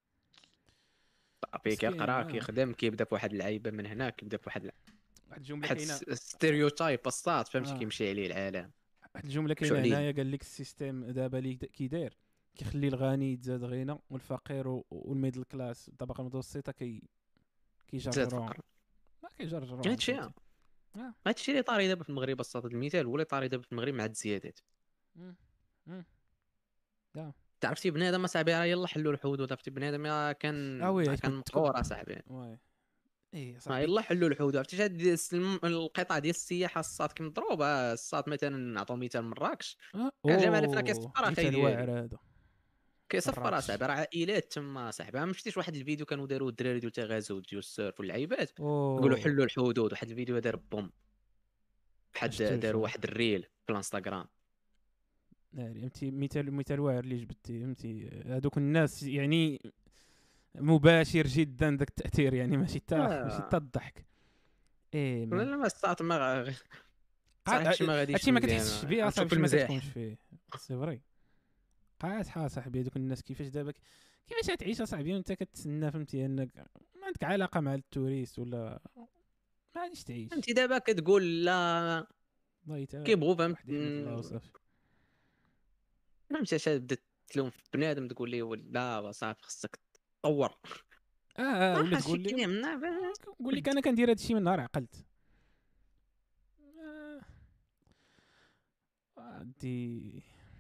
صافي كيقرا كيخدم كيبدا بواحد اللعيبه من هنا كيبدا بواحد واحد الجمله كاينه ستيريوتايب الصات فهمتي آه. كيمشي عليه العالم واحد الجمله كاينه هنايا قال لك السيستم دابا اللي كي داير كيخلي الغني يتزاد غنى والفقير والميدل كلاس الطبقه المتوسطه كي كيجرجروا ما كيجرجروا هادشي آه. هادشي اللي طاري دابا في المغرب الصاد المثال هو اللي طاري دابا في المغرب مع الزيادات لا تعرفتي بنادم اصاحبي راه يلا حلوا الحدود عرفتي بنادم كان كان مقور اصاحبي وي ايه صاحبي يلا حلوا الحدود عرفتي هاد القطاع ديال السياحه الصاد كمضروبه الصاد مثلا نعطوا مثال مراكش كان جامع الفنا كيصفر اخي واعر هذا كيصفر اصاحبي راه عائلات تما صاحبي ما شفتيش واحد الفيديو كانوا داروا الدراري ديال تغازو ديال السيرف واللعيبات يقولوا حلوا الحدود واحد الفيديو دار بوم بحد داروا واحد الريل في الانستغرام ناري فهمتي مثال مثال واعر اللي جبتي فهمتي هذوك الناس يعني مباشر جدا ذاك التاثير يعني ماشي حتى ماشي حتى الضحك ايه لا لا ما استطعت ما صحيح ما غاديش هادشي ما كتحسش به اصاحبي ما كتكونش فيه سي فري قاعد حا صاحبي هذوك الناس كيفاش دابا كيفاش غتعيش اصاحبي وانت كتسنى فهمتي انك ما عندك علاقه مع التوريست ولا ما غاديش تعيش فهمتي دابا كتقول لا كيبغوا فهمتي فهمتي اش بدات تلوم في بنادم تقول ليه لا صافي خصك تطور اه اه ولا تقول لي قول لك انا كندير هذا الشيء من نهار عقلت عندي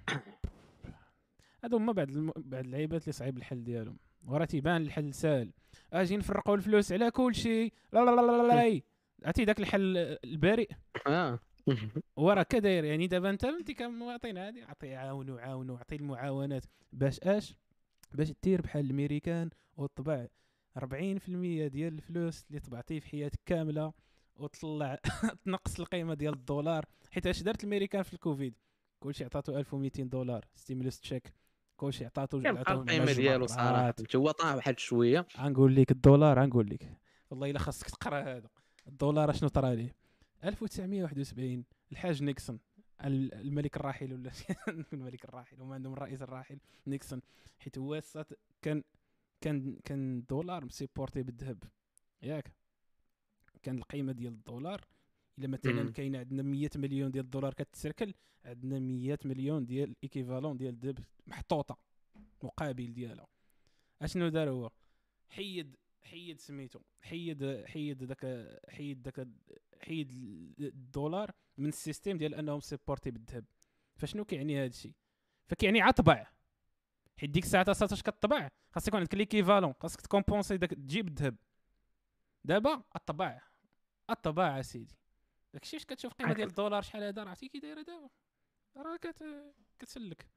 هادو هما بعد الم... بعد اللعيبات اللي صعيب الحل ديالهم وراه تيبان الحل سهل اجي نفرقوا الفلوس على كل شيء لا لا لا لا لا عرفتي داك الحل البارئ اه وراه كداير يعني دابا انت انت كمواطن عادي عطي عاونوا عاونوا عطي المعاونات باش اش باش دير بحال الامريكان وطبع أربعين بالمية ديال الفلوس اللي طبعتيه في حياتك كامله وطلع تنقص القيمه ديال الدولار حيت اش دارت الامريكان في الكوفيد كلشي عطاتو ألف ومئتين دولار ستيمولس تشيك كلشي عطاتو عطاتو القيمه ديالو صراحه هو طاح واحد شويه غنقول لك الدولار غنقول لك والله الا خاصك تقرا هذا الدولار شنو طرا ليه ألف وتسعمية وواحد وسبعين الحاج نيكسون الملك الراحل ولا الملك الراحل هما عندهم الرئيس الراحل نيكسون حيت هو كان كان كان الدولار مسيبورتي بالذهب ياك كان القيمه ديال الدولار الا مثلا كاين عندنا مية مليون ديال الدولار كتسركل عندنا مية مليون ديال الايكيفالون ديال الذهب محطوطه مقابل ديالها اشنو دار هو حيد حيد سميتو حيد حيد داك حيد داك حيد الدولار من السيستم ديال انهم سيبورتي بالذهب فشنو كيعني هذا الشيء فكيعني عطبع حيت ديك الساعه اصاط اش كطبع خاصك يكون عندك ليكيفالون خاصك تكومبونسي داك تجيب الذهب دابا الطبع الطباعه سيدي داكشي واش كتشوف القيمه ديال الدولار شحال هذا عرفتي كي دايره دابا راه كت كتسلك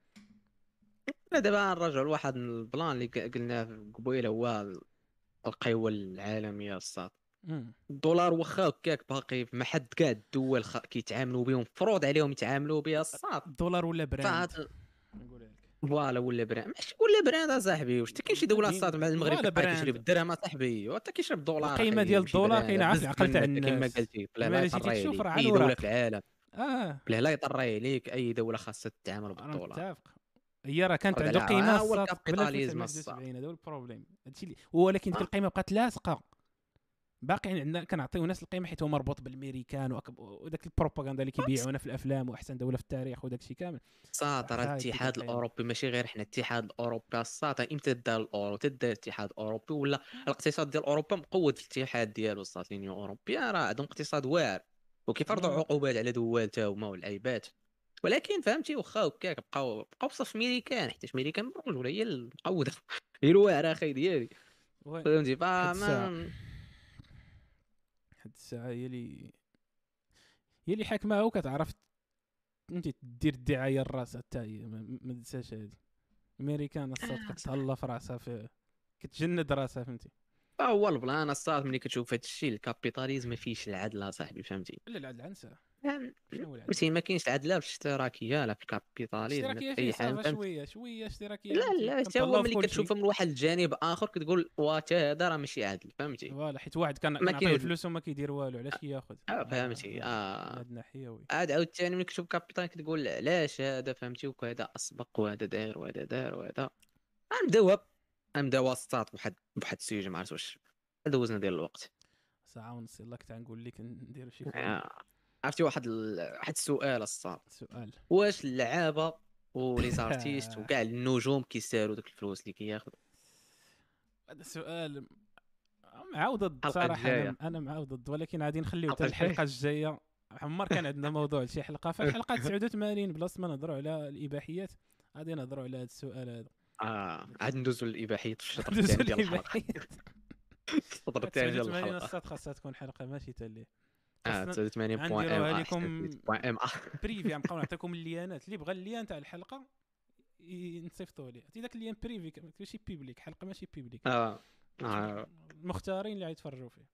لا دابا نرجعوا لواحد البلان اللي قلناه قبيله هو القوى العالميه الصاد الدولار واخا هكاك باقي ما حد كاع الدول خ... كيتعاملوا بهم مفروض عليهم يتعاملوا بها الصاد الدولار ولا براند نقول لك فوالا ولا براند ماشي ولا براند اصاحبي واش كاين شي دوله الصاد مع المغرب كيبقى كيشري بالدرهم اصاحبي وانت كيشرب الدولار القيمه ديال الدولار كاينه عا في العقل تاع الناس كما قلتي بلا يطري اي دوله في العالم اه بلا لا يطري عليك اي دوله خاصها تتعامل بالدولار متفق هي راه كانت عنده قيمه هو الكابيتاليزم الصاد هذا هو البروبليم هادشي ولكن ديك القيمه بقات لاصقه باقي عندنا كنعطيو ناس القيمه حيت هو مربوط بالامريكان وداك البروباغندا اللي كيبيعونا في الافلام واحسن دوله في التاريخ وداك الشيء كامل صاد راه الاتحاد الاوروبي ماشي غير حنا الاتحاد الاوروبي الصاد امتى دار الاورو تدا الاتحاد الاوروبي ولا الاقتصاد ديال اوروبا مقود في الاتحاد ديالو الصاد لينيون اوروبيا راه عندهم اقتصاد واعر وكيفرضوا عقوبات على دول تا هما والعيبات ولكن فهمتي واخا هكاك بقاو بقاو صف ميريكان حيت ميريكان بالرجل هي المقوده هي الواعره اخي ديالي فهمتي حد الساعه فما حد الساعه هي اللي هي اللي حاكمه وكتعرف انت دير الدعايه لراسها حتى هي ما تنساش هذه امريكان الصاد كتهلا في راسها في كتجند راسها فهمتي. هو البلان الصاد ملي كتشوف هذا الشيء الكابيتاليزم ما فيهش العدل صاحبي فهمتي. لا العدل عنسى يعني شنو هو العدل؟ فهمتي ما كاينش العدل لا في الاشتراكيه لا في الكابيتاليزم لا اشتراكيه في فيه اي حاجه صافا فهمت. شويه شويه اشتراكيه لا فهمتي لا حتى هو كنتهلاو في ملي كل كتشوفها شيء من واحد الجانب اخر كتقول واه هذا راه ماشي عادل فهمتي. فوالا حيت واحد كان ما كنعطيه كاين الفلوس وما كيدير والو علاش كياخذ آه آه فهمتي آه. من اه هاد الناحيه وي عاد عاوتاني ملي كتشوف كابيتال كتقول علاش هذا فهمتي وهذا اسبق وهذا داير وهذا دار وهذا غنبداوها غنبداوها الساط بواحد بواحد السيجي ما عرفت واش دوزنا ديال الوقت ساعه ونص يلاه كنت غنقول لك نديرو شي فيلم. آه. عرفتي واحد ال... واحد السؤال الساط سؤال واش اللعابه ولي زارتيست وكاع النجوم كيستاهلوا داك الفلوس اللي كياخذوا؟ هذا سؤال مع ضد الحلقه صراحه الجايه انا انا مع ضد ولكن غادي نخليو حتى الحلقه الحلقه الجايه الجايه. عمر كان عندنا موضوع لشي حلقه فالحلقه تسعة وثمانين بلاصه ما نهضروا على الاباحيات غادي نهضروا على هذا السؤال هذا. اه عاد ندوزو للاباحيات في الشطر ندوزو الثاني ديال الحلقه للإباحيات. الشطر الثاني ديال تسعة وثمانين الحلقه الصاد خاصها تكون حلقه ماشي تالي اه خاصنا تسعة وثمانين بوان ام غنديروها ا لكم بوان ام ا بريفي غنبقاو نعطيكم الليانات اللي بغى الليان تاع الحلقه ي- نصيفطوا ليه عطي داك الليان بريفي ماشي بيبليك حلقه ماشي بيبليك اه اه المختارين اللي غيتفرجوا فيه.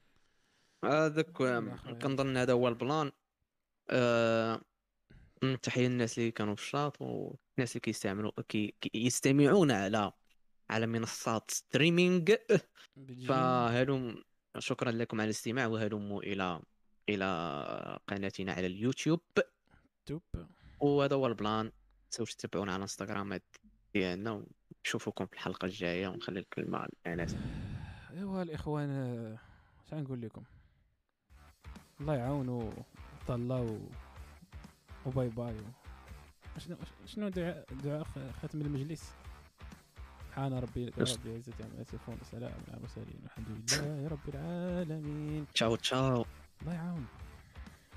هذاك يلا خويا. كنظن هذا هو البلان. آه، أمم، تحية للناس اللي كانوا في الشاط والناس اللي كيستعملوا كي كي- يستمعون على على منصات ستريمينغ. بتجين فهلم شكرا لكم على الاستماع وهلموا الى الى قناتنا على اليوتيوب. توب وهذا هو البلان. سوف تتابعونا على انستغرام ديالنا ونشوفكم في الحلقة الجاية ونخلي الكلمة للناس. ايوا الاخوان آه، اش غنقول لكم الله يعاونوا طلا و... وباي باي و... شنو شنو دعاء دعاء خ- ختم المجلس. سبحان ربي ربي عزتي عما يصفون وسلام على المرسلين والحمد لله رب العالمين. تشاو تشاو. الله يعاون.